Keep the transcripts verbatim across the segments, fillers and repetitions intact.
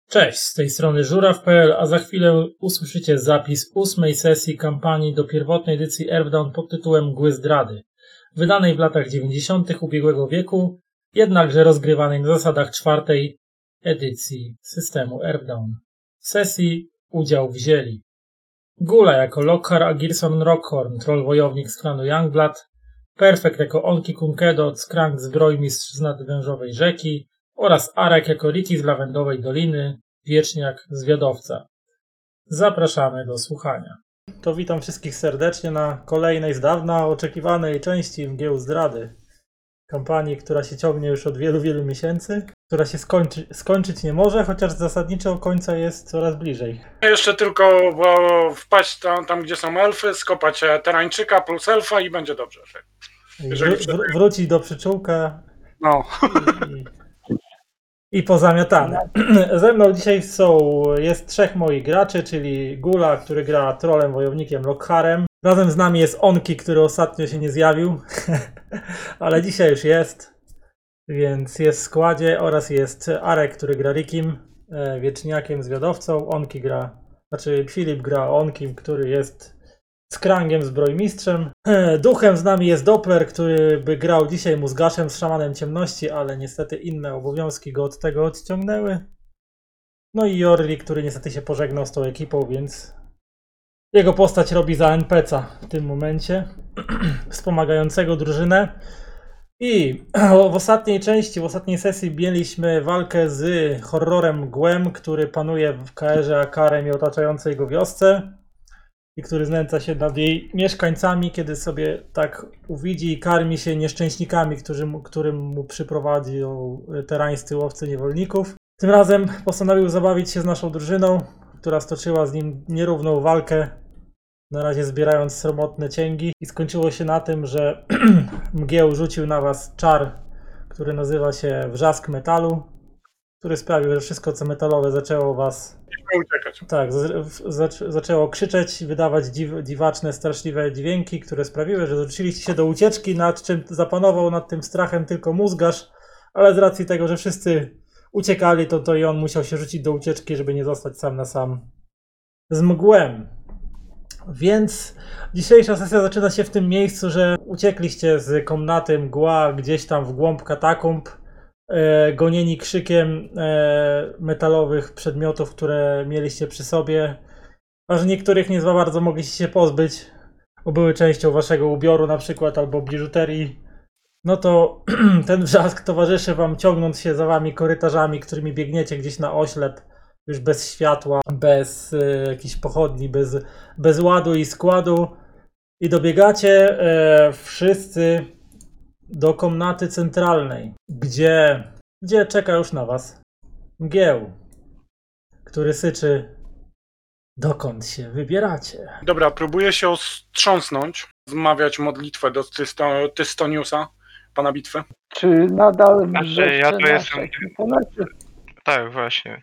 Cześć, z tej strony żuraw kropka pe el, a za chwilę usłyszycie zapis ósmej sesji kampanii do pierwotnej edycji Earthdawn pod tytułem Mgły Zdrady, wydanej w latach dziewięćdziesiątych ubiegłego wieku, jednakże rozgrywanej na zasadach czwartej edycji systemu Earthdawn. W sesji udział wzięli Gula jako Lockhart Agirson Rockhorn, troll wojownik z klanu Youngblood, Perfect jako Onki Kunkedo, Skrank zbrojmistrz z nadwężowej rzeki oraz Arek jako Riki z Lawendowej Doliny, wieczniak zwiadowca. Zapraszamy do słuchania. To witam wszystkich serdecznie na kolejnej z dawna oczekiwanej części Mgieł Zdrady. Kampanii, która się ciągnie już od wielu, wielu miesięcy, która się skończy, skończyć nie może, chociaż zasadniczo końca jest coraz bliżej. Jeszcze tylko bo wpaść tam, tam, gdzie są elfy, skopać terańczyka plus elfa i będzie dobrze. Wró- wr- wrócić do przyczółka no. i, i, i pozamiatane. Ze mną dzisiaj są, jest trzech moich graczy, czyli Gula, który gra trolem wojownikiem Lockhartem. Razem z nami jest Onki, który ostatnio się nie zjawił, ale dzisiaj już jest, więc jest w składzie, oraz jest Arek, który gra Rikim, wieczniakiem zwiadowcą. Onki gra, znaczy Filip gra Onkim, który jest Skrangiem zbrojmistrzem. Duchem z nami jest Doppler, który by grał dzisiaj mózgaszem z szamanem ciemności, ale niestety inne obowiązki go od tego odciągnęły. No i Jorli, który niestety się pożegnał z tą ekipą, więc jego postać robi za en pe ce a w tym momencie, wspomagającego drużynę. I w ostatniej części, w ostatniej sesji mieliśmy walkę z horrorem mgłem, który panuje w ka erze Akarem i otaczającej go wiosce i który znęca się nad jej mieszkańcami, kiedy sobie tak uwidzi i karmi się nieszczęśnikami, którzy mu, którym mu przyprowadził terańscy łowcy niewolników. Tym razem postanowił zabawić się z naszą drużyną, która stoczyła z nim nierówną walkę, na razie zbierając sromotne cięgi, i skończyło się na tym, że mgieł rzucił na was czar, który nazywa się Wrzask Metalu, który sprawił, że wszystko co metalowe zaczęło was uciekać. Tak, zac- zaczęło krzyczeć, wydawać dziw- dziwaczne, straszliwe dźwięki, które sprawiły, że zwróciliście się do ucieczki, nad czym zapanował nad tym strachem tylko mózgarz, ale z racji tego, że wszyscy uciekali, to, to i on musiał się rzucić do ucieczki, żeby nie zostać sam na sam z mgłem. Więc dzisiejsza sesja zaczyna się w tym miejscu, że uciekliście z komnaty mgła gdzieś tam w głąb katakumb, e, gonieni krzykiem e, metalowych przedmiotów, które mieliście przy sobie, a że niektórych nie za bardzo mogliście się pozbyć, bo były częścią waszego ubioru na przykład, albo biżuterii. No to ten wrzask towarzyszy wam, ciągnąc się za wami korytarzami, którymi biegniecie gdzieś na oślep, już bez światła, bez y, jakichś pochodni, bez, bez ładu i składu, i dobiegacie e, wszyscy do komnaty centralnej, gdzie, gdzie czeka już na was mgieł, który syczy: dokąd się wybieracie? Dobra, próbuję się ostrząsnąć, zmawiać modlitwę do Tysto, Tystoniusa, pana bitwy. Czy nadal Znaczy, ja tu nasza jestem- ekipa, czy... Tak, właśnie.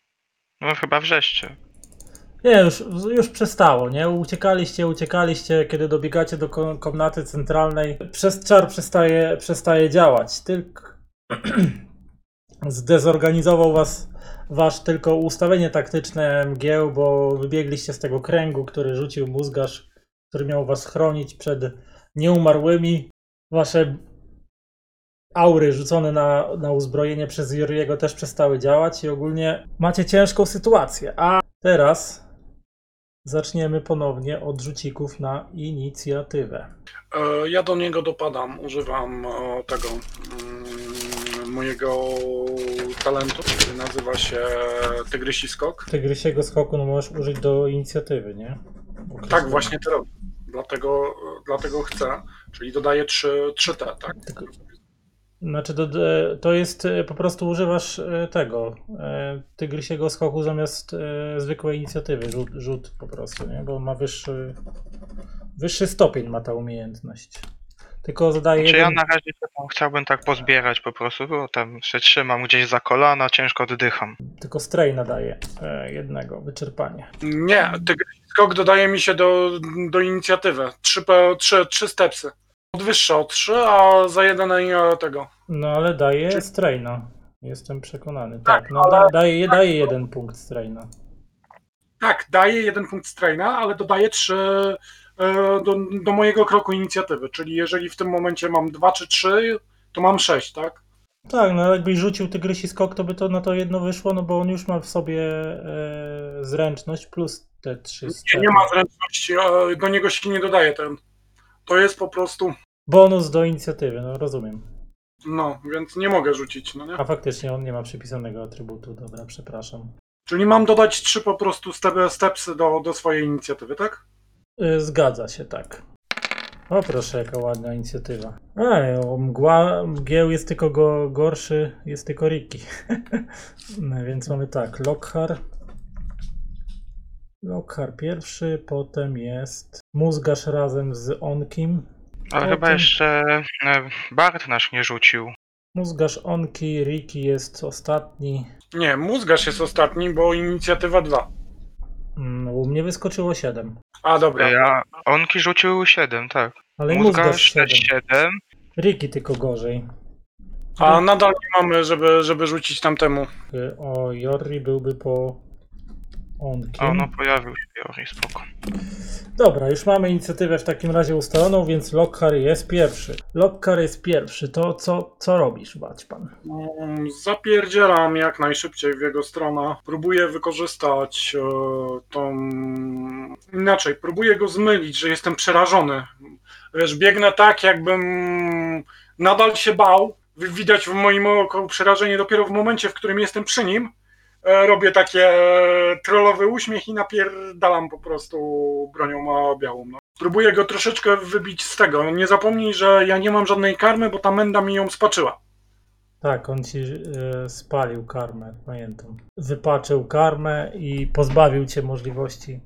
No chyba wrzeszczy. Nie, już, już przestało, nie? Uciekaliście, uciekaliście, kiedy dobiegacie do ko- komnaty centralnej. Przez czar przestaje, przestaje działać. Tylko zdezorganizował was wasz tylko ustawienie taktyczne mgieł, bo wybiegliście z tego kręgu, który rzucił mózgarz, który miał was chronić przed nieumarłymi. Wasze aury rzucone na, na uzbrojenie przez Joriego też przestały działać i ogólnie macie ciężką sytuację. A teraz zaczniemy ponownie od rzucików na inicjatywę. E, ja do niego dopadam, używam e, tego mm, mojego talentu, który nazywa się Tygrysi Skok. Tygrysiego skoku no możesz użyć do inicjatywy, nie? Tak, właśnie to robię. Dlatego, dlatego chcę, czyli dodaję trzy te, tak? Tylko- Znaczy do, do- to jest e, po prostu używasz e, tego e, tygrysiego skoku zamiast e, zwykłej inicjatywy. Rzut, rzut po prostu, nie? Bo ma wyższy, wyższy stopień ma ta umiejętność. Tylko zadaje Czy ja jeden... na razie to chciałbym tak pozbierać po prostu, bo tam się trzymam gdzieś za kolana, ciężko oddycham. Tylko stray nadaje e, jednego, wyczerpanie. Nie, Tygrysi Skok dodaje mi się do, do inicjatywy. Trzy, pe- trzy, trzy stepsy. Podwyższa o trzy, a za jeden na tego. No ale daje Czy- stray, no. Jestem przekonany. Tak, no da, daje, daje jeden punkt straina. Tak, daję jeden punkt straina, ale dodaję trzy e, do, do mojego kroku inicjatywy, czyli jeżeli w tym momencie mam dwa czy trzy, to mam sześć, tak? Tak, no jakbyś rzucił tygrysi skok, to by to na to jedno wyszło, no bo on już ma w sobie e, zręczność plus te trzy Nie, stopy. nie ma zręczności, e, do niego się nie dodaje ten. To jest po prostu, Bonus do inicjatywy, no rozumiem. no, więc nie mogę rzucić, no nie? A faktycznie on nie ma przypisanego atrybutu, dobra, przepraszam. Czyli mam dodać trzy po prostu step, stepsy do, do swojej inicjatywy, tak? Y, Zgadza się, tak. O proszę, jaka ładna inicjatywa. Ej, o mgła, mgieł jest tylko go, gorszy, jest tylko Ricky. No, więc mamy tak, Lockhart. Lockhart pierwszy, potem jest Mózgarz razem z Onkim. Ale Potem- chyba jeszcze e, Bart nasz nie rzucił. Mózgarz Onki, Ricky jest ostatni. Nie, mózgarz jest ostatni, bo inicjatywa dwa. Mm, U mnie wyskoczyło siedem. A, dobra. Ja, Onki rzucił siedem, tak. Ale Mózgarz Mózgarz też siedem. siedem. Ricky tylko gorzej. A nadal nie mamy, żeby, żeby rzucić tamtemu. Y, O, Jorri byłby po Onkim. O, no pojawił się Jori, spoko. Dobra, już mamy inicjatywę w takim razie ustaloną, więc Lockhart jest pierwszy. Lockhart jest pierwszy. To co, co robisz, Baćpan? Mm, Zapierdzielam jak najszybciej w jego stronę. Próbuję wykorzystać e, tą... Inaczej, próbuję go zmylić, że jestem przerażony. Wiesz, biegnę tak, jakbym nadal się bał. Wi- Widać w moim oku przerażenie dopiero w momencie, w którym jestem przy nim. E, Robię takie trollowy uśmiech i napierdalam po prostu bronią e, białą. No. Próbuję go troszeczkę wybić z tego. Nie zapomnij, że ja nie mam żadnej karmy, bo ta menda mi ją spaczyła. Tak, on ci e, spalił karmę, pamiętam. Wypaczył karmę i pozbawił cię możliwości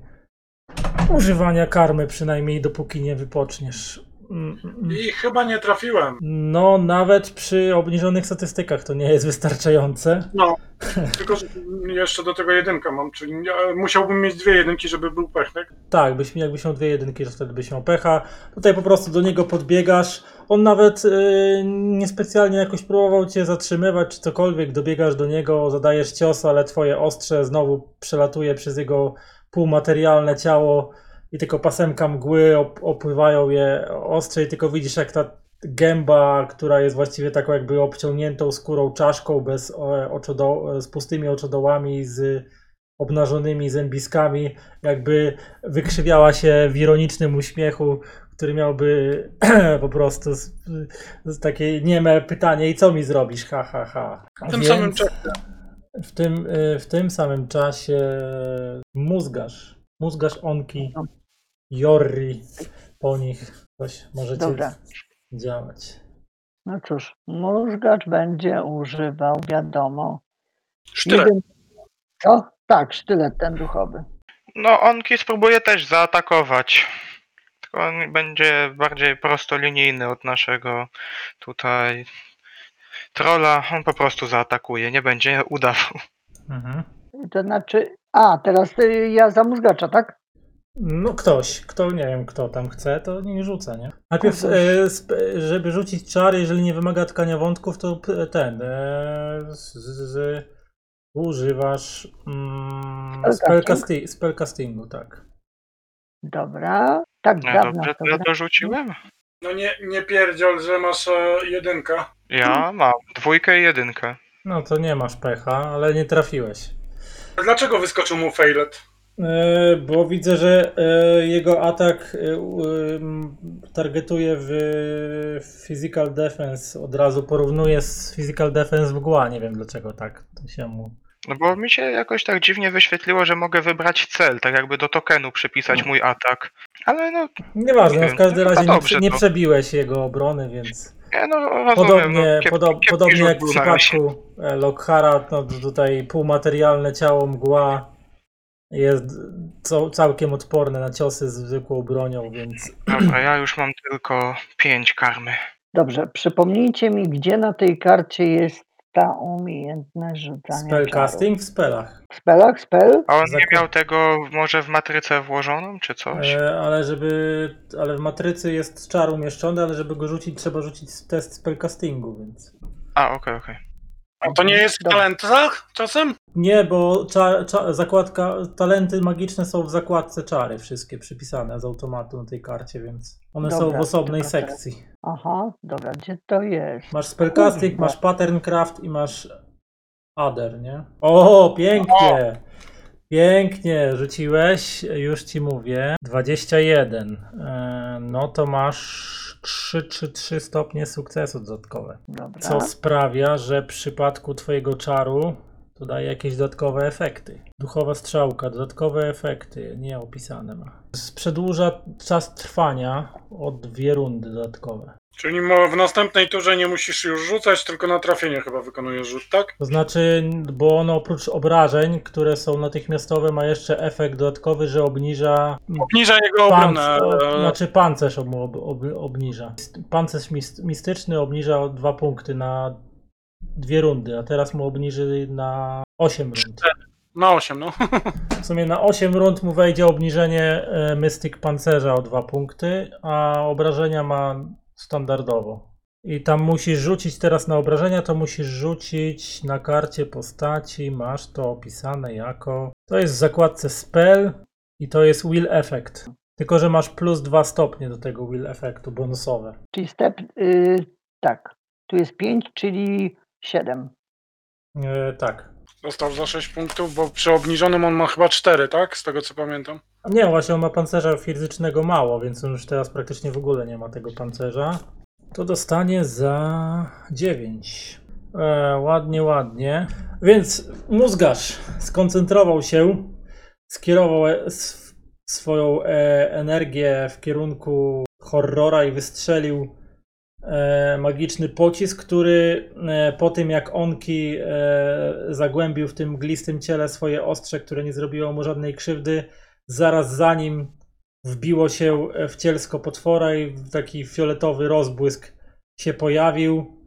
używania karmy, przynajmniej dopóki nie wypoczniesz. Mm, mm. I chyba nie trafiłem. No, nawet przy obniżonych statystykach to nie jest wystarczające. No, tylko że jeszcze do tego jedynkę mam, czyli e, musiałbym mieć dwie jedynki, żeby był pech, tak? Tak, byś, jakbyś miał dwie jedynki, to wtedy byś miał pecha. Tutaj po prostu do niego podbiegasz. On nawet yy, niespecjalnie jakoś próbował cię zatrzymywać czy cokolwiek. Dobiegasz do niego, zadajesz cios, ale twoje ostrze znowu przelatuje przez jego półmaterialne ciało i tylko pasemka mgły op- opływają je ostrze i tylko widzisz jak ta gęba, która jest właściwie taką jakby obciągniętą skórą czaszką bez e, oczodo- z pustymi oczodołami, z obnażonymi zębiskami, jakby wykrzywiała się w ironicznym uśmiechu, który miałby po prostu z, z takie nieme pytanie i co mi zrobisz, ha, ha, ha. W tym Więc samym czasie. w tym, y, w tym samym czasie mózgarz, mózgarz Onki, Jorri, po nich coś możecie Dobra. działać. No cóż, mózgacz będzie używał, wiadomo. Sztylet. Jeden- Co? Tak, sztylet ten duchowy. No, Onki spróbuje też zaatakować. Tylko on będzie bardziej prostolinijny od naszego tutaj trolla. On po prostu zaatakuje, nie będzie udawał. Mhm. To znaczy, a teraz y, ja za mózgacza, tak? No ktoś, kto nie wiem kto tam chce, to nie rzuca, nie? Najpierw, Kogoś. e, sp- żeby rzucić czar, jeżeli nie wymaga tkania wątków, to p- ten, e, z, z, używasz mm, Spellcasting? spellcasti- spellcastingu, tak. Dobra. Tak, No dawno dobrze, to to ja gra. to rzuciłem? No nie, nie pierdziol, że masz e, jedynkę. Ja mam dwójkę i jedynkę. No to nie masz pecha, ale nie trafiłeś. Dlaczego wyskoczył mu failet? E, bo widzę, że e, jego atak e, u- em, targetuje w physical defense, od razu porównuje z physical defense mgła, nie wiem dlaczego tak to się mu... No bo mi się jakoś tak dziwnie wyświetliło, że mogę wybrać cel, tak jakby do tokenu przypisać mój atak. Ale no, Nieważne, no w każdym No razie nie, dobrze prze- nie to. przebiłeś jego obrony, więc nie, no rozumiem. podobnie, no, kiep, podo- kiepski podobnie rzut jak w był na razie. przypadku e, Lockhara, no to tutaj półmaterialne ciało mgła jest co, całkiem odporne na ciosy z zwykłą bronią, więc Dobra, ja już mam tylko pięć karmy. Dobrze, przypomnijcie mi, gdzie na tej karcie jest ta umiejętność rzucania czarów. spellcasting w spellach. W spelach, spell? A on nie Zaku- miał tego może w matrycę włożoną, czy coś? E, ale żeby, ale w matrycy jest czar umieszczony, ale żeby go rzucić, trzeba rzucić test spellcastingu, więc A, okej, okej. A to nie jest w Dobra. talentach czasem? Nie, bo cza, cza, zakładka, talenty magiczne są w zakładce czary wszystkie przypisane z automatu na tej karcie, więc one są Dobra, w osobnej dobra, teraz. sekcji. Aha, dobra, gdzie to jest? Masz spellcasting, Kurwa. masz pattern-craft i masz other, nie? O, pięknie! Pięknie, rzuciłeś, już ci mówię. dwadzieścia jeden. E, no to masz trzy, trzy, trzy stopnie sukcesu dodatkowe. Dobra. Co sprawia, że w przypadku twojego czaru to daje jakieś dodatkowe efekty. Duchowa strzałka, dodatkowe efekty, nie opisane ma. Przedłuża czas trwania o dwie rundy dodatkowe. Czyli mo- w następnej turze nie musisz już rzucać, tylko na trafienie chyba wykonujesz rzut, tak? To znaczy, bo ono oprócz obrażeń, które są natychmiastowe, ma jeszcze efekt dodatkowy, że obniża Obniża jego obronę. panc- o, e, znaczy pancerz ob, ob, ob, obniża. Pancerz mis- mistyczny obniża o dwa punkty na dwie rundy, a teraz mu obniży na osiem rund. Na osiem, no. W sumie na osiem rund mu wejdzie obniżenie e, Mystic Pancerza o dwa punkty, a obrażenia ma standardowo. I tam musisz rzucić teraz na obrażenia, to musisz rzucić na karcie postaci, masz to opisane jako... To jest w zakładce Spell i to jest Will Effect. Tylko, że masz plus dwa stopnie do tego Will Effectu bonusowe. Czyli step, y, tak, tu jest pięć, czyli siedem. E, tak. Dostał za sześć punktów, bo przy obniżonym on ma chyba cztery, tak? Z tego co pamiętam. A nie, właśnie on ma pancerza fizycznego mało, więc on już teraz praktycznie w ogóle nie ma tego pancerza. To dostanie za dziewięć. E, ładnie, ładnie. Więc mózgarz skoncentrował się, skierował e- sw- swoją e, energię w kierunku horrora i wystrzelił e, magiczny pocisk, który e, po tym jak Onki e, zagłębił w tym mglistym ciele swoje ostrze, które nie zrobiło mu żadnej krzywdy, zaraz za nim wbiło się w cielsko potwora i taki fioletowy rozbłysk się pojawił.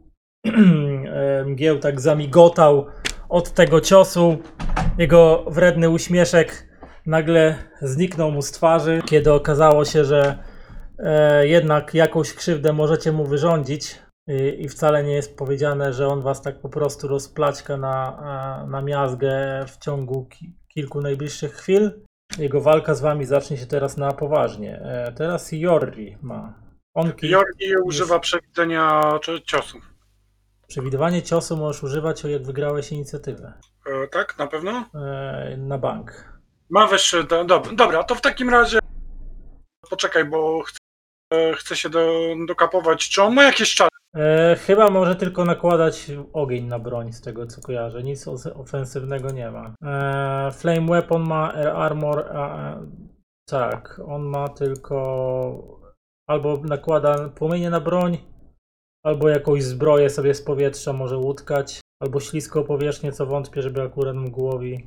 Mgieł tak zamigotał od tego ciosu. Jego wredny uśmieszek nagle zniknął mu z twarzy, kiedy okazało się, że e, jednak jakąś krzywdę możecie mu wyrządzić i, i wcale nie jest powiedziane, że on was tak po prostu rozplaćka na, a, na miazgę w ciągu ki- kilku najbliższych chwil. Jego walka z wami zacznie się teraz na poważnie. E, teraz Jorri ma. Onki. Jorgi używa przewidzenia czy ciosu. Przewidywanie ciosu możesz używać, o jak wygrałeś inicjatywę. E, tak, na pewno? E, na bank. Ma wyższy. Do, do, dobra, to w takim razie. Poczekaj, bo chcę, e, chcę się do, dokapować. Czy on ma jakieś czary? E, chyba może tylko nakładać ogień na broń, z tego co kojarzę. Nic os- ofensywnego nie ma. E, Flame Weapon ma Air Armor. A, tak, on ma tylko albo nakłada płomienie na broń, albo jakąś zbroję sobie z powietrza może łutkać, albo śliską powierzchnię, co wątpię, żeby akurat mgłowi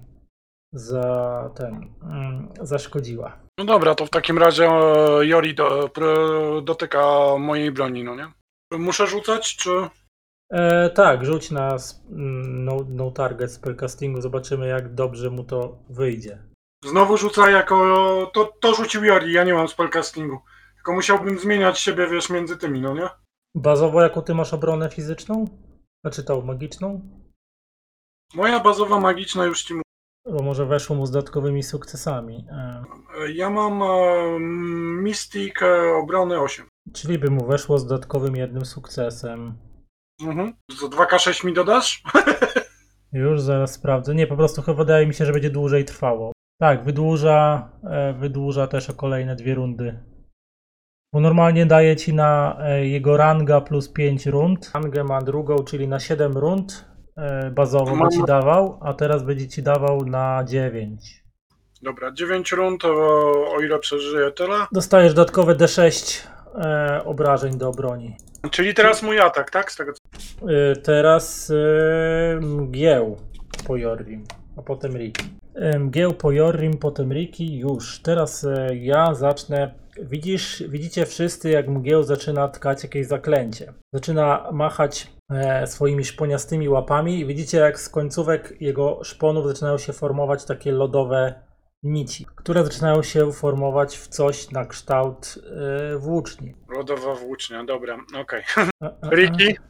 za ten mm, zaszkodziła. No dobra, to w takim razie e, Jori do, pro, dotyka mojej broni, no nie? Muszę rzucać, czy. E, tak, rzuć na s- mm, no, no target spellcastingu, zobaczymy jak dobrze mu to wyjdzie. Znowu rzuca jako. To, to rzucił Jori, ja nie mam spellcastingu. Tylko musiałbym zmieniać siebie, wiesz, między tymi, no nie? Bazowo jaką ty masz obronę fizyczną? Znaczy tą magiczną? Moja bazowa magiczna już ci mówię. Bo może weszło mu z dodatkowymi sukcesami. E, Ja mam e, Mystic e, obrony osiem. czyli by mu weszło z dodatkowym jednym sukcesem. Mhm. Za dwa K sześć mi dodasz? Już zaraz sprawdzę. Nie, po prostu chyba wydaje mi się, że będzie dłużej trwało. Tak, wydłuża, e, wydłuża też o kolejne dwie rundy. Bo normalnie daje ci na e, jego ranga plus pięć rund. Rangę ma drugą, czyli na siedem rund e, bazowo by ci dawał, a teraz będzie ci dawał na dziewięć. Dobra, dziewięć rund, o, o ile przeżyję tyle. Dostajesz dodatkowe D sześć e, obrażeń do broni. Czyli teraz mój atak, tak? Z tego co... E, teraz e, mgieł po Jorrim, a potem Riki. E, mgieł po Jorrim, potem Riki. Już. Teraz e, ja zacznę. Widzisz, widzicie wszyscy, jak mgieł zaczyna tkać jakieś zaklęcie. Zaczyna machać e, swoimi szponiastymi łapami i widzicie, jak z końcówek jego szponów zaczynają się formować takie lodowe nici, które zaczynają się formować w coś na kształt e, włóczni. Lodowa włócznia, dobra, okej. A, a, a. Riki?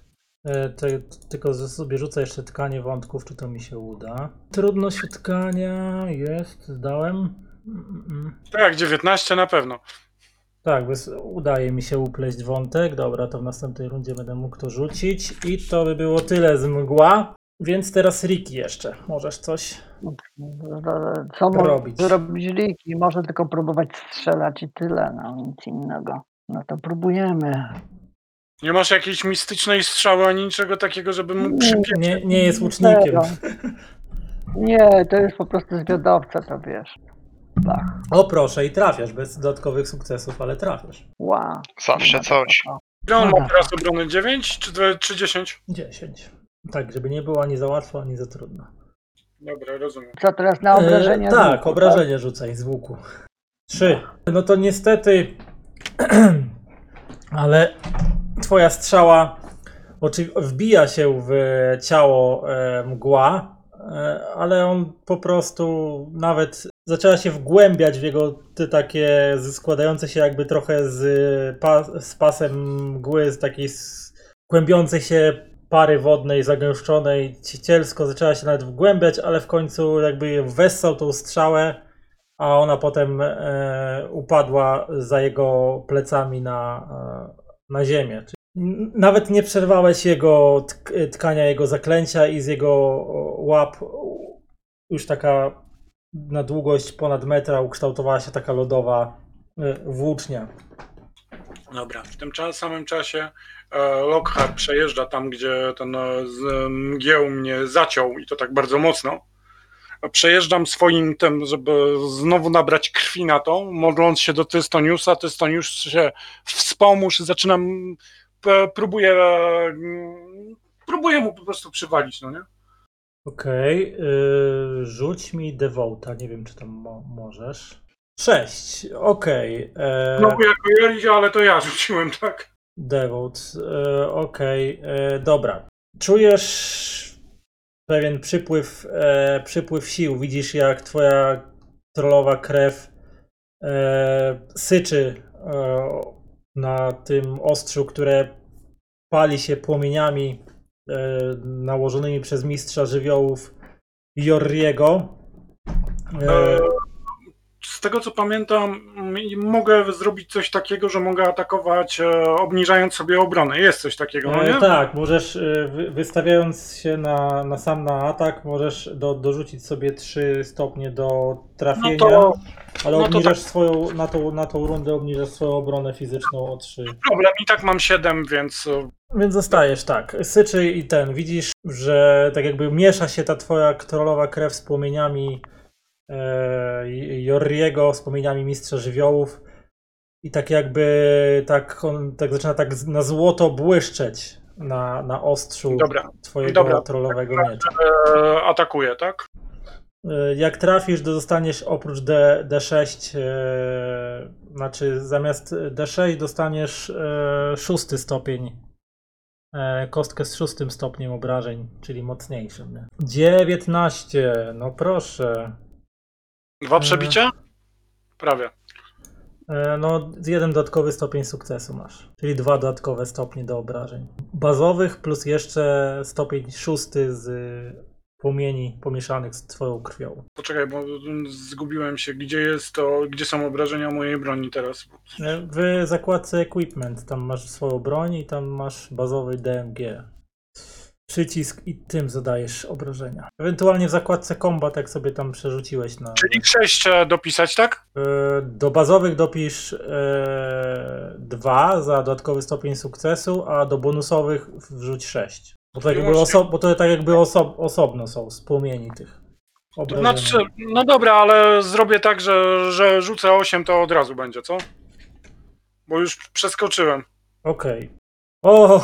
E, te, tylko z- sobie rzucę jeszcze tkanie wątków, czy to mi się uda. Trudność tkania jest, zdałem. Mm, mm. Tak, dziewiętnaście na pewno. Tak, bez, udaje mi się upleść wątek. Dobra, to w następnej rundzie będę mógł to rzucić. I to by było tyle z mgła. Więc teraz Riki jeszcze. Możesz coś Co może robić. zrobić Riki? Może tylko próbować strzelać i tyle, no nic innego. No to próbujemy. Nie masz jakiejś mistycznej strzały ani niczego takiego, żeby mógł przypiąć? Nie, nie jest łucznikiem. Nie, to jest po prostu zwiadowca, to wiesz. Tak. O proszę, i trafiasz bez dodatkowych sukcesów, ale trafiasz. Wow. Zawsze coś. Ile on ma Aha. teraz obrony? dziewięć czy, dwa- czy dziesięć? dziesięć. Tak, żeby nie było ani za łatwo, ani za trudno. Dobra, rozumiem. Co teraz na obrażenia? E, tak, z łuku, obrażenie rzucaj z łuku. Trzy. No to niestety, ale twoja strzała oczy- wbija się w ciało e, mgła, e, ale on po prostu nawet zaczęła się wgłębiać w jego te takie z- składające się jakby trochę z, pa, z pasem mgły, z takiej s- głębiącej się pary wodnej, zagęszczonej, cielsko zaczęła się nawet wgłębiać, ale w końcu jakby wessał tą strzałę, a ona potem e, upadła za jego plecami na, e, na ziemię. Czyli n- nawet nie przerwałeś jego tk- tkania, jego zaklęcia i z jego o, łap u- już taka na długość ponad metra ukształtowała się taka lodowa e, włócznia. Dobra, w tym czas, samym czasie e, Lockhart przejeżdża tam, gdzie ten e, z, mgieł mnie zaciął i to tak bardzo mocno. Przejeżdżam swoim tym, żeby znowu nabrać krwi na to, modląc się do Tystoniusa. Tystoniusz się wspomóż, zaczynam, p- próbuję, e, próbuję mu po prostu przywalić, no nie? Okej, yy, rzuć mi Devota, nie wiem czy tam mo- możesz. Sześć, okej. e, No jako Jeliś, ale to ja rzuciłem, tak? Devote, e, okej, e, dobra. Czujesz pewien przypływ, e, przypływ sił. Widzisz, jak twoja trollowa krew e, syczy e, na tym ostrzu, które pali się płomieniami e, nałożonymi przez mistrza żywiołów Jorriego. E, E, Z tego co pamiętam, m- mogę zrobić coś takiego, że mogę atakować e, obniżając sobie obronę. Jest coś takiego, no E, nie? tak, możesz e, wy- wystawiając się na, na sam na atak, możesz do, dorzucić sobie trzy stopnie do trafienia, No to- ale no to obniżasz tak. swoją, na tą, na tą rundę obniżasz swoją obronę fizyczną o trzy. Problem, i tak mam siedem, więc e, Więc zostajesz, tak. Syczy i ten, widzisz, że tak jakby miesza się ta twoja trollowa krew z płomieniami e, Jorriego, z płomieniami mistrza żywiołów i tak jakby tak on tak zaczyna tak z- na złoto błyszczeć na, na ostrzu dobra. twojego Dobra. trollowego miecza. E, atakuję, tak? E, Jak trafisz, to dostaniesz oprócz D, D6, e, znaczy zamiast D sześć dostaniesz e, szósty stopień, e, kostkę z szóstym stopniem obrażeń, czyli mocniejszym. Nie? dziewiętnaście, no proszę. Dwa E. przebicia? Prawie. E, no jeden dodatkowy stopień sukcesu masz, czyli dwa dodatkowe stopnie do obrażeń. Bazowych plus jeszcze stopień szósty z płomieni pomieszanych z twoją krwią. Poczekaj, bo zgubiłem się. Gdzie jest to, gdzie są obrażenia mojej broni teraz? E, W zakładce Equipment tam masz swoją broń i tam masz bazowy D M G. Przycisk i tym zadajesz obrażenia. Ewentualnie w zakładce Combat, jak sobie tam przerzuciłeś na... Czyli sześć e, dopisać, tak? E, Do bazowych dopisz dwa za dodatkowy stopień sukcesu, a do bonusowych wrzuć sześć. Bo to, jakby oso- bo to tak jakby oso- osobno są z płomieni tych To obrażeń. znaczy, no dobra, ale zrobię tak, że, że rzucę osiem, to od razu będzie, co? Bo już przeskoczyłem. Okej. O!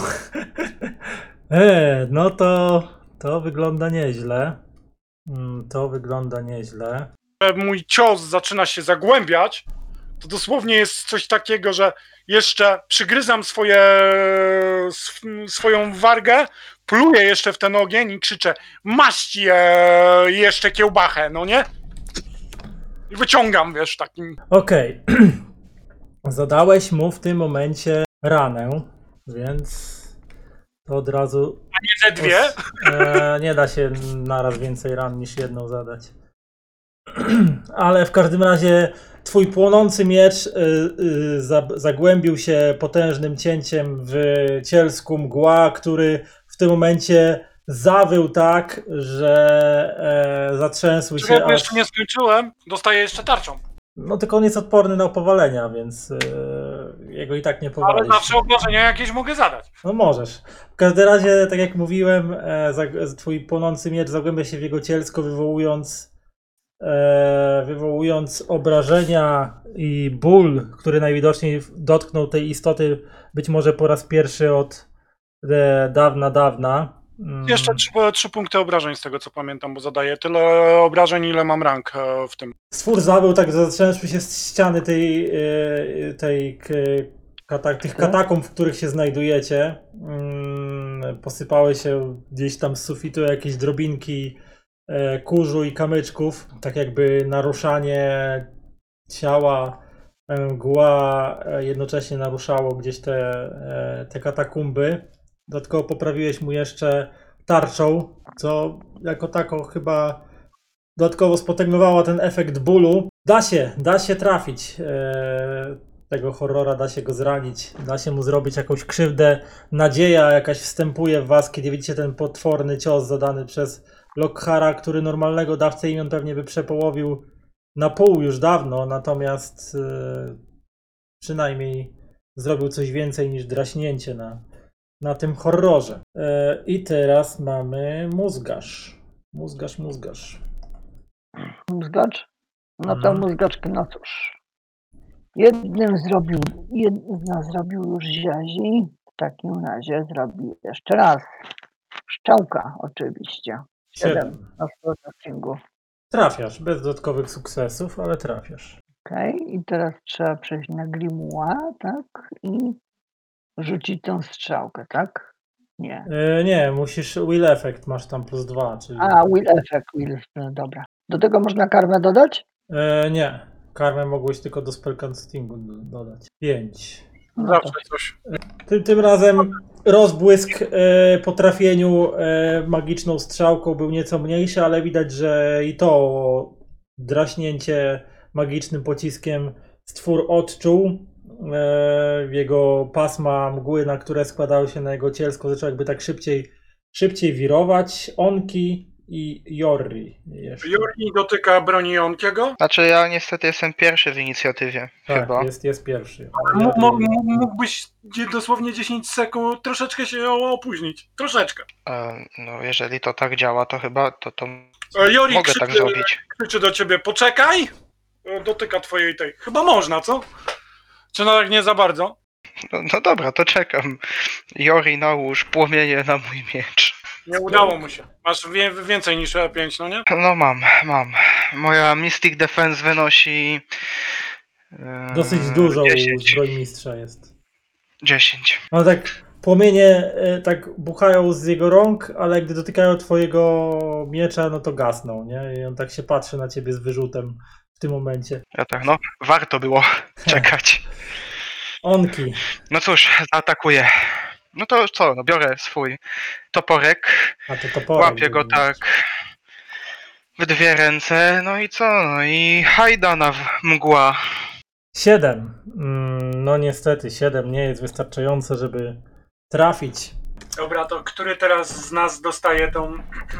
E, no to to wygląda nieźle. Mm, To wygląda nieźle. Że mój cios zaczyna się zagłębiać, to dosłownie jest coś takiego, że jeszcze przygryzam swoje, sw- swoją wargę, pluję jeszcze w ten ogień i krzyczę: maść je, jeszcze kiełbachę, no nie? I wyciągam, wiesz, takim... Okej. Zadałeś mu w tym momencie ranę, więc To od razu... A nie ze dwie? E, nie da się naraz więcej ran niż jedną zadać. Ale w każdym razie twój płonący miecz y, y, za, zagłębił się potężnym cięciem w cielsku mgła, który w tym momencie zawył tak, że e, zatrzęsły się Czekaj, bo aż... jeszcze nie skończyłem. Dostaję jeszcze tarczą. No tylko on jest odporny na opowalenia, więc y, jego i tak nie Ale powalisz. zawsze obrażenia jakieś mogę zadać. No możesz. W każdym razie, tak jak mówiłem, e, zag- twój płonący miecz zagłębia się w jego cielsko, wywołując e, wywołując obrażenia i ból, który najwidoczniej dotknął tej istoty być może po raz pierwszy od e, dawna, dawna. Mm. Jeszcze trzy, trzy punkty obrażeń z tego co pamiętam, bo zadaję tyle obrażeń, ile mam rank e, w tym. Stwór zawył, tak zatrzęsły się ściany tej, e, tej k- kata, tych katakomb, w których się znajdujecie. Mm, Posypały się gdzieś tam z sufitu jakieś drobinki e, kurzu i kamyczków, tak jakby naruszanie ciała e, mgła e, jednocześnie naruszało gdzieś te, e, te katakumby. Dodatkowo poprawiłeś mu jeszcze tarczą, co jako tako chyba dodatkowo spotęgowała ten efekt bólu. Da się, da się trafić e, tego horrora, da się go zranić, da się mu zrobić jakąś krzywdę. Nadzieja jakaś wstępuje w was, kiedy widzicie ten potworny cios zadany przez Lockhara, który normalnego dawcę imion pewnie by przepołowił na pół już dawno, natomiast e, przynajmniej zrobił coś więcej niż draśnięcie na, na tym horrorze. E, I teraz mamy mózgarz. Mózgarz, mózgarz. Mózgacz? No to Mhm. mózgaczkę, no cóż. Jednym zrobił, jedna zrobił już ziazi, w takim razie zrobi jeszcze raz. Szczałka oczywiście. Siedem Siedem. na startingu. Trafiasz, bez dodatkowych sukcesów, ale trafiasz. Okej, i teraz trzeba przejść na Grimoire, tak? I rzucić tą strzałkę, tak? Nie. E, nie, musisz Will Effect, masz tam plus dwa, czyli... A, Will Effect, Will, no dobra. Do tego można karmę dodać? E, nie, karmę mogłeś tylko do spellcastingu do- dodać. pięć. No to Zawsze coś. Tym, tym razem rozbłysk e, po trafieniu e, magiczną strzałką był nieco mniejszy, ale widać, że i to draśnięcie magicznym pociskiem stwór odczuł. E, jego pasma mgły, na które składały się na jego cielsko, zaczęły jakby tak szybciej, szybciej wirować. Onki i Jorri jeszcze. Juri dotyka broni Onkiego. Znaczy ja niestety jestem pierwszy w inicjatywie, Tak, chyba. jest, jest pierwszy. M- m- m- mógłbyś dzie- dosłownie dziesięć sekund troszeczkę się opóźnić. Troszeczkę. E, no jeżeli to tak działa, to chyba to, to E, Jori mogę krzyczy, tak zrobić. krzyczy do ciebie, poczekaj! E, Dotyka twojej tej. Chyba można, co? Czy no tak nie za bardzo? No, no dobra, to czekam. Jori, nałóż płomienie na mój miecz. Nie udało mu się. Masz wie, więcej niż E pięć, no nie? No mam, mam. Moja Mystic Defense wynosi... e, Dosyć dużo u dziesięć. zbrojmistrza jest. dziesięć. No tak, płomienie e, tak buchają z jego rąk, ale gdy dotykają twojego miecza, no to gasną, nie? I on tak się patrzy na ciebie z wyrzutem w tym momencie. Ja tak, no, warto było czekać. Onki. No cóż, zaatakuję. No to co, no biorę swój toporek, A to toporek. łapię go był. tak w dwie ręce, no i co, no i hajda na w- mgła. Siedem. Mm, no niestety, siedem nie jest wystarczające, żeby trafić. Dobra, to który teraz z nas dostaje tą...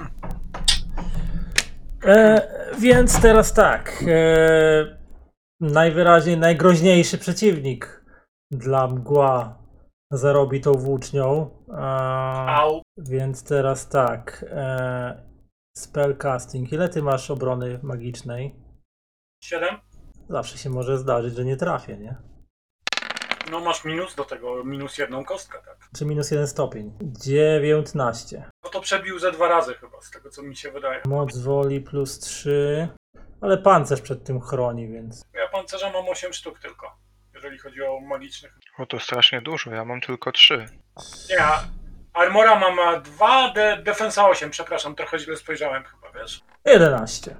E, więc teraz tak. E, najwyraźniej najgroźniejszy przeciwnik dla mgła zarobi tą włócznią. A, Au. więc teraz tak. E, spellcasting. Ile ty masz obrony magicznej? siedem? Zawsze się może zdarzyć, że nie trafię, nie? No masz minus do tego, minus jedną kostkę, tak? Czy minus jeden stopień? dziewiętnaście. No to przebił ze dwa razy chyba, z tego co mi się wydaje. Moc woli plus trzy. Ale pancerz przed tym chroni, więc. Ja pancerza mam osiem sztuk tylko, jeżeli chodzi o magicznych. O, to strasznie dużo, ja mam tylko trzy. Nie, a Armora mam dwa, de defensa osiem, przepraszam, trochę źle spojrzałem chyba, wiesz? jedenaście.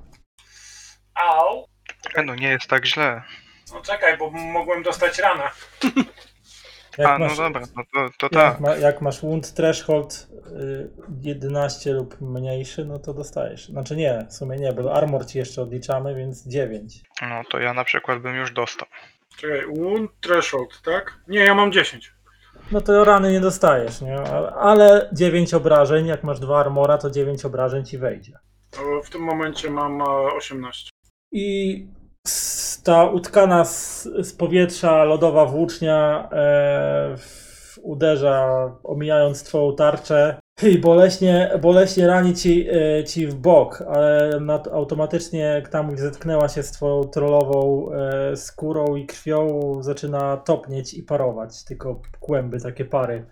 Au. E, no nie jest tak źle. No czekaj, bo mogłem dostać ranę. Jak A, no masz, dobra, no to, to jak, tak. ma, jak masz wound threshold y, jedenaście lub mniejszy, no to dostajesz. Znaczy nie, w sumie nie, bo armor ci jeszcze odliczamy, więc dziewięć. No to ja na przykład bym już dostał. Czekaj, wound threshold, tak? Nie, ja mam dziesięć. No to rany nie dostajesz, nie? Ale dziewięć obrażeń, jak masz dwa armora, to dziewięć obrażeń ci wejdzie. W tym momencie mam e, osiemnaście. I s- ta utkana z, z powietrza lodowa włócznia e, w, uderza, omijając twoją tarczę i boleśnie, boleśnie rani ci, e, ci w bok, ale nad, automatycznie tam, gdzie zetknęła się z twoją trollową e, skórą i krwią, zaczyna topnieć i parować, tylko kłęby, takie pary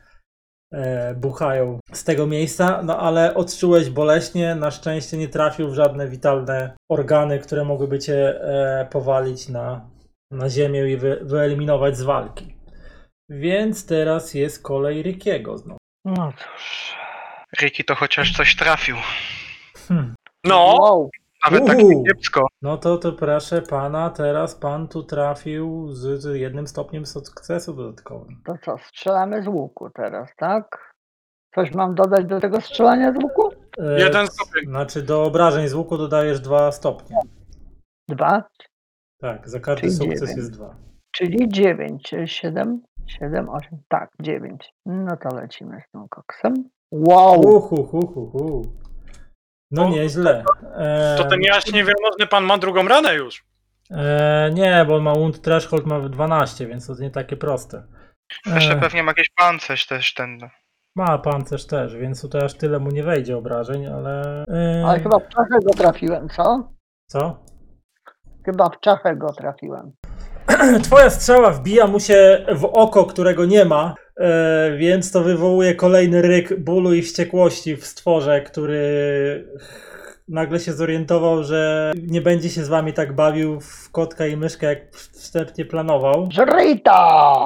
e, buchają z tego miejsca, no ale odczułeś boleśnie, na szczęście nie trafił w żadne witalne organy, które mogłyby cię e, powalić na, na ziemię i wy, wyeliminować z walki. Więc teraz jest kolej Rickiego znowu. No cóż. Ricky to chociaż coś trafił. Hm. No! Wow. Nawet tak Uhu. kiepsko. No to, to proszę pana, teraz pan tu trafił z, z jednym stopniem sukcesu dodatkowym. To co, strzelamy z łuku teraz, tak? Coś mam dodać do tego strzelania z łuku? E, Jeden stopień. Znaczy do obrażeń z łuku dodajesz dwa stopnie. Dwa, Tak, za każdy Czyli sukces dziewięć. jest dwa. czyli dziewięć, siedem, siedem, osiem, tak, dziewięć. No to lecimy z tym koksem. Wow! Uhu, hu, hu, hu. No O, nieźle. E, To ten jaśnie wielmożny pan ma drugą ranę już. e, nie, bo ma wound threshold ma dwanaście, więc to nie takie proste. Jeszcze E, pewnie ma jakiś pancerz też ten. ma pancerz też, więc tutaj aż tyle mu nie wejdzie obrażeń, ale... E, Ale chyba w czachę go trafiłem, co? Co? Chyba w czachę go trafiłem. Twoja strzała wbija mu się w oko, którego nie ma, e, więc to wywołuje kolejny ryk bólu i wściekłości w stworze, który nagle się zorientował, że nie będzie się z wami tak bawił w kotka i myszkę, jak wstępnie planował. Żryta!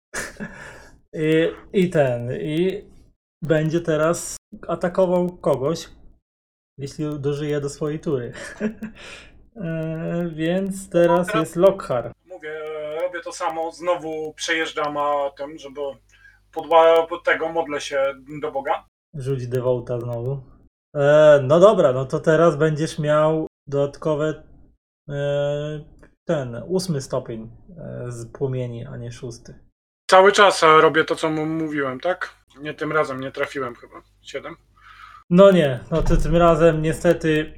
I, I ten, i będzie teraz atakował kogoś, jeśli dożyje do swojej tury. e, więc teraz jest Lockhart. Mówię, robię to samo, znowu przejeżdżam a tym, żeby podła pod tego modlę się do Boga. Rzuć Devołta znowu. E, no dobra, no to teraz będziesz miał dodatkowe e, ten ósmy stopień e, z płomieni, a nie szósty. Cały czas e, robię to, co mu mówiłem, tak? Nie tym razem, nie trafiłem chyba. Siedem. No nie, no to tym razem niestety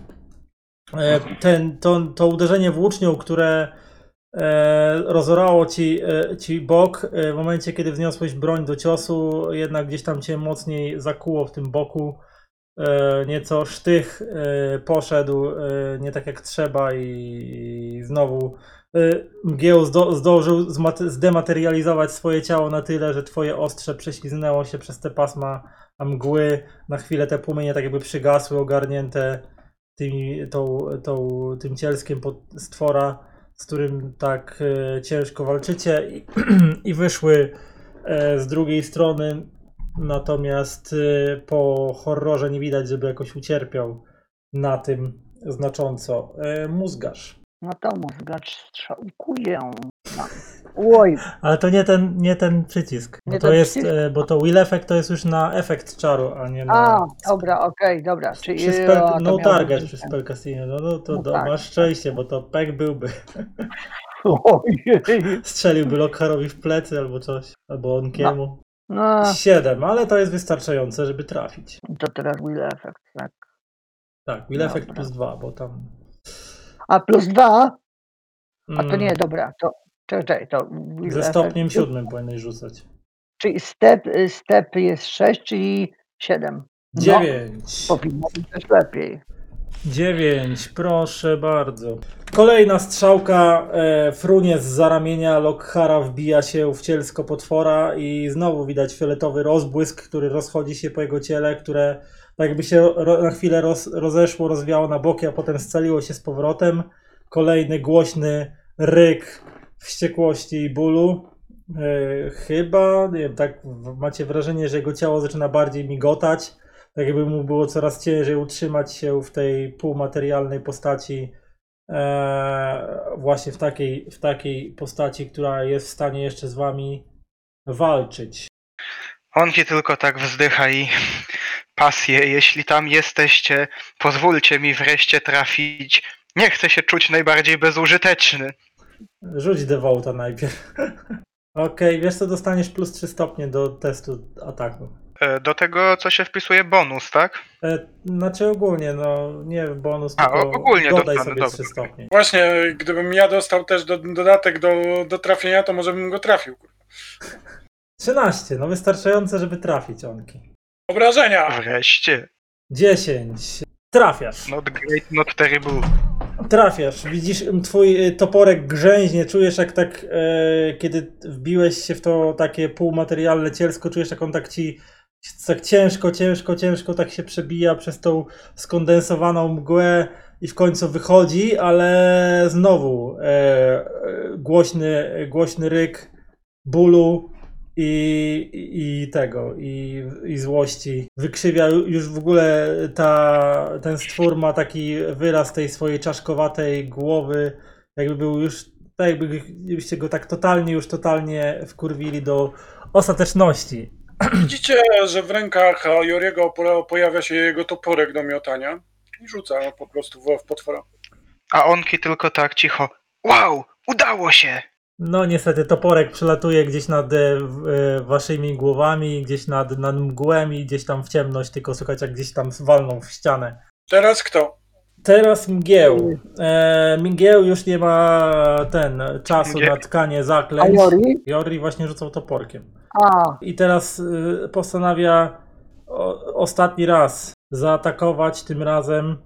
e, ten, to, to uderzenie włócznią, które e, rozorało ci, e, ci bok, e, w momencie kiedy wzniosłeś broń do ciosu, jednak gdzieś tam cię mocniej zakuło w tym boku. E, nieco sztych e, poszedł e, nie tak jak trzeba i, i znowu e, mgieł zdo, zdążył zmat- zdematerializować swoje ciało na tyle, że twoje ostrze prześliznęło się przez te pasma mgły. Na chwilę te płomienie tak jakby przygasły, ogarnięte tymi, tą, tą, tym cielskiem pod stwora, z którym tak e, ciężko walczycie i, i wyszły e, z drugiej strony. Natomiast y, po horrorze nie widać, żeby jakoś ucierpiał na tym znacząco. Y, mózgarz. No to mózgacz strzałkuję. No. Oj, Ale to nie ten, nie ten przycisk. Bo Nie to ten jest, przycisk? y, bo to will effect to jest już na efekt czaru, a nie na... a, dobra, okej, dobra. Czyli Przy spell, o, to no miało target być przy ten. spellcastingu. No, no to No do, tak, masz szczęście, bo to pek byłby. Ojej. Strzeliłby Lockharowi w plecy albo coś. Albo Onkiemu. No, Siedem, ale to jest wystarczające, żeby trafić. to teraz will effect, tak. Tak, will Dobra. effect plus dwa, bo tam... A plus dwa? A to mm, nie, dobra, to czekaj, to will Ze effect- stopniem siódmym powinieneś rzucać. Czyli step, step jest sześć, czyli siedem. No, Dziewięć. powinno być też lepiej. Dziewięć, proszę bardzo. Kolejna strzałka e, frunie z za ramienia Lockhara wbija się w cielsko potwora i znowu widać fioletowy rozbłysk, który rozchodzi się po jego ciele, które tak jakby się ro, na chwilę roz, rozeszło, rozwiało na boki, a potem scaliło się z powrotem. Kolejny głośny ryk wściekłości i bólu. E, chyba, nie wiem, tak w- macie wrażenie, że jego ciało zaczyna bardziej migotać. Tak jakby mu było coraz ciężej utrzymać się w tej półmaterialnej postaci, e, właśnie w takiej, w takiej postaci, która jest w stanie jeszcze z wami walczyć. Onki tylko tak wzdycha i pasje. Jeśli tam jesteście, pozwólcie mi wreszcie trafić. Nie chcę się czuć najbardziej bezużyteczny. Rzuć devołta najpierw. Okej, wiesz co, dostaniesz plus trzy stopnie do testu ataku. E, Do tego, co się wpisuje bonus, tak? E, znaczy ogólnie, no nie bonus, A, tylko ogólnie dodaj dostanę, sobie dobra. trzy stopnie. Właśnie, gdybym ja dostał też do, dodatek do, do trafienia, to może bym go trafił. trzynaście, no wystarczające, żeby trafić onki. Obrażenia! Wreszcie. dziesięć. Trafiasz. Not great, not terrible. Trafiasz. Widzisz, twój y, toporek grzęźnie, czujesz jak tak, e, kiedy wbiłeś się w to takie półmaterialne cielsko, czujesz jak on tak ci tak ciężko, ciężko, ciężko tak się przebija przez tą skondensowaną mgłę i w końcu wychodzi, ale znowu e, e, głośny, głośny ryk bólu i, i, i tego, i, i złości. Wykrzywia już w ogóle ta, ten stwór ma taki wyraz tej swojej czaszkowatej głowy, jakby był już, tak jakby jakbyście go tak totalnie, już totalnie wkurwili do ostateczności. Widzicie, że w rękach Joriego po- pojawia się jego toporek do miotania i rzuca po prostu w, w potwora. A Onki tylko tak cicho. Wow, udało się! No niestety toporek przelatuje gdzieś nad e, w- e, waszymi głowami, gdzieś nad, nad mgłem i gdzieś tam w ciemność, tylko słychać jak gdzieś tam walną w ścianę. Teraz kto? Teraz mgieł. E, mgieł już nie ma ten czasu Mgieł. na tkanie A zaklęć. Jori? Jori właśnie rzucał toporkiem. A, I teraz y, postanawia o, ostatni raz zaatakować, tym razem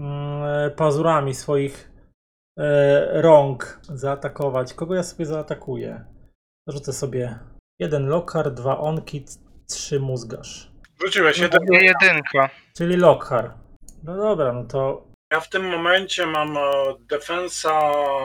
y, pazurami swoich y, rąk. Zaatakować. Kogo ja sobie zaatakuję? Rzucę sobie jeden Lockhart, dwa Onki, trzy Mózgarz. Rzuciłeś jeden. Nie jedynka. Czyli Lockhart. No dobra, no to Ja w tym momencie mam e, defensa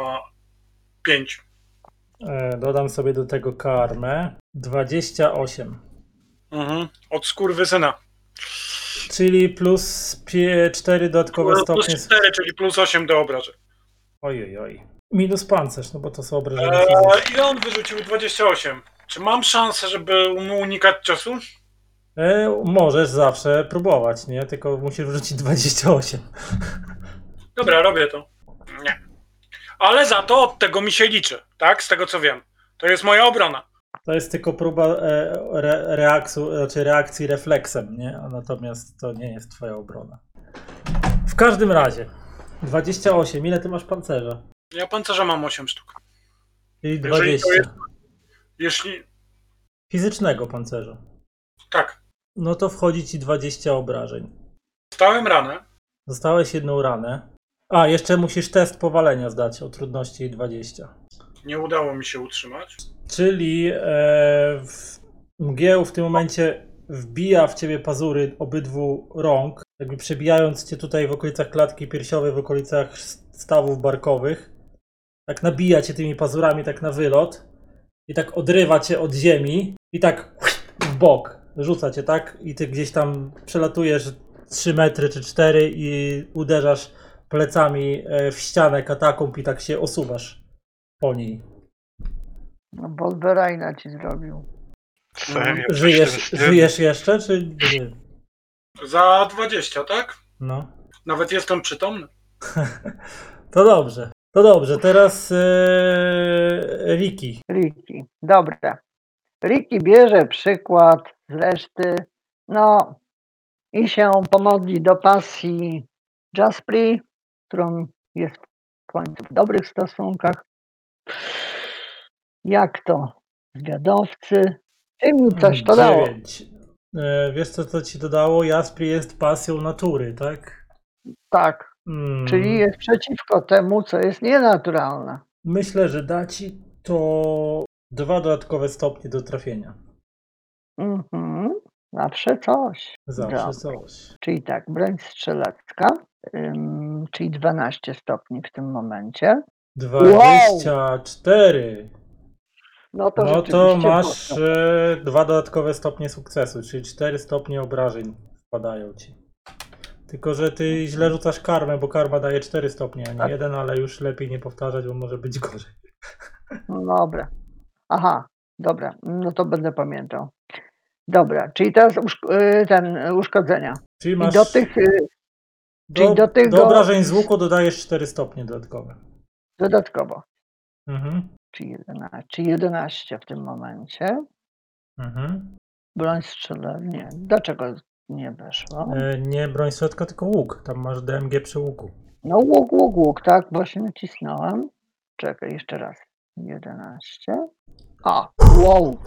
pięć. e, dodam sobie do tego karmę. dwadzieścia osiem. Mhm. Od skurwysyna. Czyli plus pie- cztery dodatkowe Plus stopnie. cztery, czyli plus osiem do obrażeń. Oj, oj, oj. Minus pancerz, no bo to są obrażenia Eee, fizyczne. ile on wyrzucił? dwadzieścia osiem. Czy mam szansę, żeby mu unikać ciosu? E, możesz zawsze próbować, nie? Tylko musisz wrzucić dwadzieścia osiem. Dobra, robię to. Nie. Ale za to od tego mi się liczy, tak? Z tego co wiem. To jest moja obrona. To jest tylko próba e, re, reakcji, znaczy reakcji refleksem, nie? A natomiast to nie jest twoja obrona. W każdym razie, dwadzieścia osiem. Ile ty masz pancerza? Ja pancerza mam osiem sztuk. Czyli Jeżeli to dwadzieścia. jest- Jeśli... Fizycznego pancerza. Tak. No to wchodzi ci dwadzieścia obrażeń. Stałem ranę. Dostałeś Dostałeś jedną ranę. A, jeszcze musisz test powalenia zdać o trudności dwadzieścia. Nie udało mi się utrzymać. Czyli e, w, mgieł w tym momencie wbija w ciebie pazury obydwu rąk, jakby przebijając cię tutaj w okolicach klatki piersiowej, w okolicach stawów barkowych. Tak nabija cię tymi pazurami tak na wylot i tak odrywa cię od ziemi i tak w bok rzuca cię, tak? I ty gdzieś tam przelatujesz trzy metry czy cztery i uderzasz plecami e, w ścianę katakumb i tak się osuwasz po niej. no Wolverina ci zrobił. Serio. coś Żyjesz, w tym stylu. żyjesz jeszcze, czy nie? Za dwadzieścia, tak? No. Nawet jestem przytomny. To dobrze. To dobrze. Teraz ee, Ricky. Ricky. Dobra. Ricky bierze przykład z reszty, no i się pomodli do pasji Jaspri, którą jest w końcu w dobrych stosunkach. Jak to? Zwiadowcy. Czy mi coś to dało? Dziewięć. E, wiesz co to ci dodało? Jaspri jest pasją natury, tak? Tak, Mm, czyli jest przeciwko temu, co jest nienaturalne. Myślę, że da ci to dwa dodatkowe stopnie do trafienia. Mhm. Zawsze coś. Zawsze Dobra. coś. Czyli tak, broń strzelecka, ym, czyli dwanaście stopni w tym momencie. dwadzieścia cztery. No to, No to rzeczywiście masz mocno. e, dwa dodatkowe stopnie sukcesu, czyli cztery stopnie obrażeń wpadają ci. Tylko, że ty źle rzucasz karmę, bo karma daje cztery stopnie, a nie Tak. jeden, ale już lepiej nie powtarzać, bo może być gorzej. No dobra. Aha, Dobra, no to będę pamiętał. Dobra, czyli teraz uszk- y, ten, y, uszkodzenia. Czyli I masz do tych y, do, czyli do tego- do obrażeń z łuku dodajesz cztery stopnie dodatkowe. dodatkowo. Mhm. Czyli jedenaście, czyli jedenaście w tym momencie. Mhm. Broń strzelania. Dlaczego nie weszło? E, nie broń środka, tylko łuk. Tam masz D M G przy łuku. No łuk, łuk, łuk, tak, właśnie nacisnąłem. Czekaj, jeszcze raz. jedenaście. A, wow.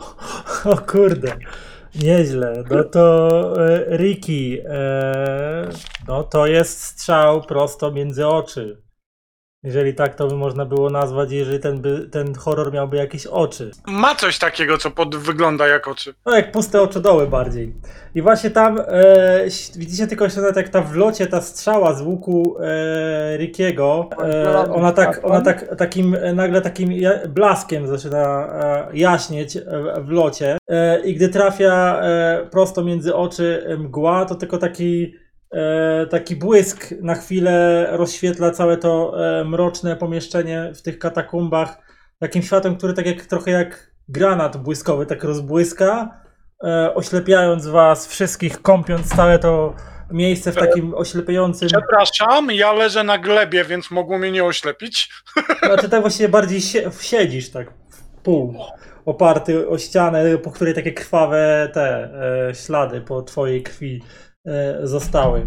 O kurde, nieźle. No to e, Ricky, e, no to jest strzał prosto między oczy. Jeżeli tak to by można było nazwać, jeżeli ten, by, ten horror miałby jakieś oczy. Ma coś takiego, co pod, wygląda jak oczy. No jak puste oczodoły bardziej. I właśnie tam e, widzicie tylko jeszcze nawet jak ta w locie ta strzała z łuku e, Rickiego, e, ona tak, ona tak takim e, nagle takim ja- blaskiem zaczyna e, jaśnieć e, w locie e, i gdy trafia e, prosto między oczy e, mgła, to tylko taki e, taki błysk na chwilę rozświetla całe to e, mroczne pomieszczenie w tych katakumbach takim światłem, który tak jak trochę jak granat błyskowy tak rozbłyska, e, oślepiając was wszystkich, kąpiąc całe to miejsce w takim oślepiającym... Przepraszam, ja leżę na glebie, więc mogło mnie nie oślepić. Znaczy tak właściwie bardziej sie- siedzisz tak w pół, oparty o ścianę, po której takie krwawe te e, ślady po twojej krwi e, zostały.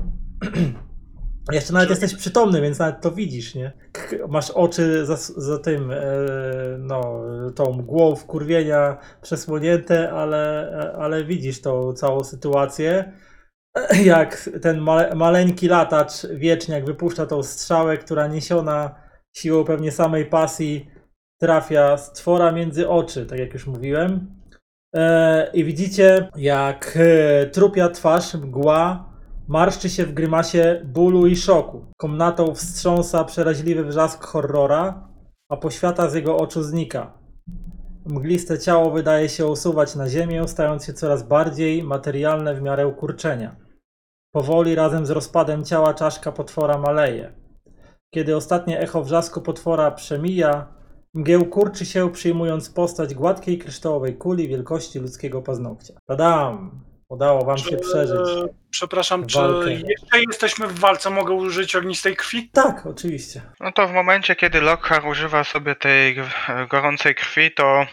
Jeszcze nawet jesteś przytomny, więc nawet to widzisz, nie? K- Masz oczy za, za tym, e, no, tą mgłą wkurwienia przesłonięte, ale, ale widzisz tą całą sytuację. Jak ten male, maleńki latacz wieczniak wypuszcza tą strzałę, która niesiona siłą pewnie samej pasji trafia stwora między oczy, tak jak już mówiłem. E, I widzicie, jak e, trupia twarz mgła marszczy się w grymasie bólu i szoku. Komnatą wstrząsa przeraźliwy wrzask horrora, a poświata z jego oczu znika. Mgliste ciało wydaje się osuwać na ziemię, stając się coraz bardziej materialne w miarę ukurczenia. Powoli razem z rozpadem ciała czaszka potwora maleje. Kiedy ostatnie echo wrzasku potwora przemija, mgieł kurczy się, przyjmując postać gładkiej kryształowej kuli wielkości ludzkiego paznokcia. Tadam! Udało wam się przeżyć. E, Przepraszam, czy walkę. jeszcze jesteśmy w walce? Mogę użyć ognistej krwi? Tak, oczywiście. No to w momencie, kiedy Lockhart używa sobie tej g- gorącej krwi, to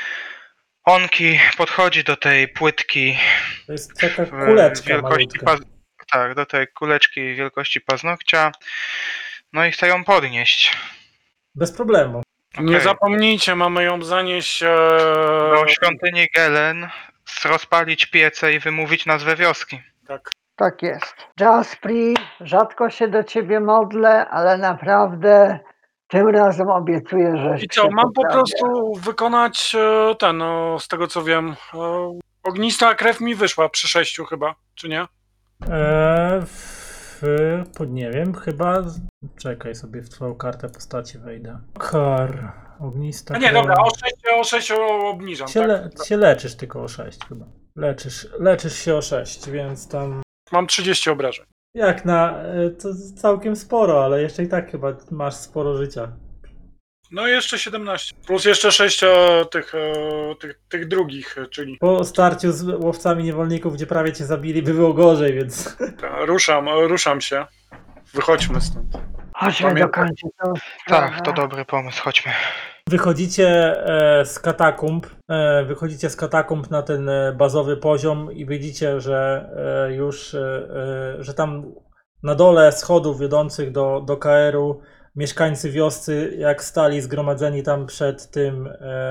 Onki podchodzi do tej płytki To jest taka w kuleczka wielkości malutka. paz... tak, do tej kuleczki wielkości paznokcia. No i chce ją podnieść. Bez problemu. Nie Okej. zapomnijcie, mamy ją zanieść... E... Do świątyni Gelen, rozpalić piece i wymówić nazwę wioski. Tak. Tak jest. Jaspri, rzadko się do ciebie modlę, ale naprawdę tym razem obiecuję, że I co, się mam po poprawię. prostu wykonać e, ten, no, z tego co wiem, e, ognista krew mi wyszła przy sześciu chyba, czy nie? Eee, w, pod, nie wiem, chyba... Czekaj, sobie w twoją kartę postaci wejdę. Kar, ognista A nie, krew. dobra, o sześć, o sześć obniżam, Się, tak? le, się leczysz tylko o sześć chyba. Leczysz, leczysz się o sześć, więc tam... Mam trzydzieści obrażeń. Jak na... e, to całkiem sporo, ale jeszcze i tak chyba masz sporo życia. No i jeszcze siedemnaście. Plus jeszcze sześć e, tych, e, tych, tych drugich, e, czyli Po starciu z łowcami niewolników, gdzie prawie cię zabili, by było gorzej, więc... e, ruszam, e, ruszam się. Wychodźmy stąd. Chodźmy Pamiętam. dokończyć tą Tak, to sprawę. dobry pomysł, chodźmy. Wychodzicie e, z katakumb, e, wychodzicie z katakumb na ten e, bazowy poziom i widzicie, że e, już, e, e, że tam na dole schodów wiodących do, do K R-u mieszkańcy wioscy, jak stali zgromadzeni tam przed tym,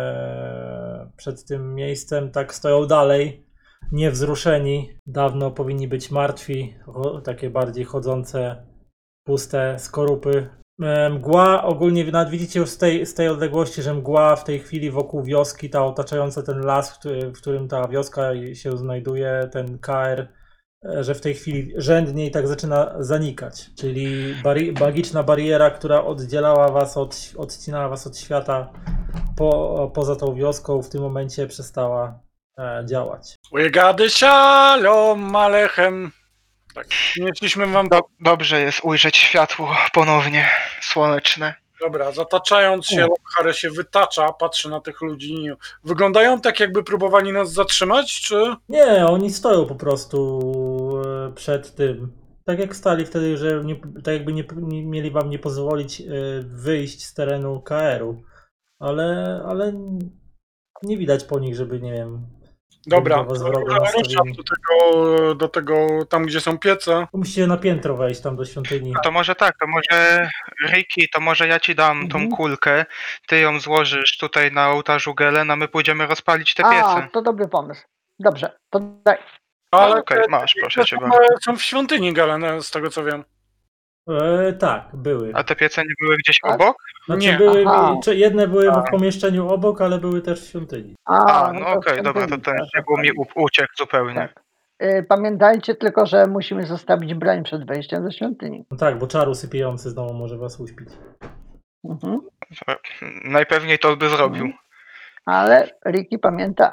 e, przed tym miejscem, tak stoją dalej, niewzruszeni. Dawno powinni być martwi, o, takie bardziej chodzące, puste skorupy. E, Mgła ogólnie nawet widzicie już z tej, z tej odległości, że mgła w tej chwili wokół wioski, ta otaczająca ten las, w, który, w którym ta wioska się znajduje, ten K R, e, że w tej chwili rzędnie i tak zaczyna zanikać. Czyli bari magiczna bariera, która oddzielała was od, odcinała was od świata po, poza tą wioską, w tym momencie przestała e, działać. Łygady shalom alechem. Tak, nieśliśmy wam... Do, dobrze jest ujrzeć światło ponownie, słoneczne. Dobra, zataczając się, Lockhart się wytacza, patrzy na tych ludzi. Wyglądają tak, jakby próbowali nas zatrzymać, czy... Nie, oni stoją po prostu e, przed tym. Tak jak stali wtedy, że nie, tak jakby nie, nie mieli wam nie pozwolić e, wyjść z terenu K R-u. Ale, ale nie widać po nich, żeby, nie wiem, Dobra, byli do was wrogo ruszam nastawieni. do tego, do tego, tam gdzie są piece. To musicie na piętro wejść tam do świątyni. To może tak, to może Ricky, to może ja ci dam tą Mhm. kulkę, ty ją złożysz tutaj na ołtarzu Gelen, a my pójdziemy rozpalić te A, piece. to dobry pomysł. Dobrze, to daj. Ale okej, te- masz, te proszę cię są, bardzo. są w świątyni Galen, z tego co wiem. E, tak, były. A te piece nie były gdzieś Tak? obok? Znaczy Nie, były, aha. czy jedne były w pomieszczeniu obok, ale były też w świątyni. A, no no to okej, dobra, to świątyni ten trzeba szczegół mi zapalić. u- uciekł zupełnie. Tak. Y, Pamiętajcie tylko, że musimy zostawić broń przed wejściem do świątyni. No tak, bo czar usypiający znowu może was uśpić. Mhm. Najpewniej to by zrobił. Mhm. Ale Ricky pamięta.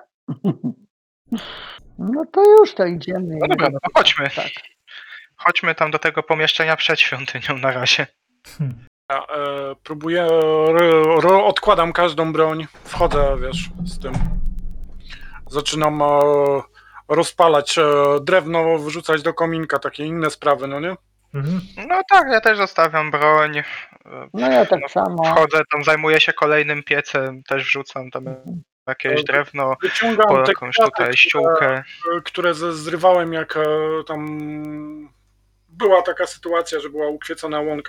No to już, to idziemy. No dobra, no to chodźmy. Tak. Chodźmy tam do tego pomieszczenia przed świątynią na razie. Ja e, próbuję, ro, ro, odkładam każdą broń, wchodzę, wiesz, z tym. Zaczynam e, rozpalać e, drewno, wrzucać do kominka, takie inne sprawy, no nie? Mhm. No tak, ja też zostawiam broń. No ja tak No, samo. Wchodzę, tam zajmuję się kolejnym piecem, też wrzucam tam jakieś drewno, Wyciągam po te jakąś kwiaty, tutaj które, ściółkę. które ze- zrywałem, jak e, tam była taka sytuacja, że była ukwiecona łąka.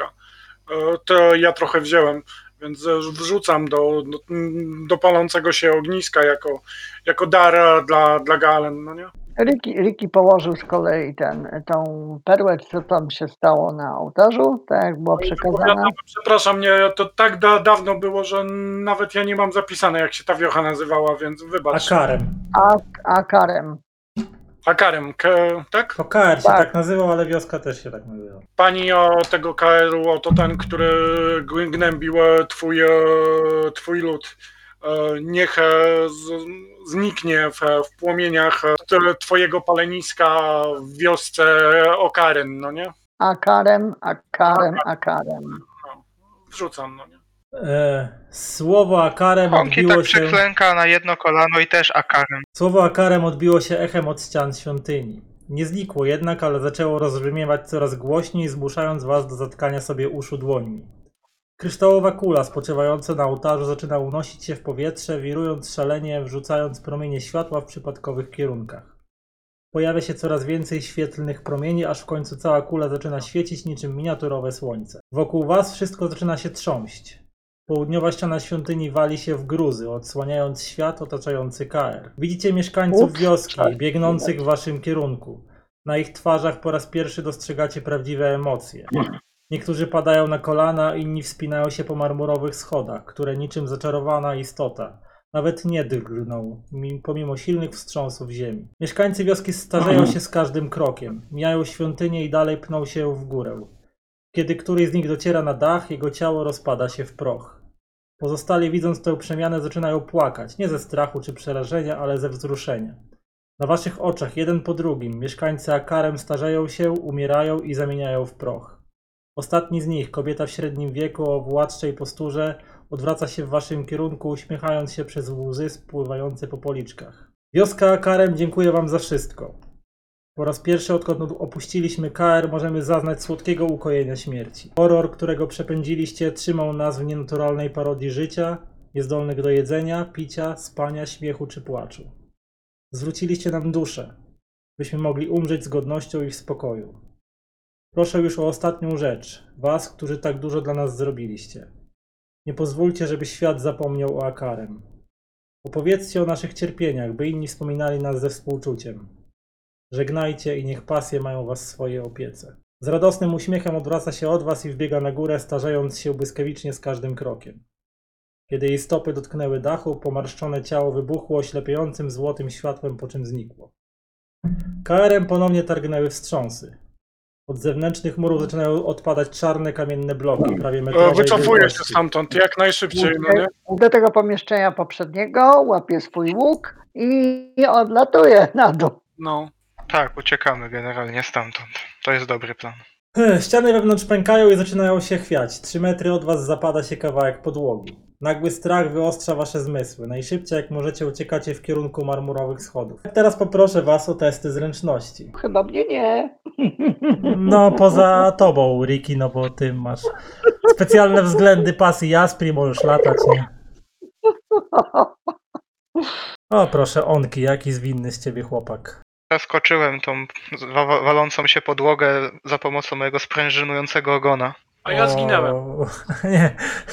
E, to ja trochę wziąłem, więc e, wrzucam do, do, do palącego się ogniska jako, jako dar dla, dla Galen, no nie? Ricky, Ricky położył z kolei ten, tą perłę, co tam się stało na ołtarzu, tak jak było przekazane. Ja, przepraszam, mnie to tak da, dawno było, że nawet ja nie mam zapisane, jak się ta wiocha nazywała, więc wybacz. Akarem. A, a karem. Akarem, K, tak? To K R się Tak. tak nazywał, ale wioska też się tak nazywa. Pani o tego K R-u, oto ten, który g- gnębił e, twój, e, twój lud. E, Niech e, z, zniknie w, w płomieniach e, t- twojego paleniska w wiosce Okaren, no nie? A karem, a karem, a karem. No, wrzucam, no nie? E, słowo Akarem Honki odbiło tak się... przyklęka na jedno kolano i też akarem. Słowo Akarem odbiło się echem od ścian świątyni. Nie znikło jednak, ale zaczęło rozbrzmiewać coraz głośniej, zmuszając was do zatkania sobie uszu dłońmi. Kryształowa kula spoczywająca na ołtarzu zaczyna unosić się w powietrze, wirując szalenie, wrzucając promienie światła w przypadkowych kierunkach. Pojawia się coraz więcej świetlnych promieni, aż w końcu cała kula zaczyna świecić niczym miniaturowe słońce. Wokół was wszystko zaczyna się trząść. Południowa ściana świątyni wali się w gruzy, odsłaniając świat otaczający K R. Widzicie mieszkańców Ups, wioski, tak, biegnących widać. w waszym kierunku. Na ich twarzach po raz pierwszy dostrzegacie prawdziwe emocje. Niektórzy padają na kolana, inni wspinają się po marmurowych schodach, które niczym zaczarowana istota nawet nie drgną, mi- pomimo silnych wstrząsów ziemi. Mieszkańcy wioski starzeją się z każdym krokiem, mijają świątynię i dalej pną się w górę. Kiedy któryś z nich dociera na dach, jego ciało rozpada się w proch. Pozostali, widząc tę przemianę, zaczynają płakać, nie ze strachu czy przerażenia, ale ze wzruszenia. Na waszych oczach, jeden po drugim, mieszkańcy Akarem starzeją się, umierają i zamieniają w proch. Ostatni z nich, kobieta w średnim wieku o władczej posturze, odwraca się w waszym kierunku, uśmiechając się przez łzy spływające po policzkach. Wioska Akarem dziękuję wam za wszystko. Po raz pierwszy, odkąd opuściliśmy K R, możemy zaznać słodkiego ukojenia śmierci. Horror, którego przepędziliście, trzymał nas w nienaturalnej parodii życia, niezdolnych do jedzenia, picia, spania, śmiechu czy płaczu. Zwróciliście nam duszę, byśmy mogli umrzeć z godnością i w spokoju. Proszę już o ostatnią rzecz, was, którzy tak dużo dla nas zrobiliście. Nie pozwólcie, żeby świat zapomniał o Akarem. Opowiedzcie o naszych cierpieniach, by inni wspominali nas ze współczuciem. Żegnajcie i niech pasje mają was w swojej opiece. Z radosnym uśmiechem odwraca się od was i wbiega na górę, starzejąc się błyskawicznie z każdym krokiem. Kiedy jej stopy dotknęły dachu, pomarszczone ciało wybuchło oślepiającym złotym światłem, po czym znikło. K R-em ponownie targnęły wstrząsy. Od zewnętrznych murów zaczynają odpadać czarne kamienne bloki, prawie E, metrowej Wycofuję się wielkości. stamtąd jak najszybciej, no nie? Do tego pomieszczenia poprzedniego łapie swój łuk i odlatuje na dół. No. Tak, uciekamy generalnie stamtąd. To jest dobry plan. Hm, Ściany wewnątrz pękają i zaczynają się chwiać. Trzy metry od was zapada się kawałek podłogi. Nagły strach wyostrza wasze zmysły. Najszybciej jak możecie uciekacie w kierunku marmurowych schodów. Teraz poproszę was o testy zręczności. Chyba mnie nie. No poza tobą, Ricky, no bo ty masz specjalne względy pasy Jaspri, możesz latać, nie? O proszę, Onki, jaki zwinny z ciebie chłopak. Zaskoczyłem tą wa- wa- walącą się podłogę za pomocą mojego sprężynującego ogona. A ja zginęłem. O, nie.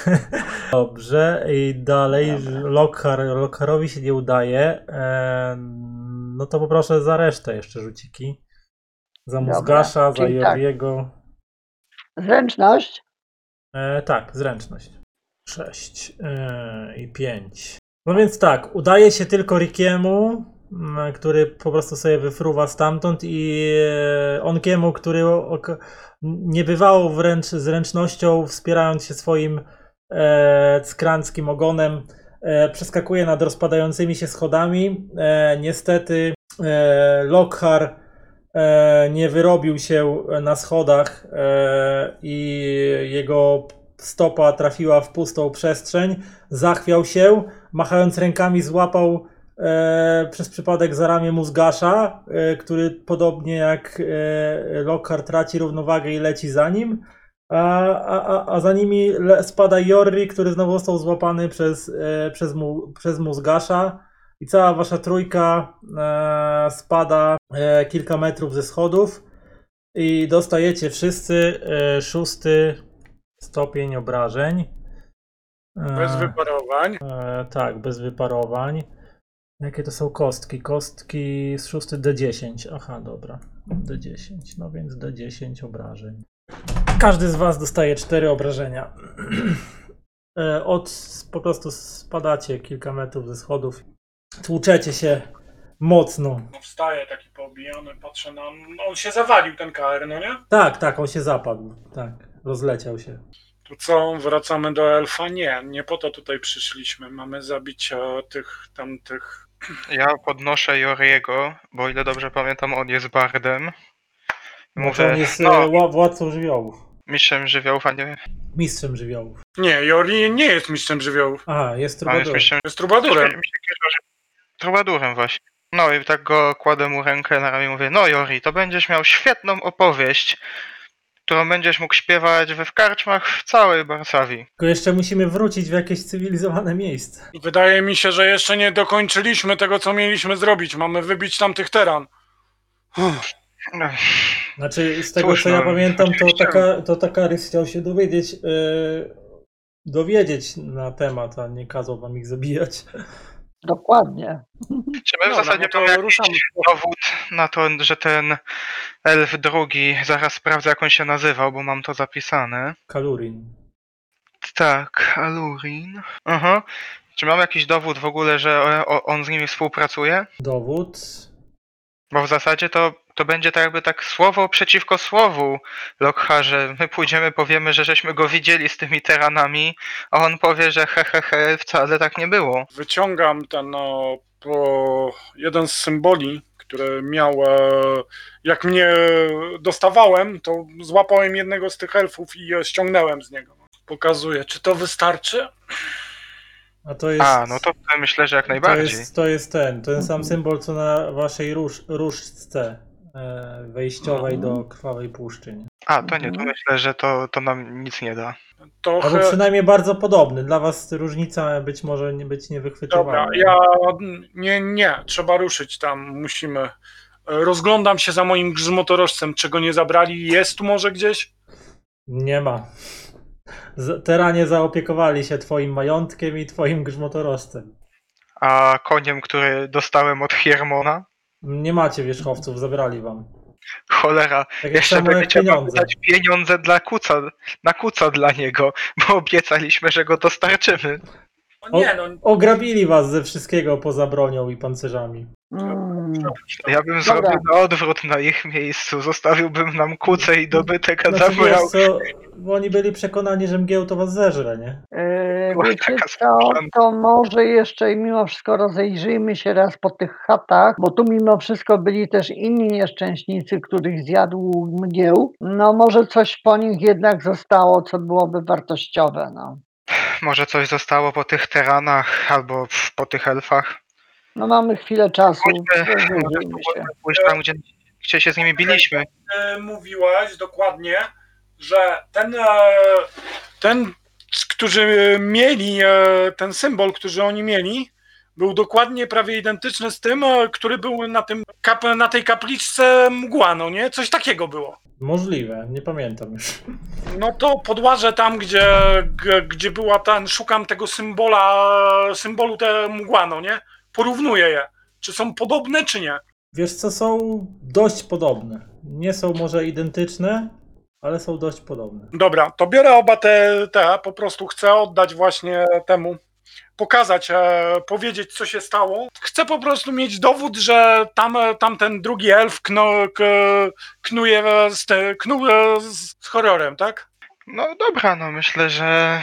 Dobrze, i dalej Lockhart, Lockharowi się nie udaje. E, no to poproszę za resztę jeszcze rzuciki. Za Dobra, Mózgasza, za czyli tak. Joriego. Zręczność? E, tak, zręczność. sześć e, i pięć. No więc tak, udaje się tylko Rickiemu, m, który po prostu sobie wyfruwa stamtąd, i e, Onkiemu, który ok- niebywało wręcz zręcznością, wspierając się swoim e, ckranckim ogonem, e, przeskakuje nad rozpadającymi się schodami. E, niestety e, Lockhart e, nie wyrobił się na schodach e, i jego stopa trafiła w pustą przestrzeń, zachwiał się, machając rękami złapał e, przez przypadek za ramię Mózgasza, e, który podobnie jak e, Lockhart traci równowagę i leci za nim, a, a, a za nimi le, spada Jorri, który znowu został złapany przez, e, przez, mu, przez Mózgasza, i cała wasza trójka e, spada e, kilka metrów ze schodów i dostajecie wszyscy e, szósty stopień obrażeń. E, Bez wyparowań. E, tak, bez wyparowań. Jakie to są kostki? Kostki z szósty D dziesięć. Aha, dobra. D dziesięć. No więc D dziesięć obrażeń. Każdy z was dostaje cztery obrażenia. E, od po prostu spadacie kilka metrów ze schodów. Tłuczecie się mocno. No, wstaje taki poobijany, patrzę na... On się zawalił, ten K R, no nie? Tak, tak, on się zapadł. Tak, rozleciał się. To co, wracamy do elfa? Nie, nie po to tutaj przyszliśmy. Mamy zabić e, tych, tamtych... Ja podnoszę Joriego, bo o ile dobrze pamiętam, on jest bardem. No, Mówię, on jest no, e, wła- władcą żywiołów. mistrzem żywiołów, a nie... Mistrzem żywiołów. Nie, Jori nie jest mistrzem żywiołów. Aha, jest A, jest trubadurem. mistrzem... Jest trubadurem. Mi się kojarzy- Trubadurem właśnie. No i tak go kładę mu rękę na ramię i mówię, no Jori, to będziesz miał świetną opowieść, którą będziesz mógł śpiewać we w karczmach w całej Barsawii. Tylko jeszcze musimy wrócić w jakieś cywilizowane miejsce. Wydaje mi się, że jeszcze nie dokończyliśmy tego, co mieliśmy zrobić. Mamy wybić tamtych teran. Uff. No, Znaczy, z tego Cóż, co ja no, pamiętam, to, oczywiście. taka, to Takarys chciał się dowiedzieć, yy, dowiedzieć na temat, a nie kazał wam ich zabijać. Dokładnie. Czy my w Dobra, zasadzie no to mamy jakiś ruszamy. dowód na to, że ten elf drugi, zaraz sprawdzę jak on się nazywał, bo mam to zapisane. Kalurin. Tak, Alurin. Aha. Czy mam jakiś dowód w ogóle, że o- on z nimi współpracuje? Dowód. Bo w zasadzie to, to będzie tak jakby tak słowo przeciwko słowu, Lockharze. My pójdziemy, powiemy, że żeśmy go widzieli z tymi teranami, a on powie, że he he he, wcale tak nie było. Wyciągam ten no, po jeden z symboli, które miał, e, jak mnie dostawałem, to złapałem jednego z tych elfów i je ściągnąłem z niego. Pokazuję, czy to wystarczy? A to jest. A, no to myślę, że jak to najbardziej. jest, to jest ten, ten sam symbol co na waszej róż, różdżce e, wejściowej do Krwawej Puszczy. Nie? A, to nie, to myślę, że to, to nam nic nie da. Albo Trochę... przynajmniej bardzo podobny. Dla was różnica być może nie być niewychwytywalna. Dobra, ja nie, nie, trzeba ruszyć tam, musimy. Rozglądam się za moim grzmotorożcem, czego nie zabrali. Jest tu może gdzieś? Nie ma. Z- Teranie zaopiekowali się twoim majątkiem i twoim grzmotorożcem. A koniem, który dostałem od Hiermona? Nie macie wierzchowców, zabrali wam. Cholera, Tak jak jeszcze samo by jak trzeba pieniądze. dać pieniądze dla kuca, na kuca dla niego, bo obiecaliśmy, że go dostarczymy. O nie, no Ograbili was ze wszystkiego poza bronią i pancerzami. Mm. Ja bym Dobra. zrobił na odwrót na ich miejscu, zostawiłbym nam kuce i dobytek, a Znaczy, wiesz zabrał... co, bo oni byli przekonani, że mgieł to was zeżre, nie? Yy, była wiecie taka co, skrzynka. to może jeszcze mimo wszystko rozejrzyjmy się raz po tych chatach, bo tu mimo wszystko byli też inni nieszczęśnicy, których zjadł mgieł. No może coś po nich jednak zostało, co byłoby wartościowe, no. Może coś zostało po tych teranach albo po tych elfach. No mamy chwilę czasu, Pójdźmy, może rozejrzyjmy się. pójść tam, gdzie, gdzie się z nimi biliśmy. E, mówiłaś dokładnie, że ten, e, ten, którzy mieli e, ten symbol, który oni mieli, był dokładnie prawie identyczny z tym, e, który był na, tym kap, na tej kapliczce mgła, no nie? Coś takiego było. Możliwe, nie pamiętam już. No to podłażę tam, gdzie, g- gdzie była ten, szukam tego symbola, symbolu te mgła, no nie? Porównuję je. Czy są podobne, czy nie? Wiesz co, są dość podobne. Nie są może identyczne, ale są dość podobne. Dobra, to biorę oba te, te po prostu chcę oddać właśnie temu, pokazać, e, powiedzieć, co się stało. Chcę po prostu mieć dowód, że tam, tamten drugi elf kno, k, knuje z, te, knuł e, z, z horrorem, tak? No dobra, no myślę, że,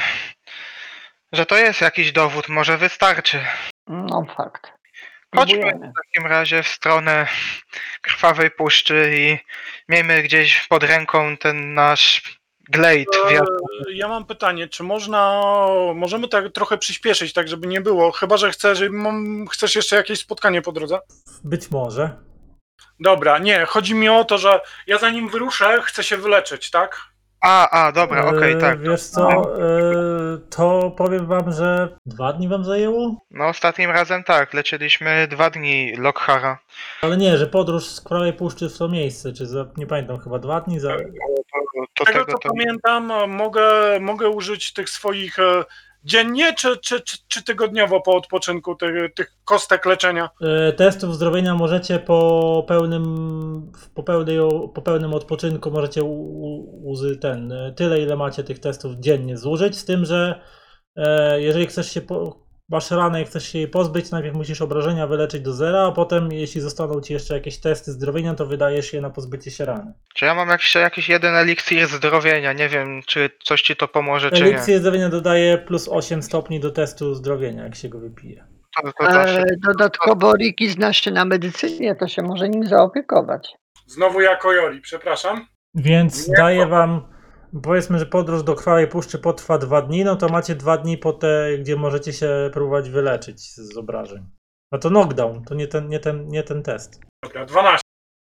że to jest jakiś dowód, może wystarczy. No fakt. Chodźmy Próbujemy. w takim razie w stronę Krwawej Puszczy i miejmy gdzieś pod ręką ten nasz glejt. E, wiatr. ja mam pytanie, czy można, możemy tak trochę przyspieszyć, tak żeby nie było, chyba, że chcesz, że mam, chcesz jeszcze jakieś spotkanie po drodze? Być może. Dobra, nie, chodzi mi o to, że ja zanim wyruszę, chcę się wyleczyć, tak? A, a, dobra, okej, E, tak. Wiesz co, e, to powiem wam, że dwa dni wam zajęło? No ostatnim razem tak, lecieliśmy dwa dni Lockhara. Ale nie, że podróż z Krwawej Puszczy w to miejsce, czy za, nie pamiętam, chyba dwa dni za... To Z tego tego co to... pamiętam, mogę, mogę użyć tych swoich e, dziennie czy, czy, czy, czy tygodniowo po odpoczynku tych, tych kostek leczenia? E, Testów zdrowienia możecie po pełnym, po pełnej, po pełnym odpoczynku możecie u, u, uzy- ten, e, tyle ile macie tych testów dziennie zużyć, z tym, że e, jeżeli chcesz się, po, masz ranę i chcesz się jej pozbyć, najpierw musisz obrażenia wyleczyć do zera, a potem jeśli zostaną ci jeszcze jakieś testy zdrowienia, to wydajesz je na pozbycie się rany. Czy ja mam jakiś, jakiś jeden eliksir zdrowienia, nie wiem czy coś ci to pomoże czy nie. Eliksir zdrowienia dodaje plus osiem stopni do testu zdrowienia, jak się go wypije. To, to zawsze... E, dodatkowo Riki zna się na medycynie, to się może nim zaopiekować. Znowu jako Jori, przepraszam. Więc Nie, daję to- wam, powiedzmy, że podróż do Krwawej Puszczy potrwa dwa dni, no to macie dwa dni po te, gdzie możecie się próbować wyleczyć z obrażeń. A to knockdown, to nie ten, nie ten, nie ten test. Dobra, dwanaście.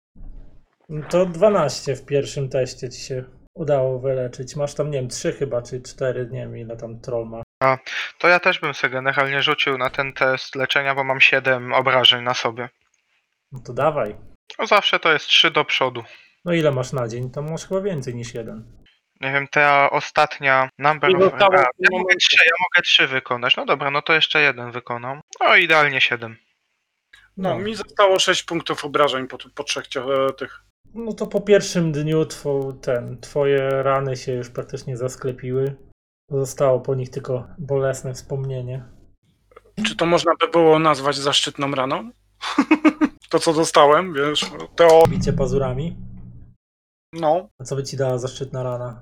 To dwanaście w pierwszym teście ci się udało wyleczyć. Masz tam, nie wiem, trzy chyba, czy cztery, nie wiem ile tam troll ma. To ja też bym sobie generalnie rzucił na ten test leczenia, bo mam siedem obrażeń na sobie. No to dawaj. No zawsze to jest trzy do przodu. No ile masz na dzień? To masz chyba więcej niż jeden. Nie wiem, ta ostatnia number I of... zostało A, w ja tym mogę momencie. trzy, ja mogę trzy wykonać. No dobra, no to jeszcze jeden wykonam. No idealnie siedem. No, No. mi zostało sześć punktów obrażeń po, po trzech cio- tych. No to po pierwszym dniu two, ten, twoje rany się już praktycznie zasklepiły. Zostało po nich tylko bolesne wspomnienie. Czy to można by było nazwać zaszczytną raną? To co dostałem, wiesz, to Bicie pazurami. no, A co by ci dała zaszczytna rana?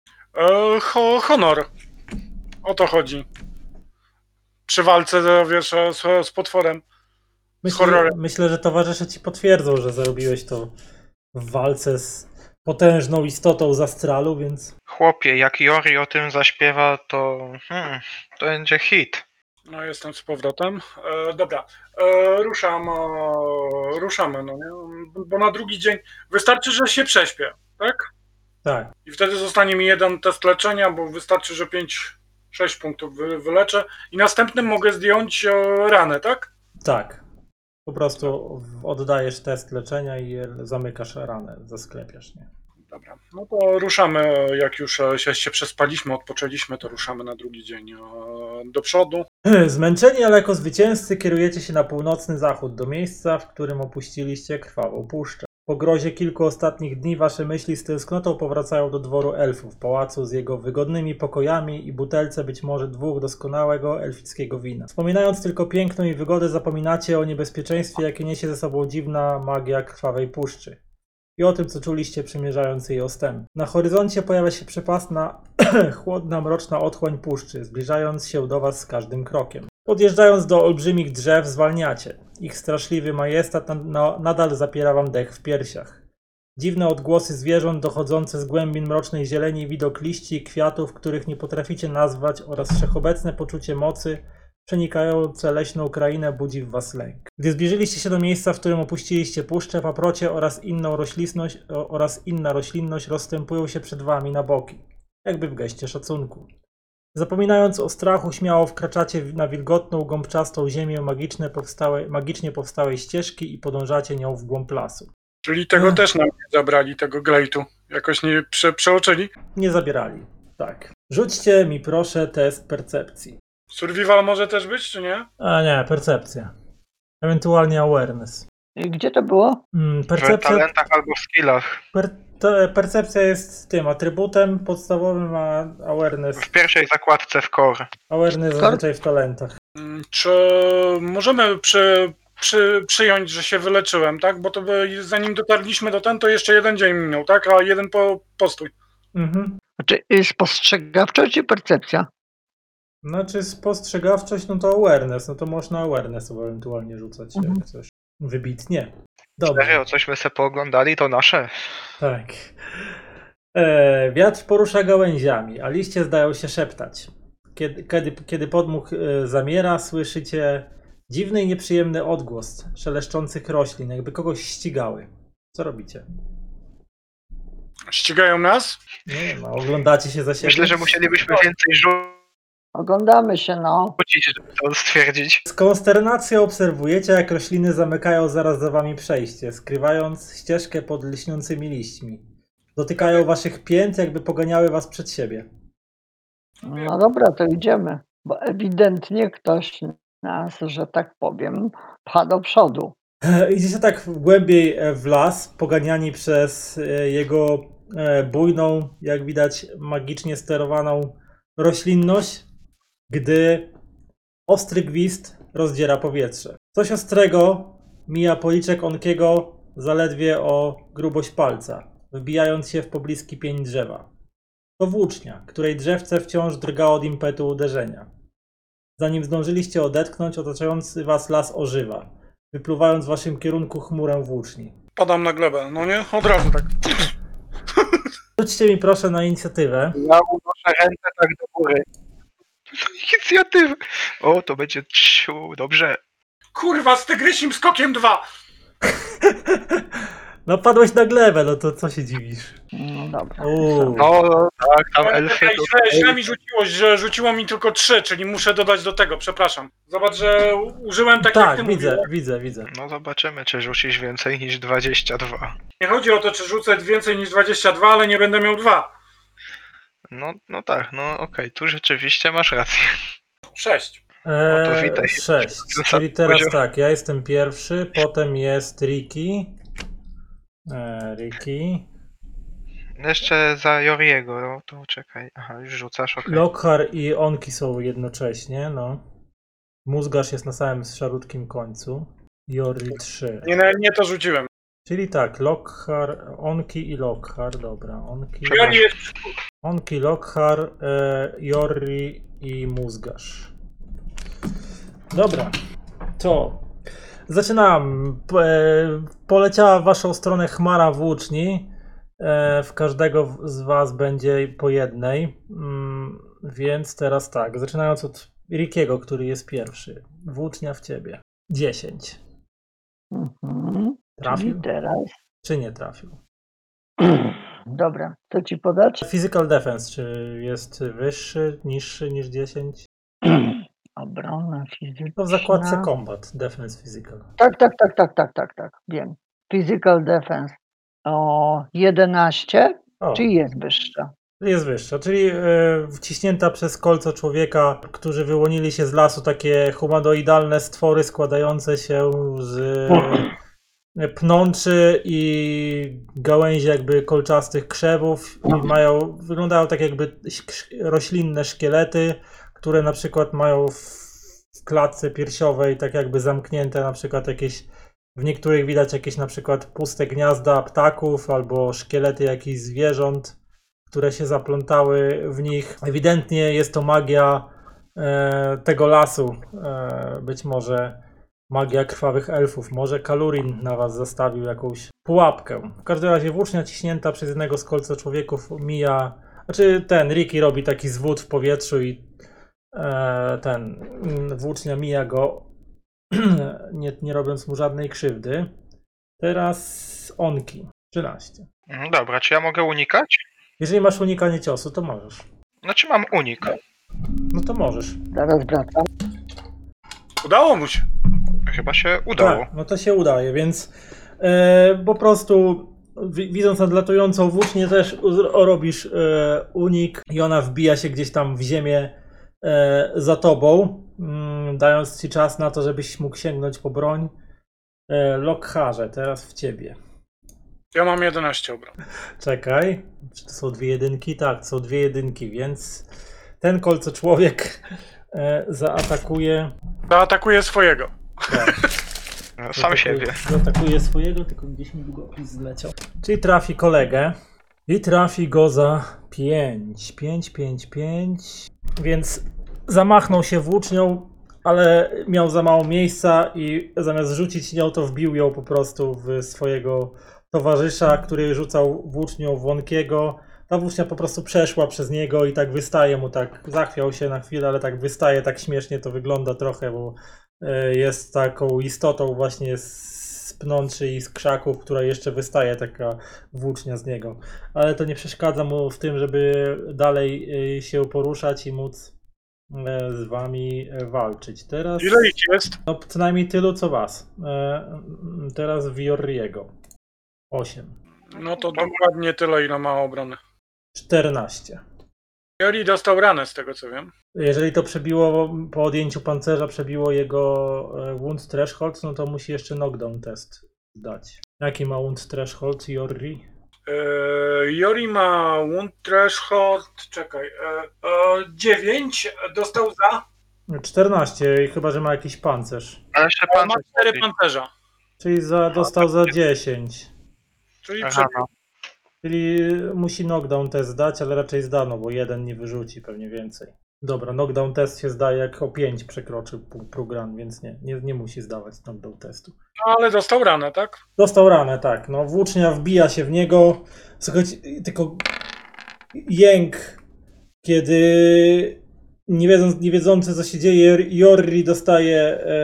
e, ho, honor. O to chodzi. Przy walce, wiesz, z, z potworem. Myślę, horrorem. myślę, że towarzysze ci potwierdzą, że zrobiłeś to w walce z potężną istotą z astralu, więc Chłopie, jak Jori o tym zaśpiewa, to... Hmm, to będzie hit. No, jestem z powrotem. E, dobra, e, ruszam, e, ruszamy, no nie? Bo na drugi dzień wystarczy, że się prześpię, tak? tak. I wtedy zostanie mi jeden test leczenia, bo wystarczy, że pięć sześć punktów wy, wyleczę i następnym mogę zdjąć e, ranę, tak? Tak. Po prostu oddajesz test leczenia i zamykasz ranę, zasklepiasz, nie? Dobra, no to ruszamy, jak już e, się, się przespaliśmy, odpoczęliśmy, to ruszamy na drugi dzień e, do przodu. Zmęczeni, ale jako zwycięzcy kierujecie się na północny zachód, do miejsca, w którym opuściliście Krwawą Puszczę. Po grozie kilku ostatnich dni wasze myśli z tęsknotą powracają do dworu elfów, pałacu z jego wygodnymi pokojami i butelce być może dwóch doskonałego elfickiego wina. Wspominając tylko piękno i wygodę, zapominacie o niebezpieczeństwie, jakie niesie ze sobą dziwna magia Krwawej Puszczy. i o tym, co czuliście przymierzając jej ostęp. Na horyzoncie pojawia się przepastna, chłodna, mroczna otchłań puszczy, zbliżając się do was z każdym krokiem. Podjeżdżając do olbrzymich drzew, zwalniacie. Ich straszliwy majestat na, na, nadal zapiera wam dech w piersiach. Dziwne odgłosy zwierząt dochodzące z głębin mrocznej zieleni, widok liści i kwiatów, których nie potraficie nazwać, oraz wszechobecne poczucie mocy przenikające leśną krainę budzi w was lęk. Gdy zbliżyliście się do miejsca, w którym opuściliście puszczę, paprocie oraz, inną roślinność, oraz inna roślinność rozstępują się przed wami na boki, jakby w geście szacunku. Zapominając o strachu, śmiało wkraczacie na wilgotną, gąbczastą ziemię magiczne powstałe, magicznie powstałej ścieżki i podążacie nią w głąb lasu. Czyli tego Ech. też nam nie zabrali, tego glejtu. Jakoś nie prze, przeoczyli. Nie zabierali. Tak. Rzućcie mi proszę test percepcji. Survival może też być, czy nie? A nie, percepcja. Ewentualnie awareness. I gdzie to było? Mm, W percepcja, talentach albo w skillach. per, te, percepcja jest tym atrybutem podstawowym, a awareness, W pierwszej zakładce w core. awareness zazwyczaj w talentach. Mm, Czy możemy przy, przy, przyjąć, że się wyleczyłem, tak? Bo to by, zanim dotarliśmy do ten, to jeszcze jeden dzień minął, tak? A jeden po, postój. Mhm. Znaczy, y, spostrzegawczość czy percepcja? Znaczy spostrzegawczość, no to awareness, no to można awareness ewentualnie rzucać, Mhm. jak coś. Wybitnie. Dobrze. Serio, cośmy se pooglądali, to nasze. Tak. E, wiatr porusza gałęziami, a liście zdają się szeptać. Kiedy, kiedy, kiedy podmuch e, zamiera, słyszycie dziwny i nieprzyjemny odgłos szeleszczących roślin, jakby kogoś ścigały. Co robicie? Ścigają nas? Nie wiem, a oglądacie się za siebie? Myślę, że musielibyśmy więcej Oglądamy się, no. rzucić, żeby to stwierdzić. Z konsternacją obserwujecie, jak rośliny zamykają zaraz za wami przejście, skrywając ścieżkę pod lśniącymi liśćmi. Dotykają waszych pięt, jakby poganiały was przed siebie. No dobra, to idziemy. Bo ewidentnie ktoś nas, że tak powiem, pcha do przodu. Idziecie tak głębiej w las, poganiani przez e, jego e, bujną, jak widać, magicznie sterowaną roślinność, gdy ostry gwizd rozdziera powietrze. Coś ostrego mija policzek Onkiego zaledwie o grubość palca, wbijając się w pobliski pień drzewa. To włócznia, której drzewce wciąż drga od impetu uderzenia. Zanim zdążyliście odetchnąć, otaczający was las ożywa, wypluwając w waszym kierunku chmurę włóczni. Padam na glebę, no nie? Od razu tak. Rzućcie mi proszę na inicjatywę. Ja unoszę ręce tak do góry. Inicjatywy. O, to będzie ciu, dobrze. Kurwa, z tygrysim skokiem dwa! No padłeś na glebę, no to co się dziwisz? No dobra. Uuu. No tak, tam Ale elfy czekaj, to... źle, źle mi rzuciło, że rzuciło mi tylko trzy, czyli muszę dodać do tego, przepraszam. Zobacz, że użyłem tak, jak Tak, ty widzę, mówiłeś. widzę, widzę. No zobaczymy, czy rzucisz więcej niż dwadzieścia dwa. Nie chodzi o to, czy rzucę więcej niż dwadzieścia dwa, ale nie będę miał dwa. No, no tak, no okej, tu rzeczywiście masz rację. sześć. No to Eee, witaj. sześć. Zasadny Czyli teraz poziom. tak, ja jestem pierwszy, potem jest Ricky. Eee, Ricky. Jeszcze za Joriego, no to czekaj. Aha, już rzucasz, okej. Lockhart i Onki są jednocześnie, no. Mózgarz jest na samym szarutkim końcu. Jori trzy. Nie, nie, nie to rzuciłem. Czyli tak, Lockhart, Onki i Lockhart, dobra. Onki, Ja nie jest... Onki Lockhart, e, Jori i Mózgarz. Dobra, to zaczynam. P- e, poleciała w waszą stronę chmara włóczni. E, w każdego z was będzie po jednej. Mm, więc teraz tak, zaczynając od Rickiego, który jest pierwszy. Włócznia w ciebie. dziesięć. Mhm. Trafił? Czyli teraz. Czy nie trafił? Dobra, co ci podać? Physical defense, czy jest wyższy, niższy niż dziesięć? Obrona fizyczna. To w zakładce combat, defense physical. Tak, tak, tak, tak, tak, tak, tak, wiem. Physical defense o jedenaście, O, czy jest wyższa? jest wyższa, czyli e, wciśnięta przez kolco człowieka, którzy wyłonili się z lasu takie humanoidalne stwory składające się z e, pnączy i gałęzi jakby kolczastych krzewów i mają, wyglądają tak jakby ś- roślinne szkielety, które na przykład mają w, w klatce piersiowej tak jakby zamknięte na przykład jakieś W niektórych widać jakieś na przykład puste gniazda ptaków albo szkielety jakichś zwierząt, które się zaplątały w nich. Ewidentnie jest to magia e, tego lasu, e, być może magia krwawych elfów. Może Kalurin na was zastawił jakąś pułapkę. W każdym razie włócznia ciśnięta przez jednego z kolcoczłowieków mija. Znaczy ten Ricky robi taki zwód w powietrzu i e, ten mm, włócznia mija go, nie, nie robiąc mu żadnej krzywdy. Teraz Onki. trzynaście. Mm, Dobra, czy ja mogę unikać? Jeżeli masz unikanie ciosu, to możesz. Znaczy mam unik. No to możesz. Zaraz wracam. Udało mu się. Chyba się udało. Tak, no to się udaje, więc e, po prostu wi- widząc nadlatującą włócznię też u- robisz e, unik i ona wbija się gdzieś tam w ziemię e, za tobą, mm, dając ci czas na to, żebyś mógł sięgnąć po broń. E, Lockharze, teraz w ciebie. Ja mam jedenaście obron. Czekaj, czy to są dwie jedynki? Tak, to są dwie jedynki, więc ten kolco człowiek e, zaatakuje. Zaatakuje swojego. Tak. No, Sam siebie. Zaatakuje swojego, tylko gdzieś mi długopis zleciał. Czyli trafi kolegę i trafi go za pięć. pięć, pięć, pięć. Więc zamachnął się włócznią, ale miał za mało miejsca i zamiast rzucić nią, to wbił ją po prostu w swojego towarzysza, który rzucał włócznią w Łonkiego. Ta włócznia po prostu przeszła przez niego i tak wystaje mu, tak zachwiał się na chwilę, ale tak wystaje, tak śmiesznie to wygląda trochę, bo e, jest taką istotą właśnie z pnączy i z krzaków, która jeszcze wystaje, taka włócznia z niego. Ale to nie przeszkadza mu w tym, żeby dalej e, się poruszać i móc e, z wami e, walczyć. Teraz Ile ich jest? no, co najmniej tylu co was. E, teraz Viorriego. osiem. No to dokładnie tyle, ile ma obrony. czternaście. Jori dostał ranę, z tego co wiem. Jeżeli to przebiło, po odjęciu pancerza przebiło jego e, wound threshold, no to musi jeszcze knockdown test zdać. Jaki ma wound threshold Jorri? Eee, Jori ma wound threshold, czekaj, e, e, dziewięć dostał za, czternaście, chyba że ma jakiś pancerz. Ale jeszcze ale pan. ma cztery pancerza. Czyli za, dostał za dziesięć. Czyli Aha, prze... no. Czyli musi knockdown test zdać, ale raczej zdano, bo jeden nie wyrzuci, pewnie więcej. Dobra, knockdown test się zdaje jak o pięć przekroczy pół program, więc nie, nie, nie musi zdawać knockdown testu. no, ale dostał ranę, tak? Dostał ranę, tak. No, włócznia wbija się w niego. Słuchajcie, tylko jęk, kiedy nie, wiedząc, nie wiedzący co się dzieje, Jorri dostaje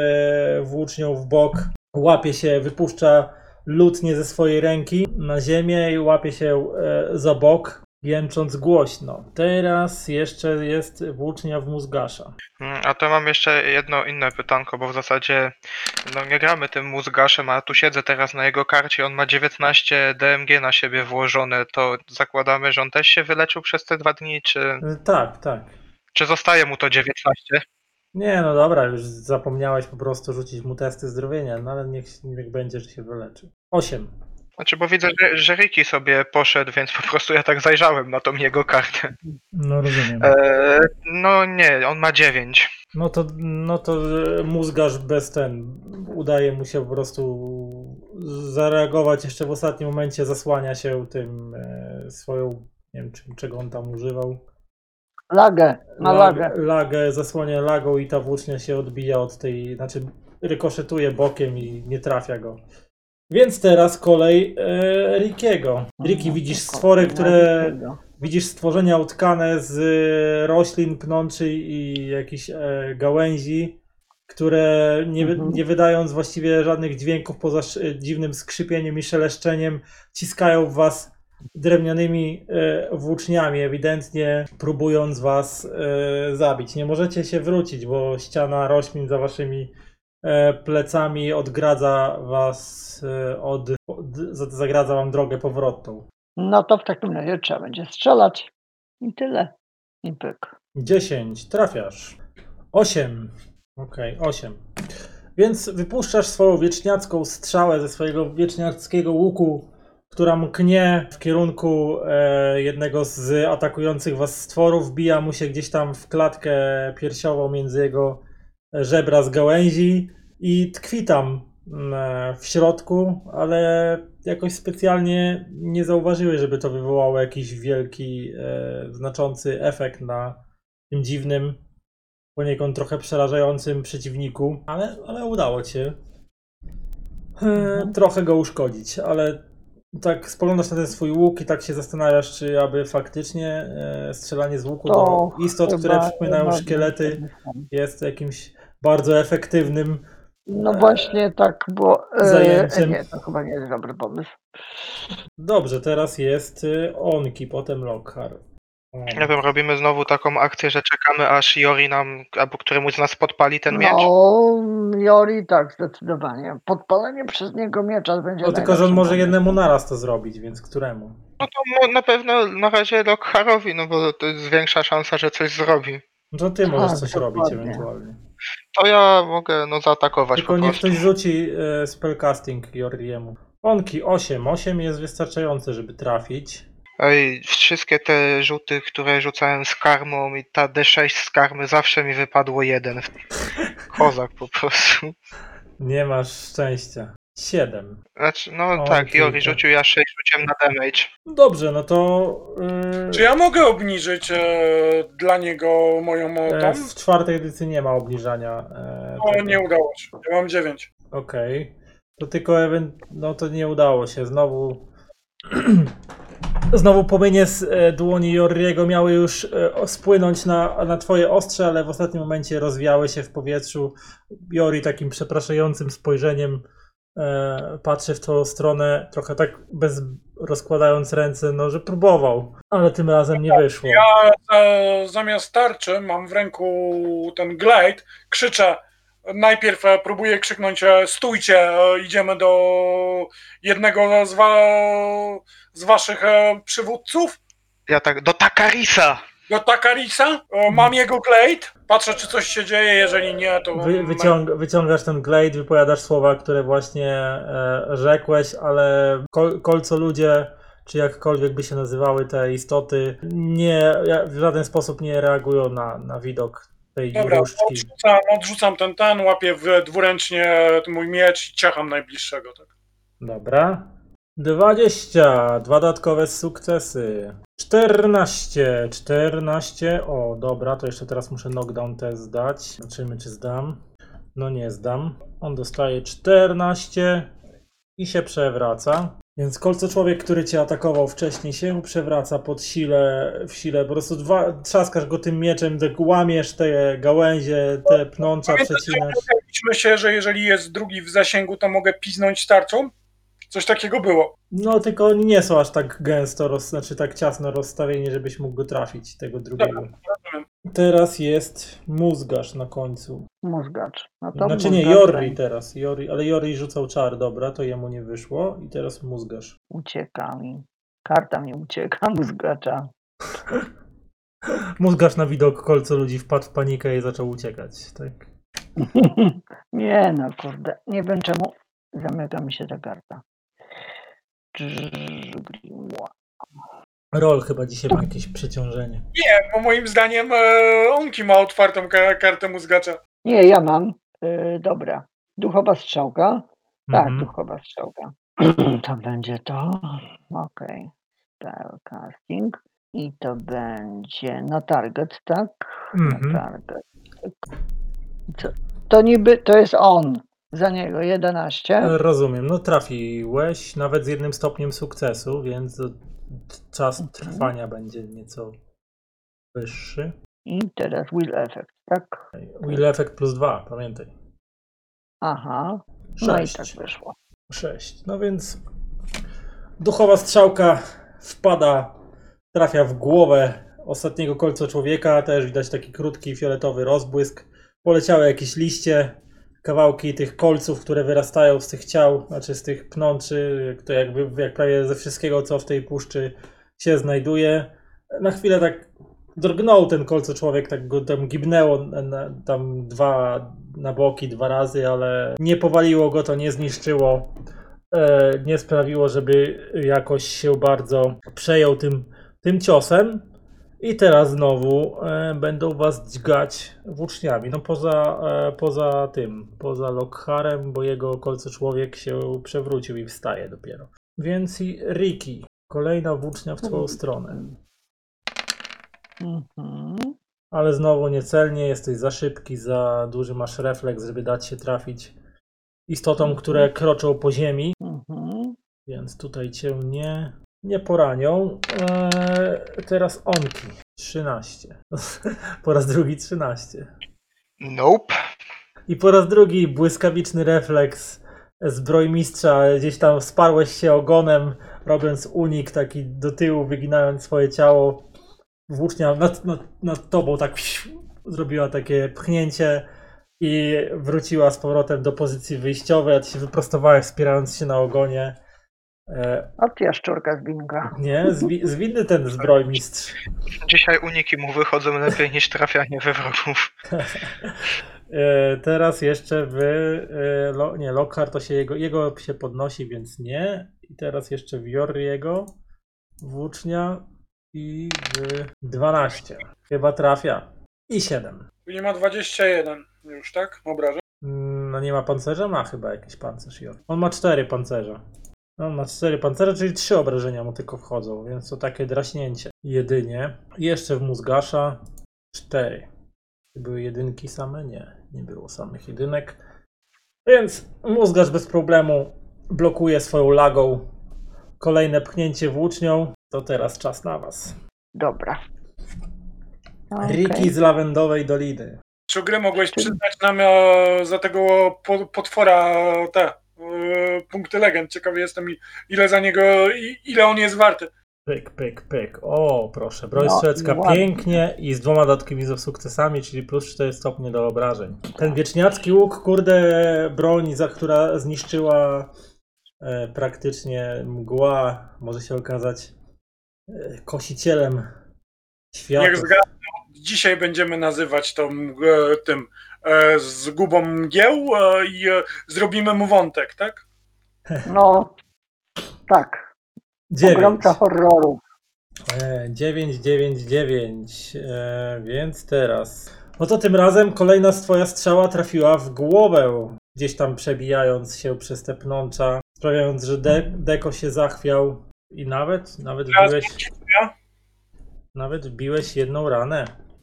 e, włócznią w bok, łapie się, wypuszcza lutnię ze swojej ręki na ziemię i łapie się e, za bok, jęcząc głośno. Teraz jeszcze jest włócznia w mózgasza. Mm, A to mam jeszcze jedno inne pytanko, bo w zasadzie no nie gramy tym mózgaszem, a tu siedzę teraz na jego karcie, on ma dziewiętnaście D M G na siebie włożone, to zakładamy, że on też się wyleczył przez te dwa dni, czy, E, tak, tak. czy zostaje mu to dziewiętnaście? Nie, no dobra, już zapomniałeś po prostu rzucić mu testy zdrowienia, no ale niech, niech będzie, że się wyleczy. osiem. Znaczy, bo widzę, że, że Ricky sobie poszedł, więc po prostu ja tak zajrzałem na tą jego kartę. No rozumiem. Eee, no nie, on ma dziewięć. No to, no to e, mózgarz bez ten, udaje mu się po prostu zareagować jeszcze w ostatnim momencie, zasłania się tym e, swoją, nie wiem czym, czego on tam używał. Lagę, ma lagę. Lagę, zasłania lagą i ta włócznia się odbija od tej, znaczy rykoszetuje bokiem i nie trafia go. Więc teraz kolej e, Rickiego. Ricky, widzisz stwory, które... Widzisz stworzenia utkane z roślin, pnączy i jakichś e, gałęzi, które nie, Mhm. nie wydając właściwie żadnych dźwięków poza sz- dziwnym skrzypieniem i szeleszczeniem, ciskają w was drewnianymi e, włóczniami, ewidentnie próbując was e, zabić. Nie możecie się wrócić, bo ściana roślin za waszymi e, plecami odgradza was e, od, od, zagradza wam drogę powrotną. No to w takim razie trzeba będzie strzelać. I tyle. I pyk. dziesięć, trafiasz. osiem. Okej, osiem. Więc wypuszczasz swoją wieczniacką strzałę ze swojego wieczniackiego łuku, która mknie w kierunku e, jednego z atakujących was stworów, wbija mu się gdzieś tam w klatkę piersiową między jego żebra z gałęzi i tkwi tam mm, w środku, ale jakoś specjalnie nie zauważyły, żeby to wywołało jakiś wielki, e, znaczący efekt na tym dziwnym, poniekąd trochę przerażającym przeciwniku, ale, ale udało ci się e, trochę go uszkodzić, ale tak spoglądasz na ten swój łuk i tak się zastanawiasz, czy aby faktycznie e, strzelanie z łuku To do istot, które chyba przypominają jednak szkielety, nie są. jest jakimś bardzo efektywnym No właśnie tak, bo e, zajęciem. nie, to chyba nie jest dobry pomysł. Dobrze, teraz jest y, Onki, potem Lockhart. O. Nie wiem, robimy znowu taką akcję, że czekamy aż Jori nam, albo któremuś z nas podpali ten miecz. No, Jori tak, zdecydowanie. Podpalenie przez niego miecza będzie No tylko, że on najlepszym może pomysłem. jednemu naraz to zrobić, więc któremu? No to mo- na pewno na razie Lockharowi, no bo to jest większa szansa, że coś zrobi. No to ty możesz Tak, coś dokładnie. robić ewentualnie. To ja mogę no zaatakować Tylko po niech prostu. ktoś rzuci y, spellcasting Joriemu. Onki osiem. osiem jest wystarczające, żeby trafić. Ej, wszystkie te rzuty, które rzucałem z karmą i ta D sześć z karmy, zawsze mi wypadło jeden. Kozak po prostu. Nie masz szczęścia. siedem. Znaczy, no O, tak, Jori tylko. rzucił, ja sześć rzuciłem na damage. Dobrze, no to y, Czy ja mogę obniżyć e, dla niego moją e, tą? w czwartej edycji nie ma obniżania. E, No, tego. nie udało się. Ja mam dziewięć. Okej. To tylko ewen- no to nie udało się. Znowu znowu płomienie z e, dłoni Joriego miały już e, o- spłynąć na, na twoje ostrze, ale w ostatnim momencie rozwiały się w powietrzu. Jori takim przepraszającym spojrzeniem e, patrzy w twoją stronę, trochę tak bez rozkładając ręce, no że próbował, ale tym razem nie wyszło. Ja e, zamiast tarczy mam w ręku ten glade, krzyczę. Najpierw e, próbuję krzyknąć e, stójcie, e, idziemy do jednego z, wa- z waszych e, przywódców, Ja tak, do Takarisa! do Takarisa. E, mam jego glade, patrzę czy coś się dzieje, jeżeli nie to... Wy, wyciąg, wyciągasz ten glade, wypowiadasz słowa, które właśnie e, rzekłeś, ale kol, kolco ludzie, czy jakkolwiek by się nazywały te istoty, nie, w żaden sposób nie reagują na, na widok tej Dobra, różdżki. odrzucam, odrzucam ten ten, łapię w dwuręcznie mój miecz i ciacham najbliższego. Tak. Dobra. dwadzieścia, dwa dodatkowe sukcesy. czternaście, czternaście. O, dobra, to jeszcze teraz muszę knockdown test zdać. Zobaczymy, czy zdam. No nie zdam. On dostaje czternaście i się przewraca. Więc kolco człowiek, który cię atakował wcześniej, się przewraca pod sile, w sile. Po prostu dwa, trzaskasz go tym mieczem, tak łamiesz te gałęzie, te pnącza przecinasz. Mówiliśmy się, że jeżeli jest drugi w zasięgu, to mogę piznąć tarczą? Coś takiego było. No tylko oni nie są aż tak gęsto, roz, znaczy tak ciasno rozstawieni, żebyś mógł go trafić, tego drugiego. Rozumiem. Teraz jest mózgarz na końcu. Mózgacz. No to Znaczy nie, mózgacz Jorri tak. teraz. Jorri, ale Jorri rzucał czar, dobra, to jemu nie wyszło. I teraz mózgarz. Ucieka mi. Karta mi ucieka, mózgacza. Mózgarz na widok kolco ludzi wpadł w panikę i zaczął uciekać, tak? Nie no, kurde. Nie wiem czemu zamyka mi się ta karta. Grimoire. Rol chyba dzisiaj ma jakieś przeciążenie. Nie, bo moim zdaniem e, Onki ma otwartą ka- kartę mózgacza. Nie, ja mam. Yy, dobra. Duchowa strzałka. Tak, Mhm. duchowa strzałka. To będzie to. Okej. Spellcasting. I to będzie na target, tak? Mhm. Na target. Co? To niby, to jest on. Za niego jedenaście. Rozumiem, no trafiłeś nawet z jednym stopniem sukcesu, więc czas trwania będzie nieco wyższy. I teraz will effect, tak? Will effect plus dwa, pamiętaj. Aha. No i sześć. tak wyszło. sześć. No więc duchowa strzałka wpada, trafia w głowę ostatniego kolco człowieka. Też widać taki krótki fioletowy rozbłysk. Poleciały jakieś liście, kawałki tych kolców, które wyrastają z tych ciał, znaczy z tych pnączy, to jakby jak prawie ze wszystkiego, co w tej puszczy się znajduje. Na chwilę tak drgnął ten kolco człowiek, tak go tam gibnęło na, na, tam dwa na boki dwa razy, ale nie powaliło go to, nie zniszczyło, e, nie sprawiło, żeby jakoś się bardzo przejął tym, tym ciosem. I teraz znowu e, będą was dźgać włóczniami. No poza, e, poza tym, poza Lockharem, bo jego kolce człowiek się przewrócił i wstaje dopiero. Więc i Ricky, kolejna włócznia w twoją stronę. Mhm. Ale znowu niecelnie, jesteś za szybki, za duży masz refleks, żeby dać się trafić istotom, które kroczą po ziemi. Mhm. Więc tutaj cię nie, nie poranią. Eee, teraz onki. trzynaście. Po raz drugi trzynaście. Nope. I po raz drugi błyskawiczny refleks zbrojmistrza. Gdzieś tam wsparłeś się ogonem, robiąc unik taki do tyłu, wyginając swoje ciało. Włócznia nad, nad, nad tobą tak zrobiła takie pchnięcie i wróciła z powrotem do pozycji wyjściowej, a ty się wyprostowałeś, wspierając się na ogonie. E, Od jaszczurka z binga. nie, zwi, zwinny ten zbrojmistrz. Dzisiaj uniki mu wychodzą lepiej niż trafianie we wrogów. E, teraz jeszcze w... E, lo, nie, Lockhart to się jego, jego się podnosi, więc nie. I teraz jeszcze w Jorriego włócznia i w dwanaście. Chyba trafia. I siedem. Tu nie ma dwadzieścia jeden już, tak? Obrażeń. Mm, No nie ma pancerza? Ma chyba jakiś pancerz. Jor. On ma cztery pancerza. On ma cztery pancerze, czyli trzy obrażenia mu tylko wchodzą, więc to takie draśnięcie. Jedynie. Jeszcze w mózgasza cztery. Były jedynki same? Nie, nie było samych jedynek. Więc mózgarz bez problemu blokuje swoją lagą kolejne pchnięcie włócznią. To teraz czas na was. Dobra. Okej. Ricky z Lawendowej Doliny. Czy gry mogłeś przyznać nam e, za tego po, potwora te e, punkty legend? Ciekawy jestem, i- ile za niego, i, ile on jest warty. Pyk, pyk, pyk. O, proszę. Broń No, strzelecka ładnie. pięknie i z dwoma dodatkowymi sukcesami, czyli plus cztery stopnie do obrażeń. Ten wieczniacki łuk, kurde, broń, za która zniszczyła e, praktycznie mgła, może się okazać e, kosicielem Niech światów. zgadnę, dzisiaj będziemy nazywać to e, tym e, zgubą mgieł e, i e, zrobimy mu wątek, tak? No, tak. dziewięć. Pogromca horroru. E, dziewięć, dziewięć, dziewięć. E, więc teraz. No to tym razem kolejna twoja strzała trafiła w głowę, gdzieś tam przebijając się przez te pnącza, sprawiając, że de- Deko się zachwiał i nawet, nawet Teraz wbiłeś, nawet wbiłeś jedną ranę.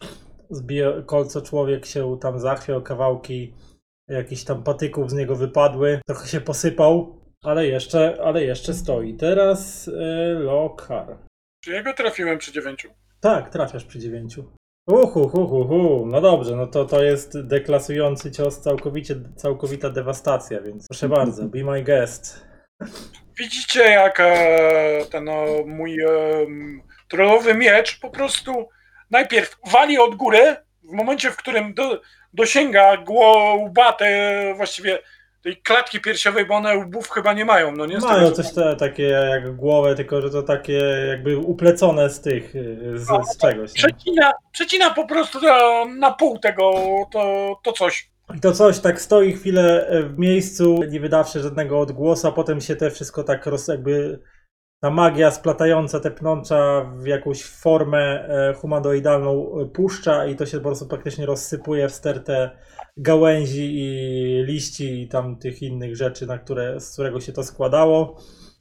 Zbije, kolco człowiek się tam zachwiał, kawałki jakichś tam patyków z niego wypadły, trochę się posypał, ale jeszcze, ale jeszcze stoi. Teraz e, Lockhart. Czy ja go trafiłem przy dziewięciu? Tak, trafiasz przy dziewięciu. Uhu, hu, hu, hu. No dobrze, no to to jest deklasujący cios, całkowicie, całkowita dewastacja, więc proszę bardzo, be my guest. Widzicie, jak e, ten o, mój e, trollowy miecz po prostu najpierw wali od góry, w momencie, w którym do, dosięga łba te, właściwie tej klatki piersiowej, bo one łbów chyba nie mają, no nie? Z Mają tego, coś te, takie jak głowę, tylko że to takie jakby uplecone z tych, y, z, z czegoś. Nie? Przecina, przecina po prostu na, na pół tego, to, to coś. I to coś tak stoi chwilę w miejscu, nie wydawszy żadnego odgłosu, a potem się te wszystko tak roz, jakby ta magia splatająca te pnącza w jakąś formę e, humanoidalną e, puszcza i to się po prostu praktycznie rozsypuje w stertę gałęzi i liści i tam tych innych rzeczy, na które, z którego się to składało.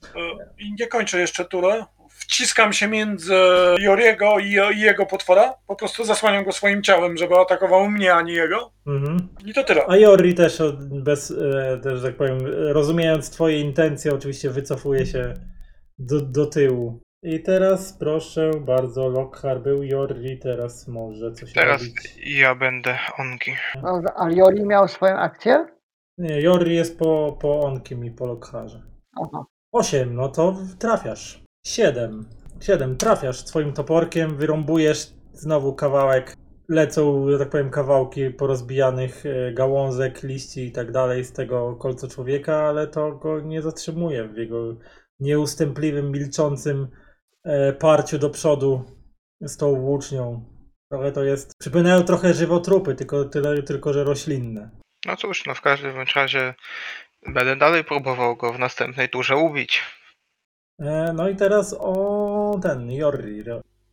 E, I nie kończę jeszcze turę. Wciskam się między Joriego i, i jego potwora. Po prostu zasłaniam go swoim ciałem, żeby atakował mnie, a nie jego. Mhm. I to tyle. A Jorri też, od- bez, e, też, że tak powiem, rozumiejąc twoje intencje, oczywiście wycofuje się do, do tyłu. I teraz proszę bardzo, Lockhart był Jorri, teraz może coś Teraz robić. ja będę onki. No, a Jori miał swoją akcję? Nie, Jorri jest po, po Onkim i po Lockharze. Aha. osiem, no to trafiasz. siedem. siedem, trafiasz swoim toporkiem, wyrąbujesz znowu kawałek. Lecą, że tak powiem, kawałki porozbijanych e, gałązek, liści i tak dalej z tego kolca człowieka, ale to go nie zatrzymuje w jego nieustępliwym, milczącym e, parciu do przodu z tą włócznią. Trochę to jest... Przypominają trochę żywotrupy, tylko, tyle, tylko że roślinne. No cóż, no w każdym bądź razie będę dalej próbował go w następnej turze ubić. E, no i teraz o ten, Jorri.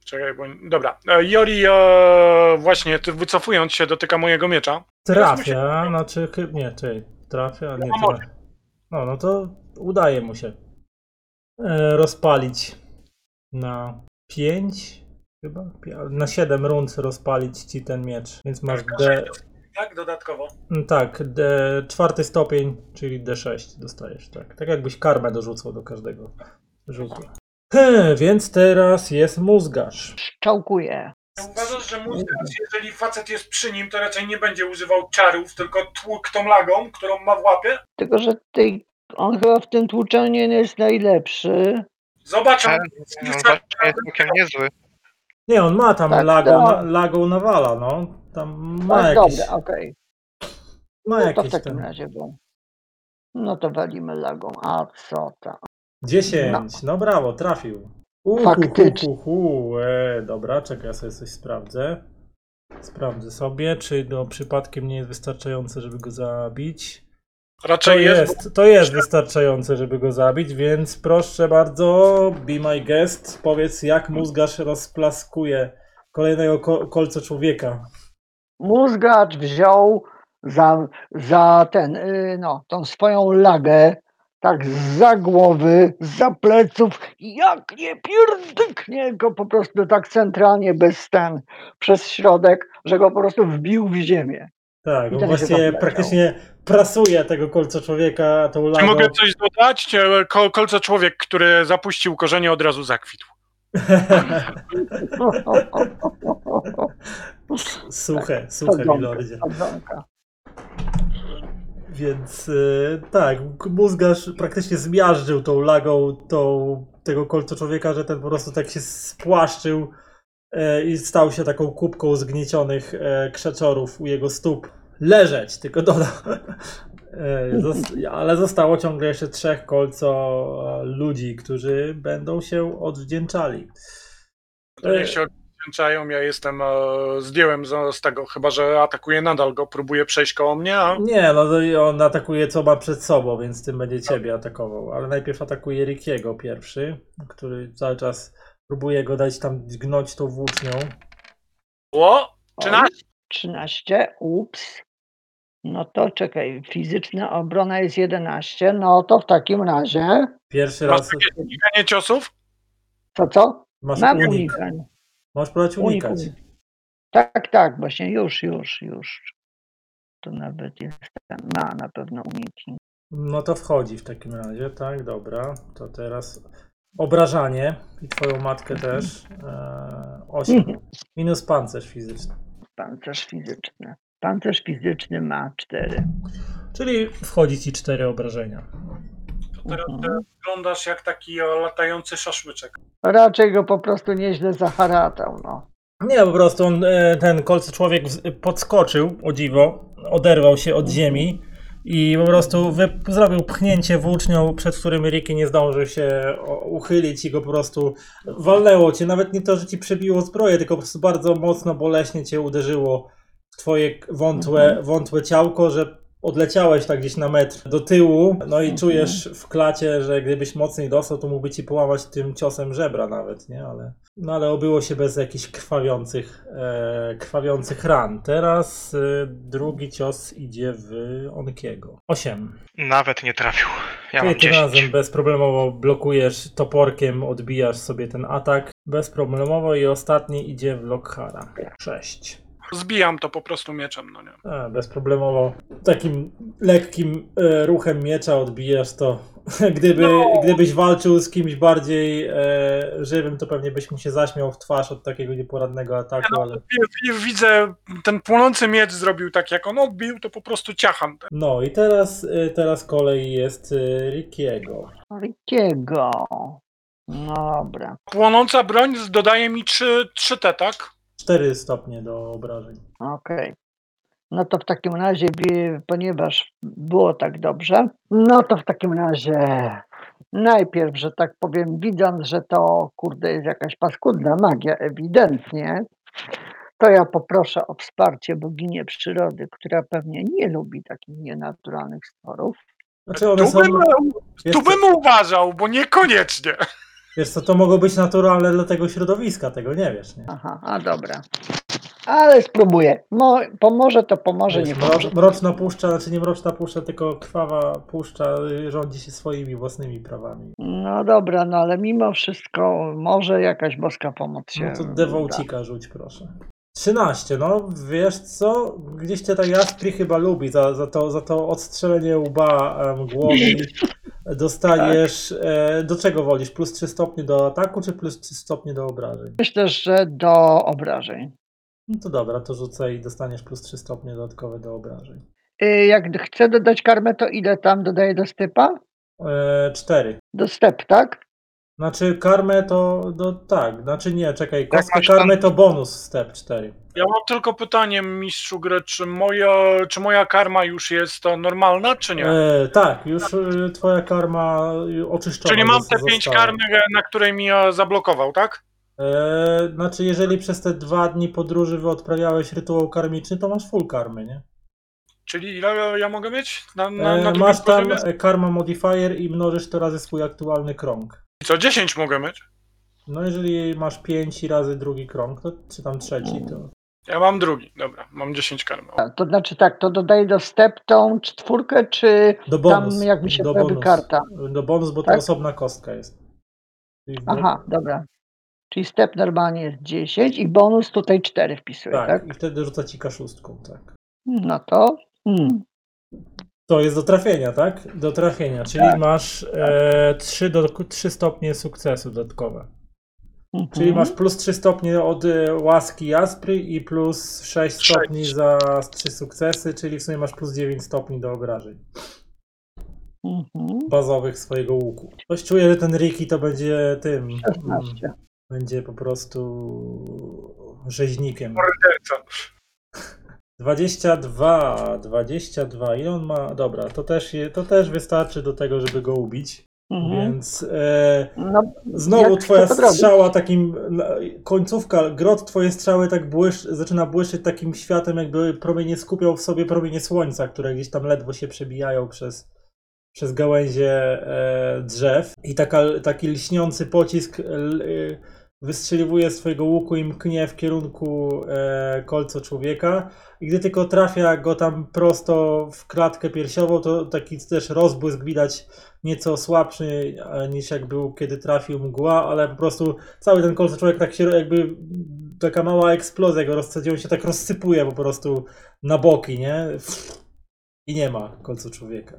Czekaj, bo... Dobra. E, Jori e, właśnie ty wycofując się dotyka mojego miecza. Teraz mu się- Trafia, znaczy chyba nie, czekaj, trafia, nie, No, to, może. no, no to udaje mu się e, rozpalić na pięć chyba, Pi- na siedem rund rozpalić ci ten miecz, więc masz D, Tak, dodatkowo. mm, tak, D, czwarty stopień, czyli D sześć dostajesz, tak, tak jakbyś karmę dorzucał do każdego rzutu. He, więc teraz jest mózgarz. Szczałkuję. Uważasz, że mózgarz, jeżeli facet jest przy nim, to raczej nie będzie używał czarów, tylko tłuk tą lagą, którą ma w łapie? Tylko, że tej, on chyba w tym tłuczeniu nie jest najlepszy. Zobacz, on Ten, on właśnie jest całkiem niezły. Nie, on ma tam Tak, lagą, to- na, lagą nawala, no, tam ma Tak, jakieś, dobra, okej. ma No to w jakieś takim tam... razie, bo... No to walimy lagą. A co tam? dziesięć, no brawo, trafił. Uhu, Faktycznie. hu, hu, hu. E, dobra, czekaj, ja sobie coś sprawdzę. Sprawdzę sobie, czy to przypadkiem nie jest wystarczające, żeby go zabić. To raczej jest, jest, to jest wystarczające, żeby go zabić, więc proszę bardzo, be my guest, powiedz, jak mózgarz rozplaskuje kolejnego ko- kolca człowieka. Mózgacz wziął za, za ten, y, no, tą swoją lagę, tak za głowy, za pleców, jak nie pierdyknie go po prostu tak centralnie bez ten, przez środek, że go po prostu wbił w ziemię. Tak, I on ten się właściwie zapleciał. praktycznie prasuje tego kolca człowieka tą Czy lagą. mogę coś dodać? Czy Ko- kolce człowiek, który zapuścił korzenie, od razu zakwitł. Suche, suche Sadzonka, milordzie. sadzonka. Więc y, tak, mózgarz praktycznie zmiażdżył tą lagą tą, tego kolca człowieka, że ten po prostu tak się spłaszczył e, i stał się taką kubką zgniecionych e, krzaczorów u jego stóp. Leżeć, tylko dodał. E, zos- ale zostało ciągle jeszcze trzech kolco e, ludzi, którzy będą się odwdzięczali. To niech się odwdzięczają, ja jestem, e, zdjąłem z, z tego, chyba że atakuje nadal go, próbuje przejść koło mnie, a Nie, no to i on atakuje co ma przed sobą, więc tym będzie ciebie atakował. Ale najpierw atakuje Rickiego pierwszy, który cały czas próbuje go dać tam gnąć tą włócznią. o, Oj, trzynaście. trzynaście, ups. No to czekaj, fizyczna obrona jest jedenaście, no to w takim razie, Pierwszy Masz raz takie unikanie ciosów? co co? masz Mam unik. unikanie. Możesz próbować Unik, unikać. unik. Tak, tak, właśnie już, już, już. To nawet jest ten, ma na pewno uniki. No to wchodzi w takim razie, tak, dobra. To teraz obrażanie i twoją matkę też. E, osiem. Minus pancerz fizyczny. Pancerz fizyczny. Pancerz fizyczny ma cztery. Czyli wchodzi ci cztery obrażenia. To teraz Mhm. e, wyglądasz jak taki e, latający szaszłyczek. Raczej go po prostu nieźle zaharatał, no. Nie, po prostu on, e, ten kolcy człowiek wz- podskoczył, o dziwo, oderwał się od ziemi i po prostu wy, zrobił pchnięcie włócznią, przed którym Ricky nie zdążył się o, uchylić i go po prostu walnęło cię. Nawet nie to, że ci przebiło zbroję, tylko po prostu bardzo mocno, boleśnie cię uderzyło w twoje wątłe, wątłe ciałko, że odleciałeś tak gdzieś na metr do tyłu, no i czujesz w klacie, że gdybyś mocniej dostał, to mógłby ci połamać tym ciosem żebra nawet, nie? Ale, no ale obyło się bez jakichś krwawiących, e, krwawiących ran. Teraz e, drugi cios idzie w Onkiego. osiem. Nawet nie trafił. Ja Ty mam tym dziesięć. razem bezproblemowo blokujesz toporkiem, odbijasz sobie ten atak. Bezproblemowo i ostatni idzie w Lockhara. sześć. Zbijam to po prostu mieczem, no nie. A, bezproblemowo takim lekkim e, ruchem miecza odbijasz to. Gdyby, gdybyś walczył z kimś bardziej e, żywym, to pewnie byś mu się zaśmiał w twarz od takiego nieporadnego ataku, ale... I, i widzę, ten płonący miecz zrobił tak, jak on odbił, to po prostu ciacham. No i teraz, e, teraz kolej jest e, Rickiego. Rickiego. No dobra. Płonąca broń dodaje mi trzy T, tak? cztery stopnie do obrażeń. Okej. No to w takim razie, wie- ponieważ było tak dobrze, no to w takim razie najpierw, że tak powiem, widząc, że to kurde jest jakaś paskudna magia, ewidentnie, to ja poproszę o wsparcie bogini przyrody, która pewnie nie lubi takich nienaturalnych stworów. Znaczy one Tu są... bym, wiesz tu co? bym uważał, bo niekoniecznie. Wiesz co, to mogło być naturalne dla tego środowiska, tego nie wiesz, nie? Aha, a dobra. Ale spróbuję. Mo, pomoże to pomoże, Wiesz, nie mrocz, pomoże. mroczna puszcza, znaczy nie mroczna puszcza, tylko krwawa puszcza y, rządzi się swoimi własnymi prawami. No dobra, no ale mimo wszystko może jakaś boska pomoc się No to uda. dewołcika rzuć, proszę. trzynaście, no wiesz co? Gdzieś cię ta Jaspri chyba lubi za, za, to, za to odstrzelenie łba um, głowy. Dostajesz, e, do czego wolisz? Plus trzy stopnie do ataku, czy plus trzy stopnie do obrażeń? Myślę, że do obrażeń. No to dobra, to rzucaj i dostaniesz plus trzy stopnie dodatkowe do obrażeń. Y, Jak chcę dodać karmę, to ile tam dodaję do stepa? E, cztery. Do step, tak? Znaczy karmę to, do, tak, znaczy nie, czekaj, kostkę masz tam- karmę to bonus step cztery. Ja mam tylko pytanie, mistrzu gry, czy moja, czy moja karma już jest e, normalna, czy nie? E, tak, już e, twoja karma e, oczyszczona Czyli mam zos- te pięć została. karmy, e, na której mi e, zablokował, tak? E, znaczy jeżeli przez te dwa dni podróży wy odprawiałeś rytuał karmiczny, to masz full karmy, nie? Czyli ile ja mogę mieć? Na, na, E, na drugim masz tam poziomie? e, karma modifier i mnożysz to razy swój aktualny krąg. I co, dziesięć mogę mieć? No jeżeli masz pięć razy drugi krąg, to, czy tam trzeci, to... Ja mam drugi, dobra, mam dziesięć karmy. Tak, to znaczy tak, to dodaję do step tą czwórkę, czy Do bonus. tam jak mi się do pojawi bonus. karta? Do bonus, bo to Tak? osobna kostka jest. Czyli w- Aha, dobra. Czyli step normalnie jest dziesięć i bonus tutaj cztery wpisuję, Tak, tak? i wtedy rzuca ci kaszustką, tak. No to... Hmm. To jest do trafienia, tak? Do trafienia, czyli masz e, trzy, do, trzy stopnie sukcesu dodatkowe. Mhm. Czyli masz plus trzy stopnie od e, łaski Jaspry i plus sześć Sześć. stopni za trzy sukcesy, czyli w sumie masz plus dziewięć stopni do obrażeń Mhm. bazowych swojego łuku. Coś czuję, że ten Ricky to będzie tym, mm, szesnaście. będzie po prostu rzeźnikiem. Morderca. dwadzieścia dwa, dwadzieścia dwa, ile on ma? Dobra, to też, je, to też wystarczy do tego, żeby go ubić, Mhm. więc... E, No, Znowu jak twoja chcę to robić? strzała takim, końcówka, grot twoje strzały tak błysz, zaczyna błyszczeć takim światem, jakby promienie skupiał w sobie promienie słońca, które gdzieś tam ledwo się przebijają przez, przez gałęzie e, drzew. I taka, taki lśniący pocisk l, y, wystrzeliwuje z twojego łuku i mknie w kierunku e, kolco człowieka. I gdy tylko trafia go tam prosto w klatkę piersiową, to taki też rozbłysk widać nieco słabszy e, niż jak był, kiedy trafił mgła, ale po prostu cały ten kolco człowiek tak się jakby taka mała eksplozja go rozsadziła, się tak rozsypuje po prostu na boki, nie? I nie ma kolco człowieka.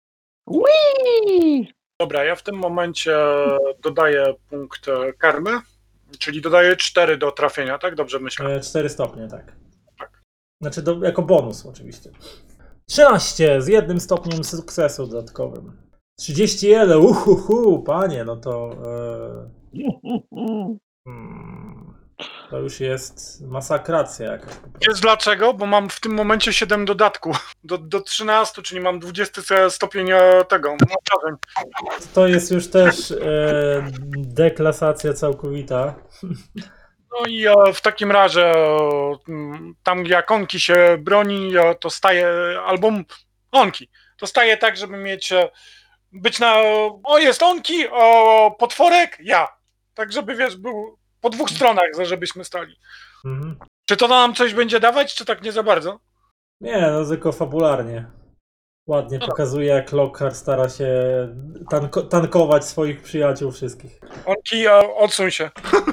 Whee! Dobra, ja w tym momencie dodaję punkt e, karmy, czyli dodaję cztery do trafienia, tak? Dobrze myślę. E, cztery stopnie, tak. Tak. Znaczy do, jako bonus oczywiście. trzynaście z jednym stopniem sukcesu dodatkowym. trzydzieści jeden, uhuhu, panie, no to... E, hmm, to już jest masakracja jakaś po prostu. Jest dlaczego? Bo mam w tym momencie siedem dodatku do, do trzynastu, czyli mam dwudziesty stopień e, tego obrażeń. To jest już też e, deklasacja całkowita. No i e, w takim razie e, m, tam jak onki się broni, e, to staje, albo m- onki, to staje tak, żeby mieć, e, być na, o jest onki, o potworek, ja. Tak, żeby wiesz, był po dwóch stronach, żebyśmy stali. Mhm. Czy to nam coś będzie dawać, czy tak nie za bardzo? Nie, no tylko fabularnie. Ładnie pokazuje, jak Lockhart stara się tanko tankować swoich przyjaciół wszystkich. Onki, e, odsuń się.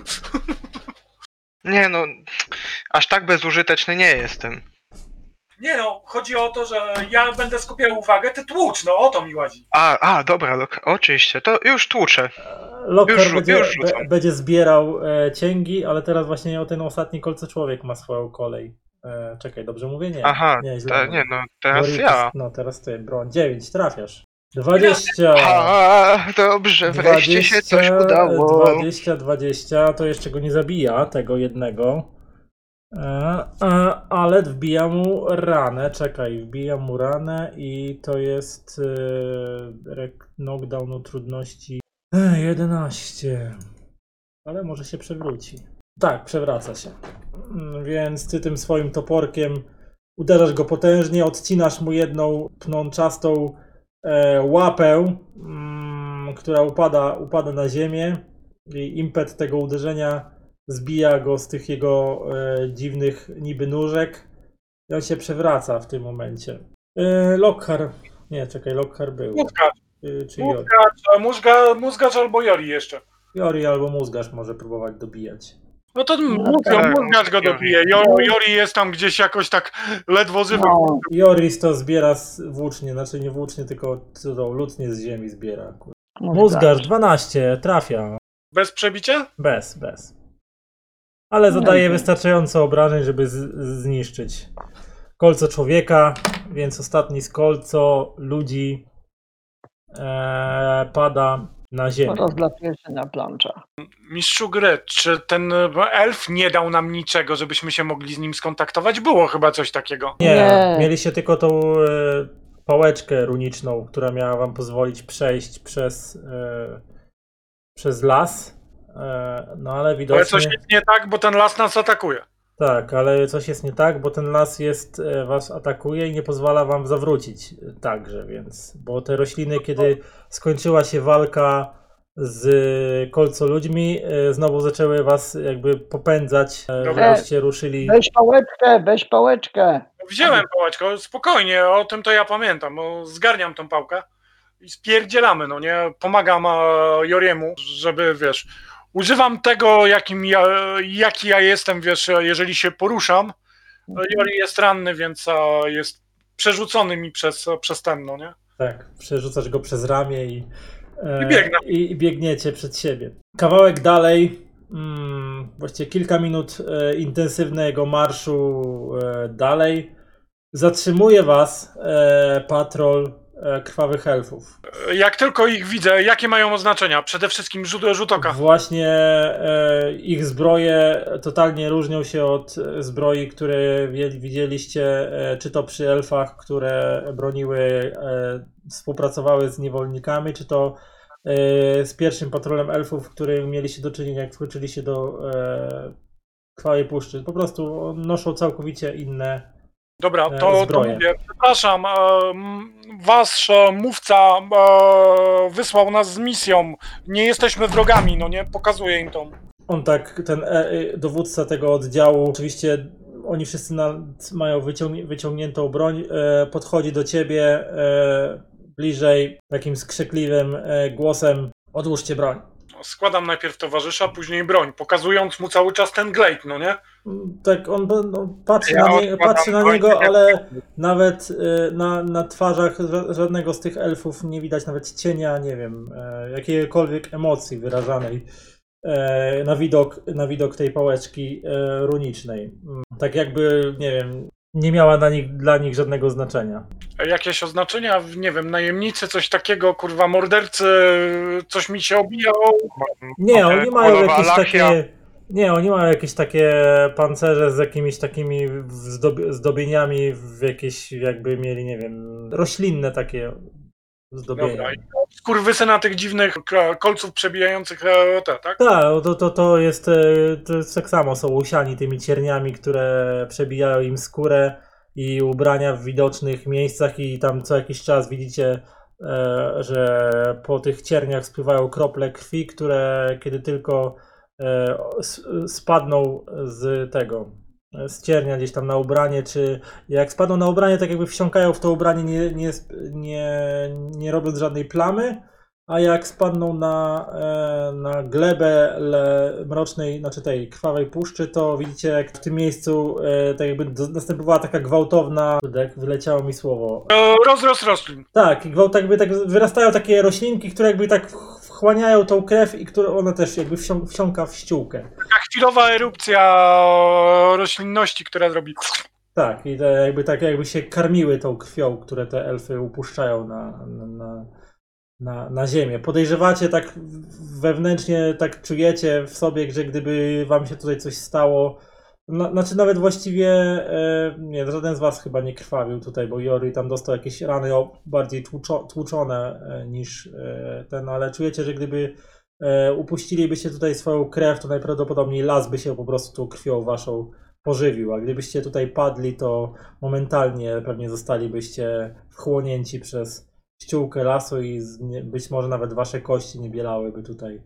Nie no, aż tak bezużyteczny nie jestem. Nie no, chodzi o to, że ja będę skupiał uwagę, ty tłucz, no o to mi łazi. A, a, dobra, lok- oczywiście, to już tłuczę. Lockhart Już rzu- będzie, już rzucam. be, będzie zbierał e, cięgi, ale teraz właśnie o ten ostatni kolce człowiek ma swoją kolej. E, czekaj, dobrze mówię? Nie. Aha, nie, źle ta, mówię. nie no, teraz Boris- ja. No teraz ty, broń. dziewięć, trafiasz. dwadzieścia. A, dobrze, wreszcie się coś udało. dwadzieścia, dwadzieścia, to jeszcze go nie zabija, tego jednego. E, e, ale wbija mu ranę, czekaj, wbija mu ranę i to jest e, rek- knockdown o trudności e, jedenaście. Ale może się przewróci. Tak, przewraca się. Mm, Więc ty tym swoim toporkiem uderzasz go potężnie, odcinasz mu jedną pnączastą e, łapę, mm, która upada, upada na ziemię i impet tego uderzenia zbija go z tych jego e, dziwnych niby nóżek i on się przewraca w tym momencie. E, Lockhart, nie czekaj, Lockhart był. Mózgacz, E, czy Jori. mózgacz, mózga, mózgacz albo Jori jeszcze. Jori albo mózgarz może próbować dobijać. No to No mózga, tak, mózgacz go Jori. dobije. Jo- Jori jest tam gdzieś jakoś tak ledwo żywy. No, Joris to zbiera z- włócznie, znaczy nie włócznie, tylko to lutnie z ziemi zbiera. Mózgarz mózgarz. dwanaście, trafia. Bez przebicia? Bez, bez. Ale zadaje No i- wystarczająco obrażeń, żeby z- zniszczyć kolco człowieka, więc ostatni z kolco ludzi e, pada na ziemię. Rozlatuje się na planczach. Mistrzu gry, czy ten elf nie dał nam niczego, żebyśmy się mogli z nim skontaktować? Było chyba coś takiego. Nie, Nie. mieliście tylko tą e, pałeczkę runiczną, która miała wam pozwolić przejść przez, e, przez las. E, no ale Ale widocznie... coś jest nie tak, bo ten las nas atakuje. Tak, ale coś jest nie tak, bo ten las jest, e, was atakuje i nie pozwala wam zawrócić e, także, więc, bo te rośliny, kiedy skończyła się walka z kolcoludźmi, e, znowu zaczęły was jakby popędzać, e, Dobra. żebyście ruszyli. Weź pałeczkę, weź pałeczkę. Wziąłem pałeczkę, spokojnie, o tym to ja pamiętam, bo zgarniam tą pałkę i spierdzielamy, no nie? Pomagam e, Joriemu, żeby, wiesz, używam tego, jakim ja, jaki ja jestem, wiesz, jeżeli się poruszam. Jori jest ranny, więc e, jest przerzucony mi przez, przez ten, no nie? Tak, przerzucasz go przez ramię i, e, I biegnę. i, i biegniecie przed siebie. Kawałek dalej, mm, właściwie kilka minut e, intensywnego marszu e, dalej, zatrzymuje was e, patrol e, krwawych elfów. Jak tylko ich widzę, jakie mają oznaczenia? Przede wszystkim rzut, rzut oka. Właśnie e, ich zbroje totalnie różnią się od e, zbroi, które wie- widzieliście, e, czy to przy elfach, które broniły, e, współpracowały z niewolnikami, czy to e, z pierwszym patrolem elfów, którym mieliście do czynienia, jak wkroczyliście do e, Krwawej Puszczy. Po prostu noszą całkowicie inne. Dobra, e, to, to zbroje. mówię. Przepraszam, e, m, wasz e, mówca e, wysłał nas z misją. Nie jesteśmy wrogami, no nie? Pokazuję im tą. On tak, ten e, e, dowódca tego oddziału, oczywiście oni wszyscy na, mają wyciągni, wyciągniętą broń, e, podchodzi do ciebie e, bliżej takim skrzykliwym e, głosem: odłóżcie broń. Składam najpierw towarzysza, później broń, pokazując mu cały czas ten glejt, no nie? Tak, on no, patrzy, Ja na nie, odkładam patrzy na broń, niego, tak jak- ale nawet e, na, na twarzach ża- żadnego z tych elfów nie widać nawet cienia, nie wiem, e, jakiejkolwiek emocji wyrażanej e, na widok, na widok tej pałeczki e, runicznej. Mm, Tak jakby, nie wiem, nie miała dla nich, dla nich żadnego znaczenia. Jakieś oznaczenia, nie wiem, najemnicy, coś takiego, kurwa, mordercy, coś mi się obijało. Nie, oni mają Królowa jakieś Alachia. takie. Nie, oni mają jakieś takie pancerze z jakimiś takimi zdob- zdobieniami, w jakieś jakby mieli, nie wiem, roślinne takie zdobienia. Dobra, i skurwysyna tych dziwnych k- kolców przebijających e, te, tak? Tak, to, to, to jest e, to jest tak samo, są usiani tymi cierniami, które przebijają im skórę i ubrania w widocznych miejscach i tam co jakiś czas widzicie, e, że po tych cierniach spływają krople krwi, które kiedy tylko e, s- spadną z tego, e, z ciernia gdzieś tam na ubranie, czy jak spadną na ubranie, tak jakby wsiąkają w to ubranie, nie, nie, sp- nie, nie robiąc żadnej plamy. A jak spadną na, e, na glebę le, mrocznej, znaczy tej krwawej puszczy, to widzicie, jak w tym miejscu e, tak jakby do, następowała taka gwałtowna, jak wyleciało mi słowo. E, rozrost roślin. Tak, i gwałt jakby tak wyrastają takie roślinki, które jakby tak ch- wchłaniają tą krew i które ona też jakby wsią, wsiąka w ściółkę. Taka chwilowa erupcja roślinności, która zrobi. Tak, i te jakby tak jakby się karmiły tą krwią, które te elfy upuszczają na, na, na, na, na ziemię. Podejrzewacie tak wewnętrznie, tak czujecie w sobie, że gdyby wam się tutaj coś stało, no, znaczy nawet właściwie e, nie, żaden z was chyba nie krwawił tutaj, bo Jori tam dostał jakieś rany o, bardziej tłuczo, tłuczone e, niż e, ten, ale czujecie, że gdyby e, upuścilibyście tutaj swoją krew, to najprawdopodobniej las by się po prostu tą krwią waszą pożywił, a gdybyście tutaj padli, to momentalnie pewnie zostalibyście wchłonięci przez ściółkę lasu i z, nie, być może nawet wasze kości nie bielałyby tutaj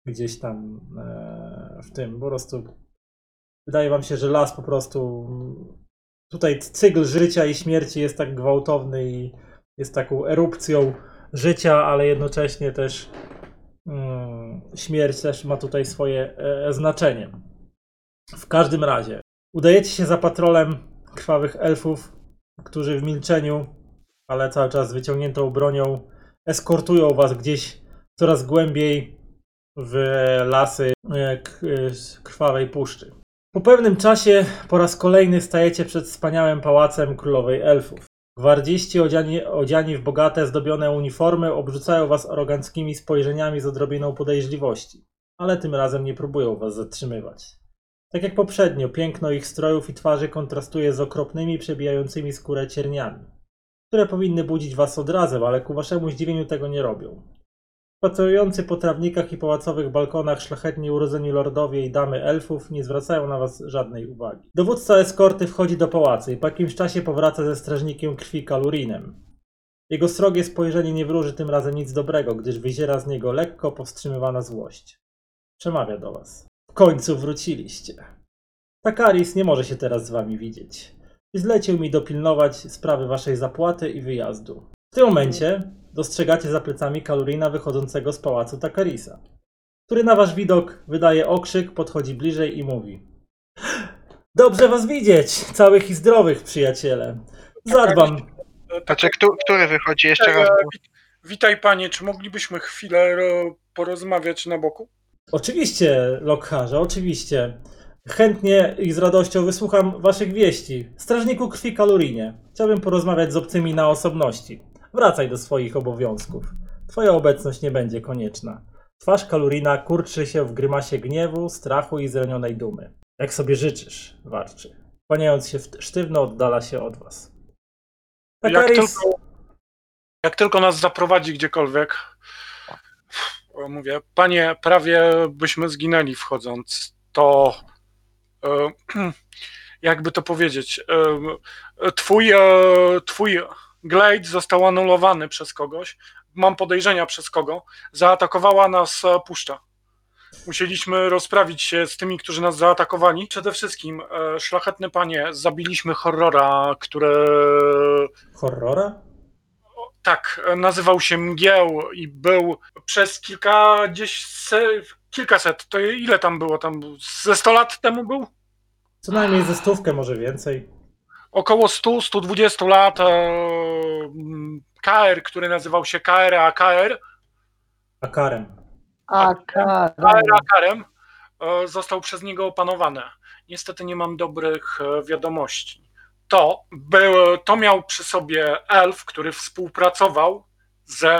gdzieś tam e, w tym. Po prostu wydaje wam się, że las po prostu tutaj cykl życia i śmierci jest tak gwałtowny i jest taką erupcją życia, ale jednocześnie też mm, śmierć też ma tutaj swoje e, znaczenie. W każdym razie udajecie się za patrolem krwawych elfów, którzy w milczeniu, ale cały czas z wyciągniętą bronią eskortują was gdzieś coraz głębiej w lasy e, k- e, krwawej puszczy. Po pewnym czasie po raz kolejny stajecie przed wspaniałym pałacem królowej elfów. Gwardziści odziani, odziani w bogate, zdobione uniformy obrzucają was aroganckimi spojrzeniami z odrobiną podejrzliwości, ale tym razem nie próbują was zatrzymywać. Tak jak poprzednio, piękno ich strojów i twarzy kontrastuje z okropnymi, przebijającymi skórę cierniami, które powinny budzić was od razu, ale ku waszemu zdziwieniu tego nie robią. Spacerujący po trawnikach i pałacowych balkonach szlachetnie urodzeni lordowie i damy elfów nie zwracają na was żadnej uwagi. Dowódca eskorty wchodzi do pałacu i po jakimś czasie powraca ze strażnikiem krwi Kalurinem. Jego srogie spojrzenie nie wróży tym razem nic dobrego, gdyż wyziera z niego lekko powstrzymywana złość. Przemawia do was. W końcu wróciliście. Takaris nie może się teraz z wami widzieć. Zlecił mi dopilnować sprawy waszej zapłaty i wyjazdu. W tym momencie dostrzegacie za plecami Kalurina wychodzącego z pałacu Takarisa, który na wasz widok wydaje okrzyk, podchodzi bliżej i mówi: dobrze was widzieć, całych i zdrowych, przyjaciele. Zadbam. Znaczy, kto, który wychodzi jeszcze raz? E, wit- Witaj panie, czy moglibyśmy chwilę e, porozmawiać na boku? Oczywiście, Lockharze, oczywiście. Chętnie i z radością wysłucham waszych wieści. Strażniku krwi Kalurinie, chciałbym porozmawiać z obcymi na osobności. Wracaj do swoich obowiązków. Twoja obecność nie będzie konieczna. Twarz Kalurina kurczy się w grymasie gniewu, strachu i zranionej dumy. Jak sobie życzysz, warczy. Kłaniając się sztywno, oddala się od was. Jak Takaris... tylko, jak tylko nas zaprowadzi gdziekolwiek, o, mówię, panie, prawie byśmy zginęli wchodząc, to e, jakby to powiedzieć, e, twój, e, twój glade został anulowany przez kogoś, mam podejrzenia przez kogo, zaatakowała nas e, puszcza. Musieliśmy rozprawić się z tymi, którzy nas zaatakowali. Przede wszystkim, e, szlachetny panie, zabiliśmy horrora, który Horrora? tak, nazywał się Mgieł i był przez kilkadziesiąt, kilkaset, to ile tam było? Tam ze sto lat temu był? Co najmniej ze stówkę, może więcej. Około sto, sto dwadzieścia lat. E, K R, który nazywał się K R A K R, Akarem. A K R A K R-em, e, został przez niego opanowany. Niestety nie mam dobrych e, wiadomości. To, był, to miał przy sobie elf, który współpracował ze,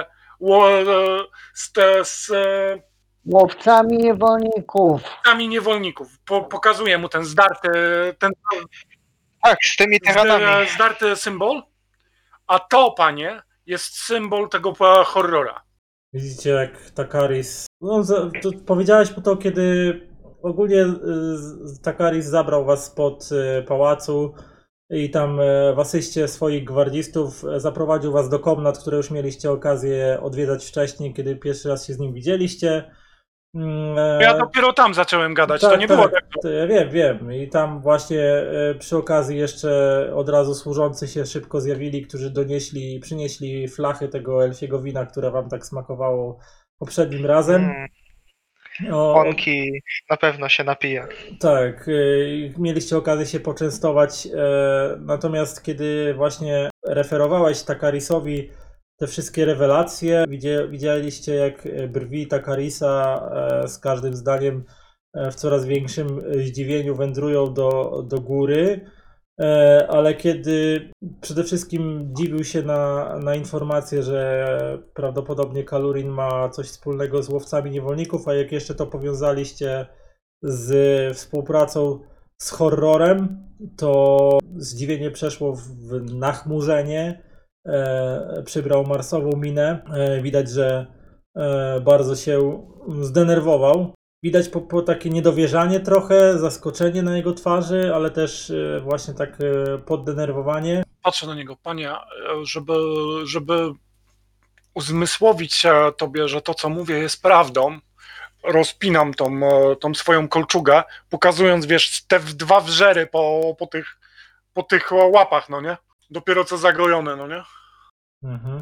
z, z łowcami niewolników. łowcami niewolników. Po, pokazuje mu ten zdarty, ten Tak, z tymi tyranami. zdarty symbol, a to, panie, jest symbol tego horrora. Widzicie, jak Takaris... No, za, to powiedziałeś mu to, kiedy ogólnie y, Takaris zabrał was spod y, pałacu i tam y, w asyście swoich gwardzistów y, zaprowadził was do komnat, które już mieliście okazję odwiedzać wcześniej, kiedy pierwszy raz się z nim widzieliście. Y, Ja dopiero tam zacząłem gadać, tak, to nie tak, było tak. to ja wiem, wiem. I tam właśnie y, przy okazji jeszcze od razu służący się szybko zjawili, którzy donieśli, przynieśli flachy tego elfiego wina, które wam tak smakowało poprzednim razem. Mm, O, Onki na pewno się napije. tak, y, mieliście okazję się poczęstować, y, natomiast kiedy właśnie referowałeś Takarisowi te wszystkie rewelacje, widzie, widzieliście jak brwi Takarisa y, z każdym zdaniem y, w coraz większym zdziwieniu wędrują do, do góry, y, ale kiedy przede wszystkim dziwił się na, na informację, że prawdopodobnie Kalurin ma coś wspólnego z łowcami niewolników, a jak jeszcze to powiązaliście z współpracą z horrorem, to zdziwienie przeszło w nachmurzenie, e, przybrał marsową minę, e, widać, że e, bardzo się zdenerwował. Widać po, po takie niedowierzanie trochę, zaskoczenie na jego twarzy, ale też e, właśnie tak e, poddenerwowanie. Patrzę na niego, panie, żeby, żeby uzmysłowić tobie, że to, co mówię, jest prawdą, rozpinam tą, e, tą swoją kolczugę, pokazując, wiesz, te w- dwa wżery po, po, tych, po tych łapach, no nie? Dopiero co zagrojone, no nie? Mhm.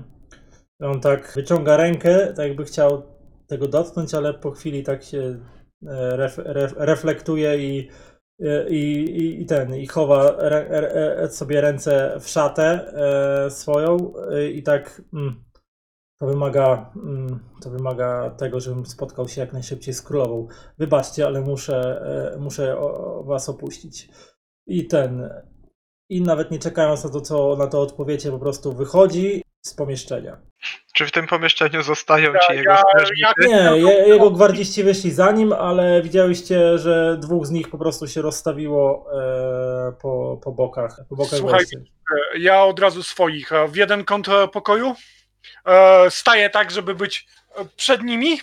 On tak wyciąga rękę, tak jakby chciał tego dotknąć, ale po chwili tak się e, ref, ref, reflektuje i, e, i, i, i ten, i chowa re, re, sobie ręce w szatę e, swoją e, i tak mm, to wymaga, mm, to wymaga tego, żebym spotkał się jak najszybciej z królową. Wybaczcie, ale muszę, e, muszę o, was opuścić. I ten, i nawet nie czekając na to, co na to odpowiecie, po prostu wychodzi z pomieszczenia. Czy w tym pomieszczeniu zostają Ja- ci jego ja- strażnicy? Nie, je, jego gwardziści wyszli za nim, ale widziałyście, że dwóch z nich po prostu się rozstawiło e, po, po bokach, po bokach Słuchaj, wejścia. Ja od razu swoich. e, W jeden kąt e, pokoju e, staję tak, żeby być e, przed nimi.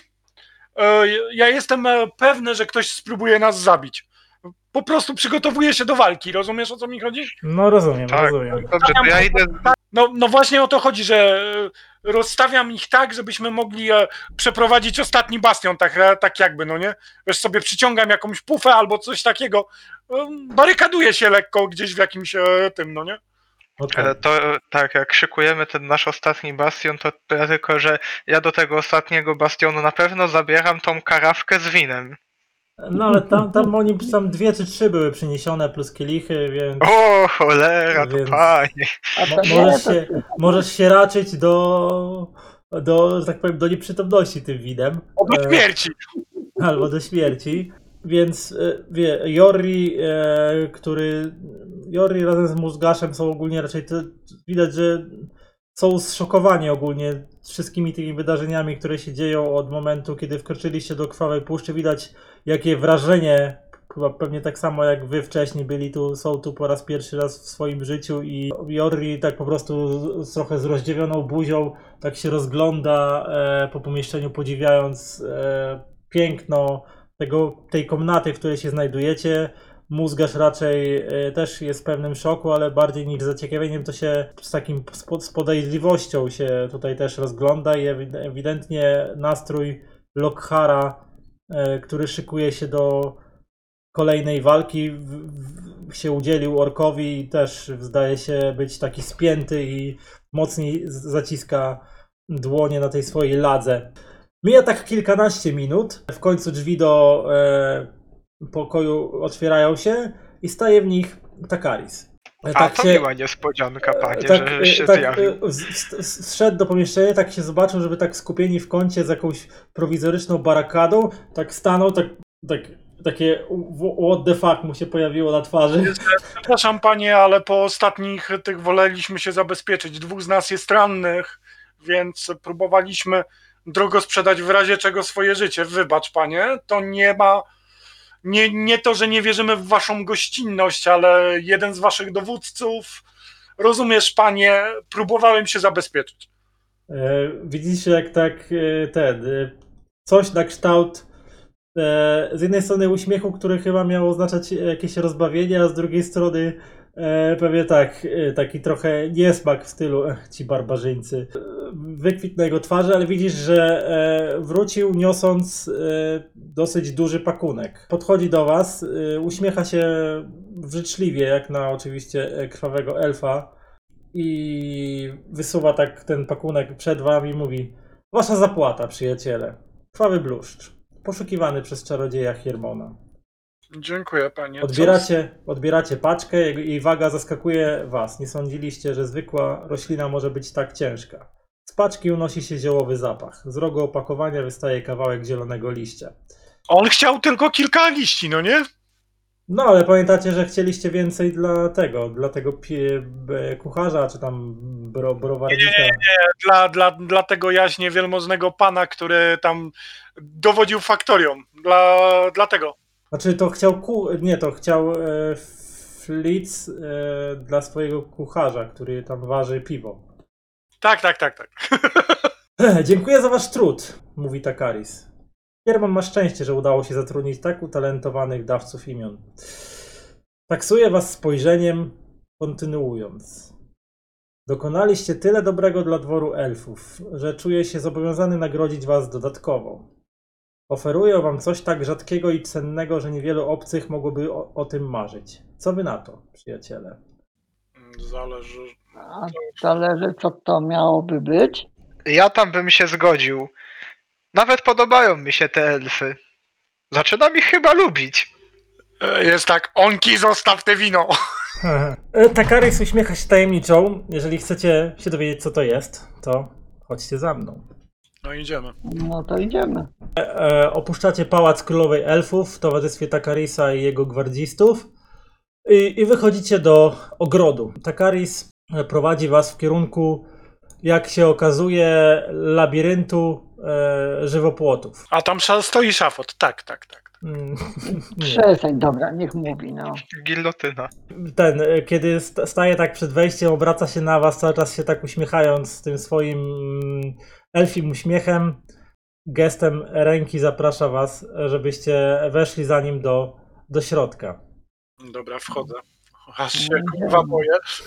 E, Ja jestem e, pewny, że ktoś spróbuje nas zabić. Po prostu przygotowuję się do walki. Rozumiesz, o co mi chodzi? No rozumiem, Tak. rozumiem. Dobrze, to ja idę. No, no właśnie o to chodzi, że e, rozstawiam ich tak, żebyśmy mogli e, przeprowadzić ostatni bastion, tak, e, tak jakby, no nie? Wiesz, sobie przyciągam jakąś pufę albo coś takiego. E, Barykaduję się lekko gdzieś w jakimś e, tym, no nie? Okej. E, To e, tak, jak szykujemy ten nasz ostatni bastion, to to ja tylko, że ja do tego ostatniego bastionu na pewno zabieram tą karawkę z winem. No ale tam, tam oni tam dwie czy trzy były przyniesione plus kielichy, więc O, cholera, to Więc- panie. A to mo- nie, możesz, to się, możesz się raczyć do, do, że tak powiem, do nieprzytomności tym winem. O, do E, śmierci. albo do śmierci. Więc e, wie, Jorri, e, który. Jorri razem z Mózgaszem są ogólnie raczej. To, widać, że są zszokowani ogólnie wszystkimi tymi wydarzeniami, które się dzieją od momentu, kiedy wkroczyliście do Krwawej Puszczy. Widać, jakie wrażenie, chyba pewnie tak samo jak wy wcześniej byli tu, są tu po raz pierwszy raz w swoim życiu i Jorri tak po prostu z, trochę z rozdziawioną buzią tak się rozgląda e, po pomieszczeniu, podziwiając e, piękno tego, tej komnaty, w której się znajdujecie. Mózgarz raczej e, też jest w pewnym szoku, ale bardziej niż zaciekawieniem to się z takim spo- z podejrzliwością się tutaj też rozgląda i ewi- ewidentnie nastrój Lockhara, e, który szykuje się do kolejnej walki, w, w, się udzielił orkowi i też zdaje się być taki spięty i mocniej z- zaciska dłonie na tej swojej ladze. Mija tak kilkanaście minut. W końcu drzwi do e, pokoju otwierają się i staje w nich Takaris. E, A to miła niespodzianka, panie, tak, że e, się tak, zjawił. e, z- z- Zszedł do pomieszczenia, tak się zobaczył, żeby tak skupieni w kącie z jakąś prowizoryczną barakadą, tak stanął, tak, tak takie w- what the fuck mu się pojawiło na twarzy. Przepraszam panie, ale po ostatnich tych woleliśmy się zabezpieczyć. Dwóch z nas jest rannych, więc próbowaliśmy drogo sprzedać w razie czego swoje życie. Wybacz panie, to nie ma... Nie, nie to, że nie wierzymy w waszą gościnność, ale jeden z waszych dowódców, rozumiesz panie, próbowałem się zabezpieczyć. E, widzicie jak tak e, ten, e, coś na kształt e, z jednej strony uśmiechu, który chyba miał oznaczać jakieś rozbawienie, a z drugiej strony e, pewnie tak, e, taki trochę niesmak w stylu ech, ci barbarzyńcy. E, Wykwit na jego twarzy, ale widzisz, że e, wrócił niosąc e, dosyć duży pakunek. Podchodzi do was, e, uśmiecha się życzliwie, jak na oczywiście e, krwawego elfa. I wysuwa tak ten pakunek przed wami i mówi: wasza zapłata, przyjaciele. Krwawy bluszcz. Poszukiwany przez czarodzieja Hiermona. Dziękuję panie. Co- Odbieracie, odbieracie paczkę, jej jej waga zaskakuje was. Nie sądziliście, że zwykła roślina może być tak ciężka. Z paczki unosi się ziołowy zapach. Z rogu opakowania wystaje kawałek zielonego liścia. On chciał tylko kilka liści, no nie? No, ale pamiętacie, że chcieliście więcej dla tego, dla tego pie- b- kucharza, czy tam bro, browarnika. Dla, dla, dla tego jaśnie wielmożnego pana, który tam dowodził faktorią. Dla, dla tego. Znaczy to chciał ku... nie, to chciał e, Flitz e, dla swojego kucharza, który tam waży piwo. Tak, tak, tak, tak. Ech, dziękuję za wasz trud, mówi Takaris. Hiermon ma szczęście, że udało się zatrudnić tak utalentowanych dawców imion. Taksuje was spojrzeniem, kontynuując. Dokonaliście tyle dobrego dla dworu elfów, że czuję się zobowiązany nagrodzić was dodatkowo. Oferuję wam coś tak rzadkiego i cennego, że niewielu obcych mogłoby o, o tym marzyć. Co wy na to, przyjaciele? Zależy. A zależy, co to miałoby być. Ja tam bym się zgodził. Nawet podobają mi się te elfy. Zaczynam ich chyba lubić. E, Jest tak, onki, zostaw te wino. E, Takarys uśmiecha się tajemniczo. Jeżeli chcecie się dowiedzieć, co to jest, to chodźcie za mną. No idziemy. No to idziemy. E, opuszczacie pałac królowej elfów w towarzystwie Takarisa i jego gwardzistów i, i wychodzicie do ogrodu. Takaris prowadzi was w kierunku, jak się okazuje, labiryntu e, żywopłotów. A tam sza- stoi szafot. Tak, tak, tak. Mm, nie. Przestań, dobra, niech mówi, no. Gillotyna. Ten, e, kiedy st- staje tak przed wejściem, obraca się na was, cały czas się tak uśmiechając tym swoim mm, elfim uśmiechem, gestem ręki zaprasza was, żebyście weszli za nim do, do środka. Dobra, wchodzę. Aż się kurwa boję.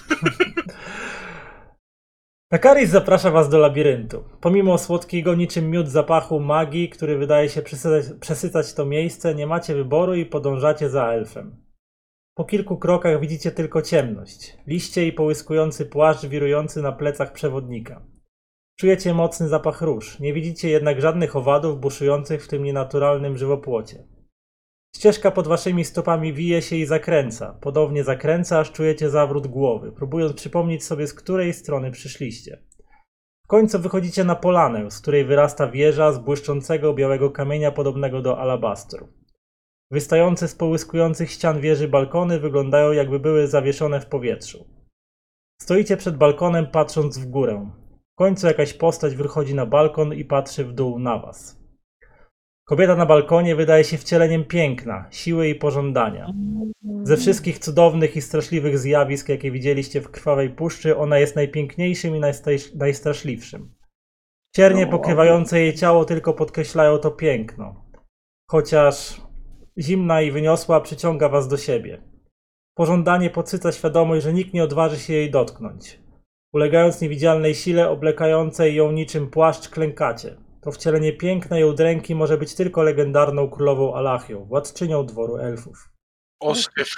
Takaris zaprasza was do labiryntu. Pomimo słodkiego niczym miód zapachu magii, który wydaje się przesycać, przesycać to miejsce, nie macie wyboru i podążacie za elfem. Po kilku krokach widzicie tylko ciemność, liście i połyskujący płaszcz wirujący na plecach przewodnika. Czujecie mocny zapach róż, nie widzicie jednak żadnych owadów buszujących w tym nienaturalnym żywopłocie. Ścieżka pod waszymi stopami wije się i zakręca, podobnie zakręca, aż czujecie zawrót głowy, próbując przypomnieć sobie, z której strony przyszliście. W końcu wychodzicie na polanę, z której wyrasta wieża z błyszczącego białego kamienia podobnego do alabastru. Wystające z połyskujących ścian wieży balkony wyglądają, jakby były zawieszone w powietrzu. Stoicie przed balkonem, patrząc w górę. W końcu jakaś postać wychodzi na balkon i patrzy w dół na was. Kobieta na balkonie wydaje się wcieleniem piękna, siły i pożądania. Ze wszystkich cudownych i straszliwych zjawisk, jakie widzieliście w Krwawej Puszczy, ona jest najpiękniejszym i najsta- najstraszliwszym. Ciernie pokrywające jej ciało tylko podkreślają to piękno. Chociaż zimna i wyniosła przyciąga was do siebie. Pożądanie podsyca świadomość, że nikt nie odważy się jej dotknąć. Ulegając niewidzialnej sile oblekającej ją niczym płaszcz, klękacie. To wcielenie pięknej udręki może być tylko legendarną królową Alachią, władczynią dworu elfów. Osyf.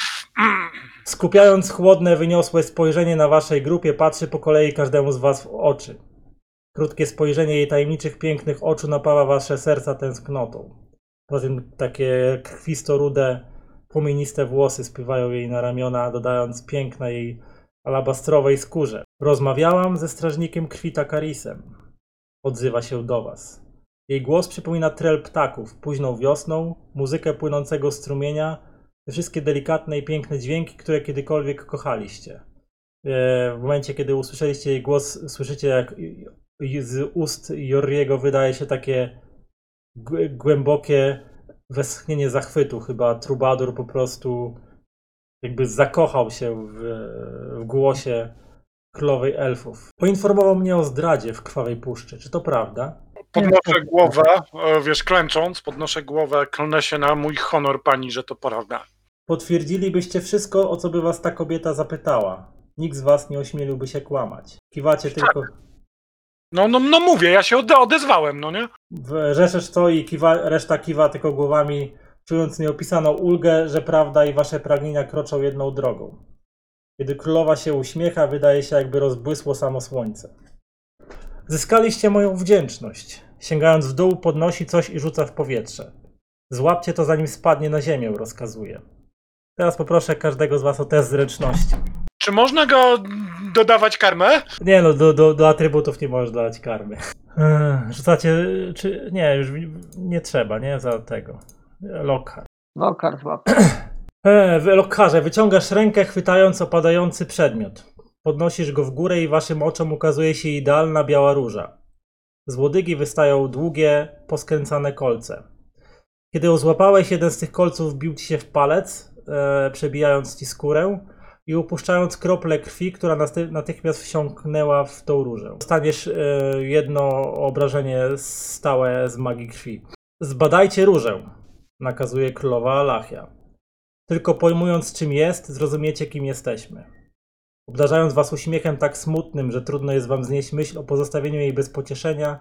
Skupiając chłodne, wyniosłe spojrzenie na waszej grupie, patrzy po kolei każdemu z was w oczy. Krótkie spojrzenie jej tajemniczych, pięknych oczu napawa wasze serca tęsknotą. Poza tym takie krwisto-rude, płomieniste włosy spływają jej na ramiona, dodając piękna jej alabastrowej skórze. Rozmawiałam ze strażnikiem krwi Takarisem. Odzywa się do was. Jej głos przypomina trel ptaków, późną wiosną, muzykę płynącego strumienia, te wszystkie delikatne i piękne dźwięki, które kiedykolwiek kochaliście. W momencie, kiedy usłyszeliście jej głos, słyszycie, jak z ust Jorriego wydaje się takie głębokie westchnienie zachwytu. Chyba trubadur po prostu jakby zakochał się w, w głosie królowej elfów. Poinformował mnie o zdradzie w Krwawej Puszczy. Czy to prawda? Podnoszę głowę, e, wiesz, klęcząc, podnoszę głowę, klnę się na mój honor pani, że to prawda. Potwierdzilibyście wszystko, o co by was ta kobieta zapytała. Nikt z was nie ośmieliłby się kłamać. Kiwacie tylko... No, no, no mówię, ja się ode- odezwałem, no nie? Rzeszesz co i kiwa, reszta kiwa tylko głowami, czując nieopisaną ulgę, że prawda i wasze pragnienia kroczą jedną drogą. Kiedy królowa się uśmiecha, wydaje się, jakby rozbłysło samo słońce. Zyskaliście moją wdzięczność. Sięgając w dół, podnosi coś i rzuca w powietrze. Złapcie to, zanim spadnie na ziemię, rozkazuje. Teraz poproszę każdego z was o test zręczności. Czy można go dodawać karmę? Nie no, do, do, do atrybutów nie możesz dać karmy. Ech, Rzucacie, czy... Nie, już nie trzeba, nie? Za tego. Lockhart. Lokar złap. E, w Lockharze wyciągasz rękę, chwytając opadający przedmiot. Podnosisz go w górę i waszym oczom ukazuje się idealna biała róża. Z łodygi wystają długie, poskręcane kolce. Kiedy ją złapałeś, jeden z tych kolców wbił ci się w palec, e, przebijając ci skórę i upuszczając kroplę krwi, która nasty- natychmiast wsiąknęła w tą różę. Dostaniesz e, jedno obrażenie stałe z magii krwi. Zbadajcie różę, nakazuje królowa Alachia. Tylko pojmując, czym jest, zrozumiecie, kim jesteśmy. Obdarzając was uśmiechem tak smutnym, że trudno jest wam znieść myśl o pozostawieniu jej bez pocieszenia,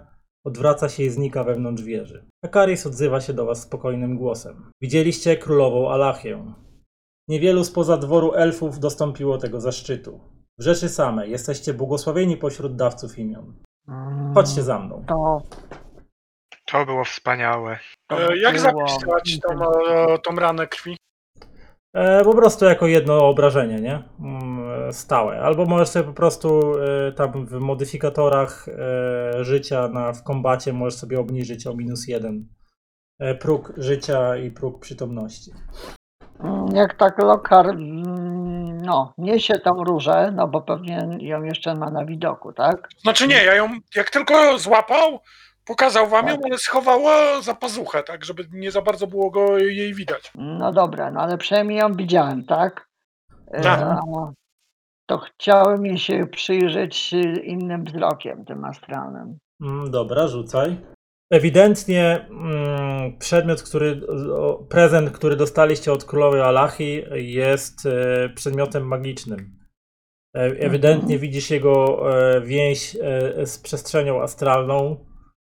Odwraca się i znika wewnątrz wieży. Takaris odzywa się do was spokojnym głosem. Widzieliście królową Alachię. Niewielu spoza dworu elfów dostąpiło tego zaszczytu. W rzeczy samej jesteście błogosławieni pośród dawców imion. Chodźcie za mną. To, To było wspaniałe. to E, Jak było- zapisać tą, e, tą ranę krwi? E, po prostu jako jedno obrażenie, nie? Mm, stałe. Albo możesz sobie po prostu e, tam w modyfikatorach e, życia na, w kombacie możesz sobie obniżyć o minus jeden e, próg życia i próg przytomności. Mm, Jak tak Lockhart, mm, no, niesie tą różę, no bo pewnie ją jeszcze ma na widoku, tak? Znaczy nie, ja ją jak tylko złapał, pokazał wam ją, Tak. ale schowała za pazuchę, tak, żeby nie za bardzo było go jej widać. No dobra, no ale przynajmniej ją widziałem, tak? E, Tak. To chciałem jej się przyjrzeć y, innym wzrokiem, tym astralnym. Mm, dobra, rzucaj. Ewidentnie mm, przedmiot, który, o, prezent, który dostaliście od królowej Alachi jest e, przedmiotem magicznym. E, ewidentnie Mhm. widzisz jego e, więź e, z przestrzenią astralną,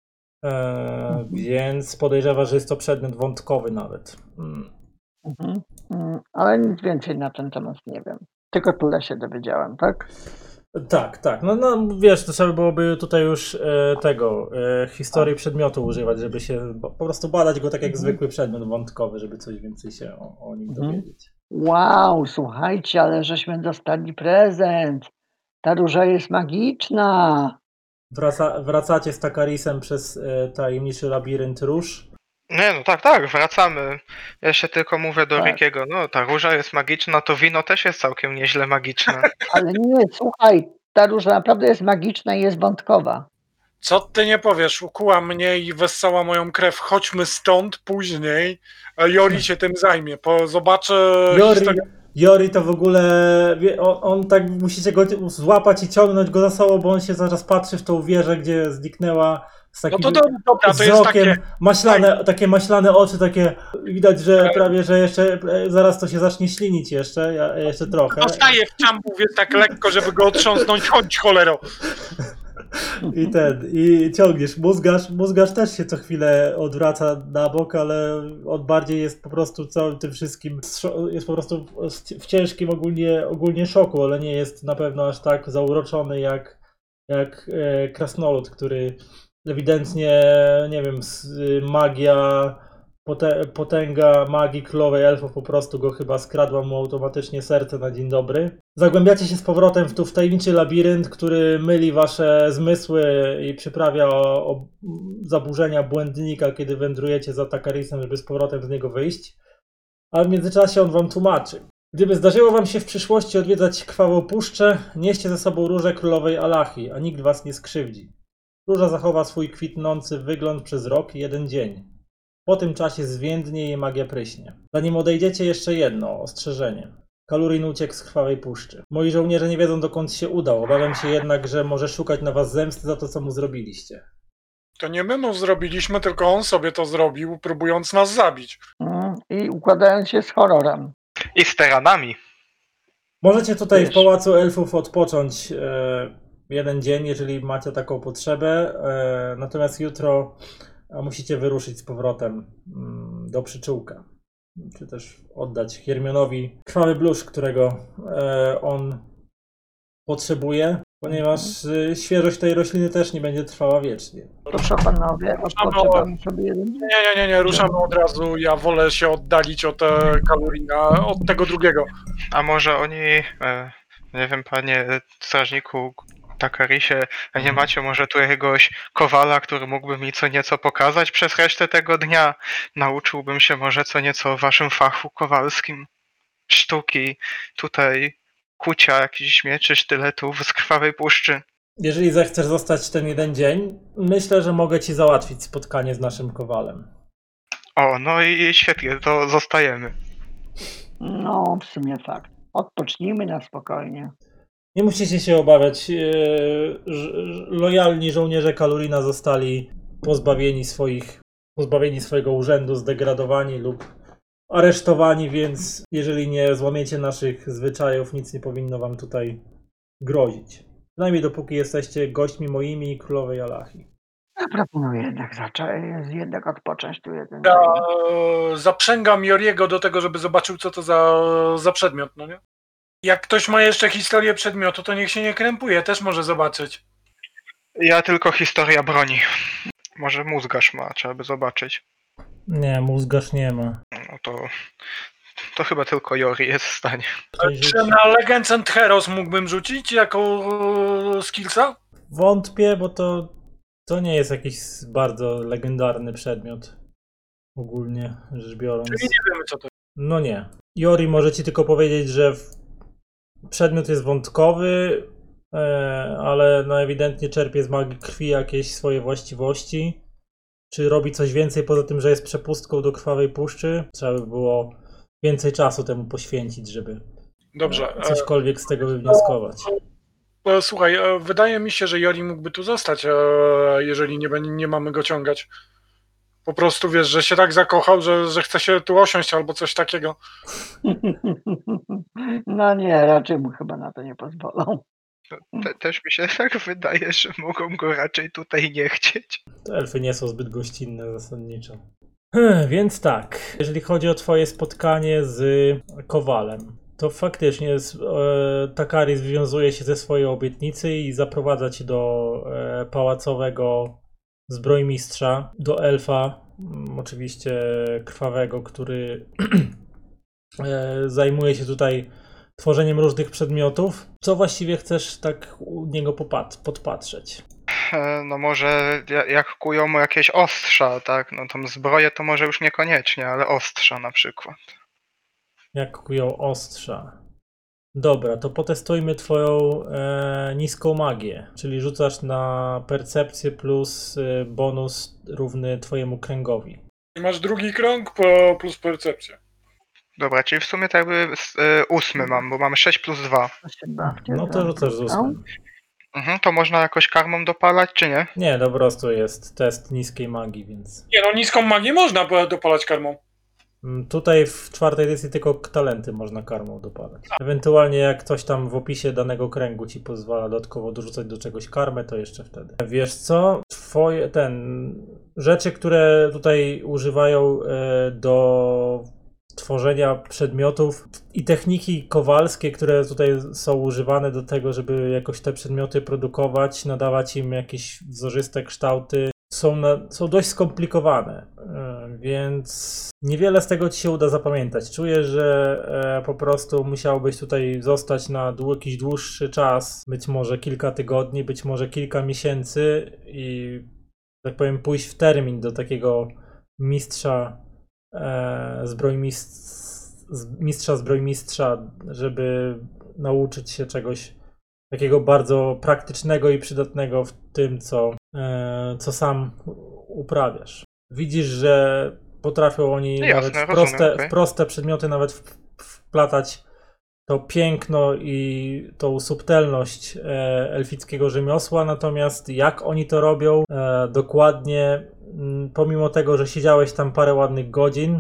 e, więc podejrzewasz, że jest to przedmiot wątkowy nawet. Mm. Mhm. Mm, Ale nic więcej na ten temat nie wiem. Tylko tyle się dowiedziałem, tak? Tak, tak. No, no wiesz, to trzeba byłoby tutaj już e, tego, e, historii przedmiotu używać, żeby się po po prostu badać go tak jak Mhm. zwykły przedmiot wątkowy, żeby coś więcej się o, o nim Mhm. dowiedzieć. Wow, słuchajcie, ale żeśmy dostali prezent. Ta róża jest magiczna. Wraca, wracacie z Takarisem przez e, tajemniczy labirynt róż. Nie, no tak, tak, wracamy. Ja się tylko mówię do Tak. Rickiego, no ta róża jest magiczna, to wino też jest całkiem nieźle magiczne. Ale nie, słuchaj, ta róża naprawdę jest magiczna i jest wątkowa. Co ty nie powiesz, ukuła mnie i wessała moją krew, chodźmy stąd później, a Jori się tym zajmie, po, zobaczę Jori, historię. Jori to w ogóle, wie, on, on tak musicie go złapać i ciągnąć go za sobą, bo on się zaraz patrzy w tą wieżę, gdzie zniknęła z No takim to do, dobra, to jest wzrokiem, takie, maślane, takie maślane oczy, takie widać, że prawie, że jeszcze e, zaraz to się zacznie ślinić jeszcze, ja- jeszcze trochę. dostaje w czambówie tak lekko, żeby go otrząsnąć, chodź cholero. I ten, i ciągniesz. Mózgarz, mózgarz też się co chwilę odwraca na bok, ale on bardziej jest po prostu całym tym wszystkim, szo- jest po prostu w, w ciężkim ogólnie, ogólnie szoku, ale nie jest na pewno aż tak zauroczony jak, jak e, krasnolud, który ewidentnie, nie wiem, s- magia, pote, potęga magii królowej elfów po prostu go chyba skradła mu automatycznie serce na dzień dobry. Zagłębiacie się z powrotem w, tu w tajemniczy labirynt, który myli wasze zmysły i przyprawia o, o zaburzenia błędnika, kiedy wędrujecie za Takarisem, żeby z powrotem z niego wyjść. A w międzyczasie on wam tłumaczy. Gdyby zdarzyło wam się w przyszłości odwiedzać krwawą puszczę, nieście ze sobą różę królowej Alachi, a nikt was nie skrzywdzi. Róża zachowa swój kwitnący wygląd przez rok i jeden dzień. Po tym czasie zwiędnie jej magia pryśnie. Zanim odejdziecie, jeszcze jedno ostrzeżenie. Kalurin uciekł z krwawej puszczy. Moi żołnierze nie wiedzą, dokąd się udał. Obawiam się jednak, że może szukać na was zemsty za to, co mu zrobiliście. To nie my mu zrobiliśmy, tylko on sobie to zrobił, próbując nas zabić. Mm, I układając się z horrorem. I z teranami. Możecie tutaj w Wiesz. Pałacu Elfów odpocząć e, jeden dzień, jeżeli macie taką potrzebę. E, natomiast jutro a musicie wyruszyć z powrotem mm, do przyczółka. Czy też oddać Hiermionowi krwawy bluszcz, którego e, on potrzebuje, ponieważ e, świeżość tej rośliny też nie będzie trwała wiecznie. Proszę panowie, odpoczywamy sobie jeden dzień. Nie, nie, nie, nie, ruszamy od razu, ja wolę się oddalić od e, Kalurina, od tego drugiego. A może oni, e, nie wiem, panie strażniku Takarisie, a nie macie może tu jakiegoś kowala, który mógłby mi co nieco pokazać przez resztę tego dnia? Nauczyłbym się może co nieco o waszym fachu kowalskim. Sztuki, tutaj kucia jakichś mieczy, sztyletów z krwawej puszczy. Jeżeli zechcesz zostać ten jeden dzień, myślę, że mogę ci załatwić spotkanie z naszym kowalem. O, no i świetnie, to zostajemy. No, w sumie fakt. Odpocznijmy na spokojnie. Nie musicie się obawiać. e, ż- ż- Lojalni żołnierze Kalurina zostali pozbawieni swoich, pozbawieni swojego urzędu, zdegradowani lub aresztowani, więc jeżeli nie złamiecie naszych zwyczajów, nic nie powinno wam tutaj grozić. Przynajmniej dopóki jesteście gośćmi moimi i królowej Alachi. Ja proponuję jednak zacząć, jednak odpocząć tu jeden Ja dzień. e, zaprzęgam Joriego do tego, żeby zobaczył, co to za, za przedmiot, no nie? Jak ktoś ma jeszcze historię przedmiotu, to niech się nie krępuje, też może zobaczyć. Ja tylko historia broni. Może mózgarz ma, trzeba by zobaczyć. Nie, mózgarz nie ma. No to, to chyba tylko Jori jest w stanie. Ktoś Czy rzuci? na Legends and Heroes mógłbym rzucić jako e, skillsa? Wątpię, bo to, to nie jest jakiś bardzo legendarny przedmiot. Ogólnie rzecz biorąc. Czyli nie wiemy, co to jest. No nie. Jori może ci tylko powiedzieć, że w... przedmiot jest wątkowy, e, ale no ewidentnie czerpie z magii krwi jakieś swoje właściwości. Czy robi coś więcej poza tym, że jest przepustką do krwawej puszczy? Trzeba by było więcej czasu temu poświęcić, żeby Dobrze. e, e, cośkolwiek z tego wywnioskować. e, Słuchaj, e, wydaje mi się, że Jori mógłby tu zostać, e, jeżeli nie, będzie- nie mamy go ciągać. Po prostu wiesz, że się tak zakochał, że, że chce się tu osiąść albo coś takiego. No nie, raczej mu chyba na to nie pozwolą. Te, też mi się tak wydaje, że mogą go raczej tutaj nie chcieć. To elfy nie są zbyt gościnne zasadniczo. Hmm, więc tak, jeżeli chodzi o twoje spotkanie z Kowalem, to faktycznie z- e, Takaris wywiązuje się ze swojej obietnicy i zaprowadza cię do e, pałacowego zbrojmistrza, do elfa, mm, oczywiście krwawego, który e, zajmuje się tutaj tworzeniem różnych przedmiotów. Co właściwie chcesz tak u niego popat- podpatrzeć? E, No może ja- jak kują mu jakieś ostrza, tak? No tą zbroję to może już niekoniecznie, ale ostrza na przykład. Jak kują ostrza. Dobra, to potestujmy twoją e, niską magię, czyli rzucasz na percepcję plus e, bonus równy twojemu kręgowi. Masz drugi krąg po, plus percepcję. Dobra, czyli w sumie tak jakby s- e, ósmy mam, bo mamy sześć plus dwa. To się bawcie, No to rzucasz z ósmym. Mhm, to można jakoś karmą dopalać, czy nie? Nie, to po prostu jest test niskiej magii, więc... Nie no, niską magię można by dopalać karmą. Mm, Tutaj w czwartej edycji tylko talenty można karmą dopalać. Ewentualnie jak ktoś tam w opisie danego kręgu ci pozwala dodatkowo dorzucać do czegoś karmę, to jeszcze wtedy. Wiesz co? Twoje, ten... Rzeczy, które tutaj używają e, do tworzenia przedmiotów i techniki kowalskie, które tutaj są używane do tego, żeby jakoś te przedmioty produkować, nadawać im jakieś wzorzyste kształty, są, na, są dość skomplikowane, e, więc niewiele z tego ci się uda zapamiętać. Czuję, że e, po prostu musiałbyś tutaj zostać na dłu- jakiś dłuższy czas, być może kilka tygodni, być może kilka miesięcy i, tak powiem, pójść w termin do takiego mistrza e, zbrojmistrz, z- mistrza zbrojmistrza, żeby nauczyć się czegoś takiego bardzo praktycznego i przydatnego w tym, co, e, co sam uprawiasz. Widzisz, że potrafią oni Jasne, nawet w rozumiem, proste, okej. w proste przedmioty nawet w- wplatać to piękno i tą subtelność e, elfickiego rzemiosła, natomiast jak oni to robią e, dokładnie, mm, pomimo tego, że siedziałeś tam parę ładnych godzin,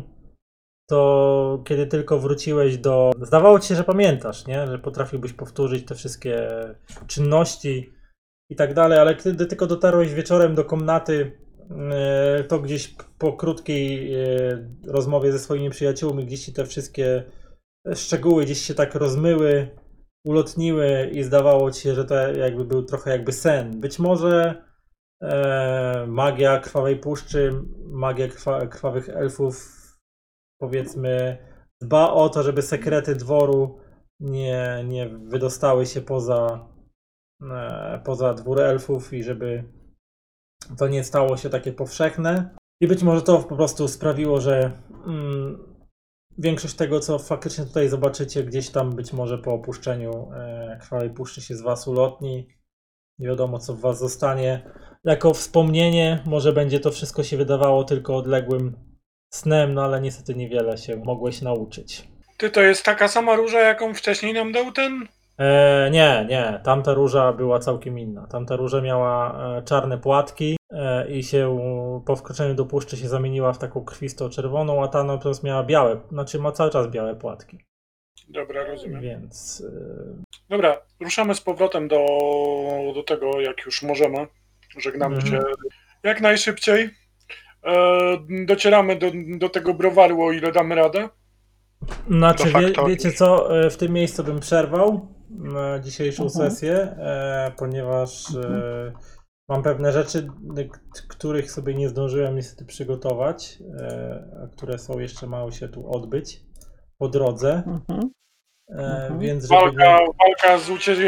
to kiedy tylko wróciłeś do... Zdawało ci się, że pamiętasz, nie? Że potrafiłbyś powtórzyć te wszystkie czynności i tak dalej, ale kiedy tylko dotarłeś wieczorem do komnaty, e, to gdzieś po krótkiej e, rozmowie ze swoimi przyjaciółmi, gdzieś ci te wszystkie szczegóły gdzieś się tak rozmyły, ulotniły i zdawało ci się, że to jakby był trochę jakby sen. Być może e, magia Krwawej Puszczy, magia krwa, krwawych elfów, powiedzmy, dba o to, żeby sekrety dworu nie, nie wydostały się poza, e, poza dwór elfów i żeby to nie stało się takie powszechne. I być może to po prostu sprawiło, że mm, większość tego, co faktycznie tutaj zobaczycie, gdzieś tam być może po opuszczeniu e, Krwawej Puszczy się z was ulotni. Nie wiadomo, co w was zostanie. Jako wspomnienie, może będzie to wszystko się wydawało tylko odległym snem, no ale niestety niewiele się mogłeś nauczyć. Ty, to jest taka sama róża, jaką wcześniej nam dał ten? E, nie, nie, tamta róża była całkiem inna. Tamta róża miała e, czarne płatki e, i się po wkroczeniu do puszczy się zamieniła w taką krwistą czerwoną, a ta natomiast miała białe, znaczy ma cały czas białe płatki. Dobra, rozumiem. Więc e, Dobra, ruszamy z powrotem do, do tego, jak już możemy. Żegnamy Mhm. się. Jak najszybciej. E, docieramy do, do tego browaru, o ile damy radę. Znaczy, Do wie, faktorii. wiecie co, e, w tym miejscu bym przerwał e, dzisiejszą Mhm. sesję, e, ponieważ e, mam pewne rzeczy, k- których sobie nie zdążyłem niestety przygotować, e, a które są jeszcze mają się tu odbyć po drodze, Mhm. e, Mhm. więc żeby Walka, nie... walka z, ucie...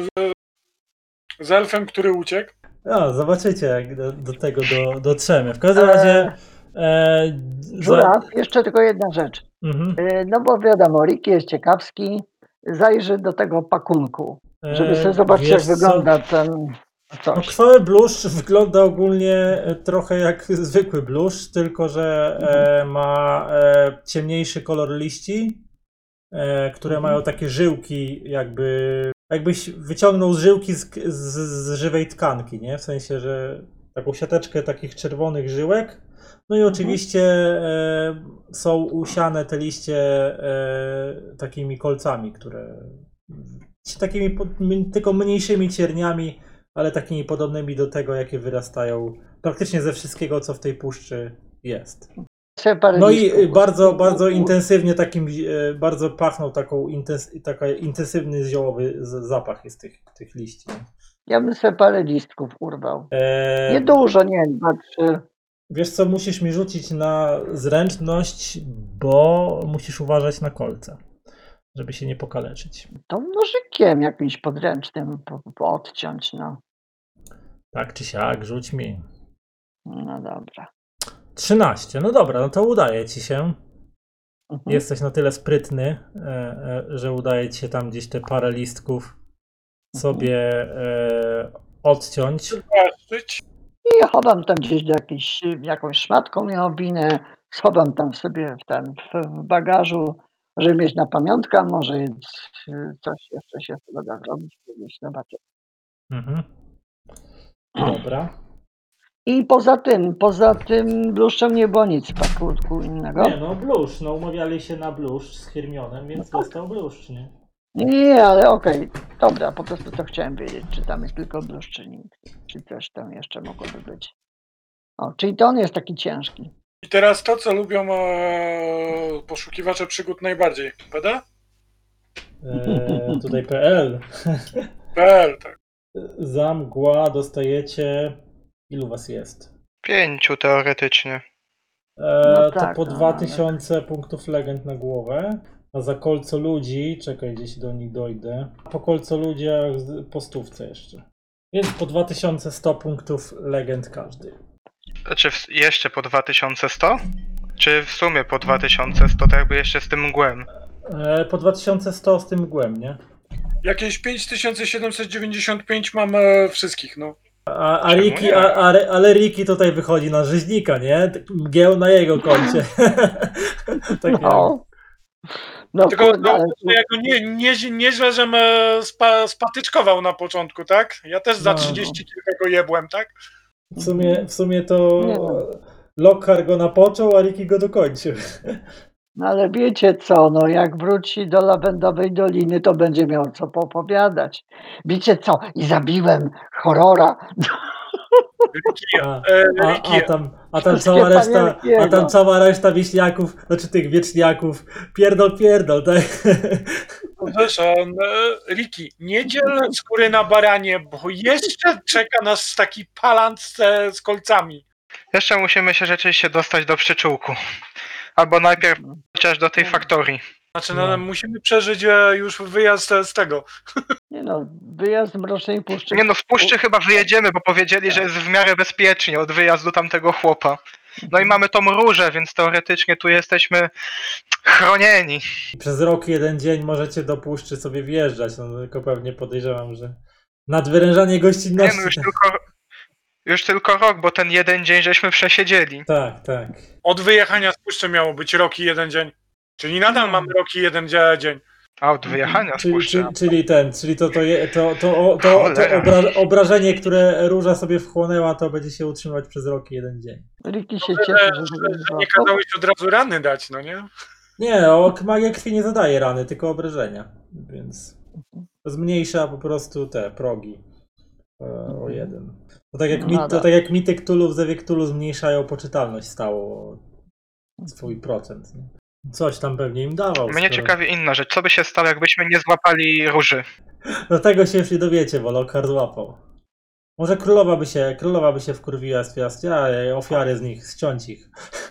z elfem, który uciekł. A, zobaczycie, jak do, do tego do, dotrzemy. W każdym razie... E, za... Żuraw, jeszcze tylko jedna rzecz. Mhm. Y, No bo wiadomo, Ricky jest ciekawski, zajrzy do tego pakunku, żeby sobie E, zobaczyć, jak wiesz co? wygląda ten No, coś. krwawy bluszcz wygląda ogólnie e, trochę jak zwykły bluszcz, tylko że e, ma e, ciemniejszy kolor liści, e, które Mhm. mają takie żyłki, jakby jakbyś wyciągnął z żyłki z, z, z żywej tkanki, nie? W sensie, że taką siateczkę takich czerwonych żyłek. No i oczywiście e, są usiane te liście e, takimi kolcami, które takimi po- m- tylko mniejszymi cierniami, ale takimi podobnymi do tego, jakie wyrastają praktycznie ze wszystkiego, co w tej puszczy jest. Sobie parę No i listków. y, bardzo, bardzo intensywnie takim, y, bardzo pachną taką intens, taka intensywny ziołowy z- zapach jest tych, tych liści. Ja bym sobie parę listków urwał. E, Niedużo, nie wiem, dwa, trzy. wiesz co, musisz mi rzucić na zręczność, bo musisz uważać na kolce, żeby się nie pokaleczyć. To nożykiem jakimś podręcznym po, po odciąć, no. Tak czy siak, rzuć mi. No dobra. trzynaście, no dobra, no to udaje ci się. Mhm. Jesteś na tyle sprytny, e, e, że udaje ci się tam gdzieś te parę listków sobie e, odciąć. Płaszczyć. I chowam tam gdzieś do jakiejś, jakąś szmatką miał owinę, schowam tam sobie w ten w, w bagażu, żeby mieć na pamiątkę, a może jest, y, coś jeszcze się z tego da zrobić, kiedyś zobaczę. Mhm. Dobra. I poza tym, poza tym bluszczem nie było nic w pakunku innego. Nie no, bluszcz, no umawiali się na bluszcz z Hermionem, więc dostał bluszcz, nie? Nie, nie, nie, ale okej, dobra, po prostu to chciałem wiedzieć, czy tam jest tylko bluszcz, czy nic, czy coś tam jeszcze mogłoby być. O, czyli to on jest taki ciężki. I teraz to, co lubią e, poszukiwacze przygód najbardziej. P D? E, tutaj P L. P L, tak. Za mgła dostajecie... Ilu was jest? Pięciu teoretycznie. E, No to tak, po no, dwa ale- tysiące punktów legend na głowę. A za kolco ludzi, czekaj, gdzieś do nich dojdę. Po kolco ludziach z- po stówce jeszcze. Więc po dwa tysiące sto punktów legend każdy. Znaczy w, jeszcze po dwa tysiące sto? Czy w sumie po dwa tysiące sto, tak jakby jeszcze z tym mgłem? E, po dwa tysiące sto z tym mgłem, nie? Jakieś pięć tysięcy siedemset dziewięćdziesiąt pięć mam e, wszystkich, no. A, a Czemu Riki, nie? a, a, ale Riki tutaj wychodzi na rzeźnika, nie? Mgieł na jego koncie. tak No, no Tylko kurde, ale no, ja go nie, nie, nieźle, żem e, spa, spatyczkował na początku, tak? Ja też za No. trzydzieści kilka go jebłem, tak? w, sumie, w sumie to Nie no. Lockhart go napoczął, a Riki go dokończył. No ale wiecie co, no jak wróci do Lawendowej Doliny, to będzie miał co poopowiadać. Wiecie co, i zabiłem horrora. Riki, A, e, a, Riki, a, tam, a, tam Wszystkie cała reszta, panienki a tam jego. cała reszta wieśniaków, znaczy tych wieczniaków, pierdol, pierdol, tak? wiesz, e, Riki, nie dziel skóry na baranie, bo jeszcze czeka nas taki palant z, z kolcami. Jeszcze musimy się rzeczywiście dostać do przyczółku. Albo najpierw chociaż do tej faktorii. Znaczy, no, No. musimy przeżyć e, już wyjazd e, z tego. Nie no, wyjazd z Mrocznej Puszczy. Nie no, z puszczy chyba wyjedziemy, bo powiedzieli, że jest w miarę bezpiecznie od wyjazdu tamtego chłopa. No i mamy tą różę, więc teoretycznie tu jesteśmy chronieni. Przez rok, jeden dzień możecie do puszczy sobie wjeżdżać, no tylko pewnie podejrzewam, że nadwyrężanie Nie gościnności. no, już tylko, już tylko rok, bo ten jeden dzień żeśmy przesiedzieli. Tak, tak. Od wyjechania z puszczy miało być rok i jeden dzień. Czyli nadal mamy rok i jeden dzie- dzień. A od wyjechania z Czyli, puszczy. czyli, czyli ten, czyli to, to, je, to, to, to, to, to Cholera. obra, obrażenie, które róża sobie wchłonęła, to będzie się utrzymywać przez rok i jeden dzień. Riki się Że, cieszy, że, że że nie kazałeś od razu rany dać, no nie? Nie, o, magia krwi nie zadaje rany, tylko obrażenia, więc zmniejsza po prostu te progi e, o jeden. To tak jak, No mit, to dobra. tak jak mity Cthulhu w Zewie Cthulhu zmniejszają poczytalność stało swój procent. Nie? Coś tam pewnie im dawał. Mnie skoro- ciekawi inna rzecz. Co by się stało, jakbyśmy nie złapali róży? Do tego się już nie dowiecie, bo Lockhart złapał. Może królowa by się, królowa by się wkurwiła, stwierdziła, ja ofiary z nich, ściąć ich.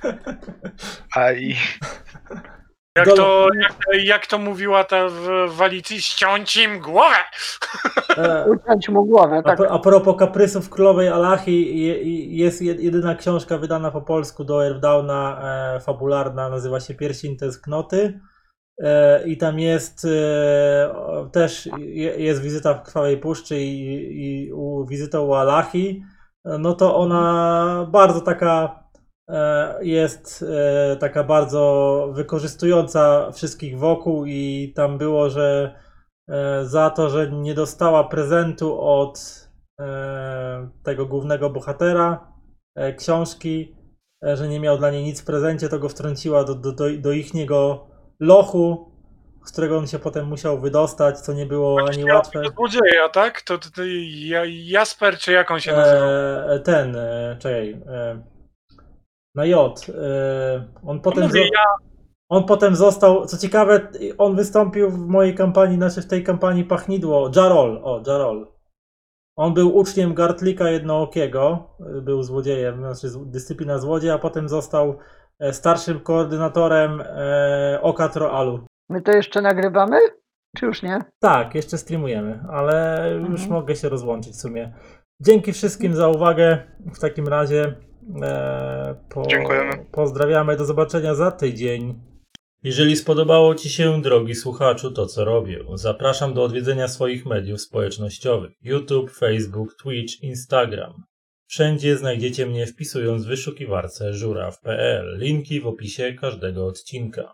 Aj. Jak Dol- to, jak, jak to mówiła ta w Walicji, ściąć im głowę! E, Uciąć mu głowę, A, tak. pro- a propos kaprysów królowej Alachi, je- je- jest jed- jedyna książka wydana po polsku do Earldowna, e, fabularna, nazywa się Pierścień Tęsknoty. E, I tam jest e, o, też je, jest wizyta w Krwawej Puszczy i, i u, wizyta u Alachi. E, No to ona bardzo taka e, jest e, taka bardzo wykorzystująca wszystkich wokół i tam było, że e, za to, że nie dostała prezentu od e, tego głównego bohatera e, książki, e, że nie miał dla niej nic w prezencie, to go wtrąciła do, do, do, do ichniego lochu, z którego on się potem musiał wydostać, co nie było ani łatwe. To złodzieja, tak? To, to, to ja- Jasper, czy jak on się nazywa? E, ten, e, czekaj, e, na J. E, on potem... Mówię, zo- ja, On potem został, co ciekawe, on wystąpił w mojej kampanii, znaczy w tej kampanii Pachnidło, Jarol, o, Jarol. On był uczniem Gartlika Jednookiego, był złodziejem, znaczy z- dyscyplina złodziej, a potem został e, starszym koordynatorem e, Oka Troalu. My to jeszcze nagrywamy? Czy już nie? Tak, jeszcze streamujemy, ale już Mhm. mogę się rozłączyć w sumie. Dzięki wszystkim za uwagę, w takim razie e, po, Dziękujemy. pozdrawiamy, do zobaczenia za tydzień. Jeżeli spodobało Ci się, drogi słuchaczu, to co robię, zapraszam do odwiedzenia swoich mediów społecznościowych: YouTube, Facebook, Twitch, Instagram. Wszędzie znajdziecie mnie wpisując w wyszukiwarce żuraw kropka pe el. Linki w opisie każdego odcinka.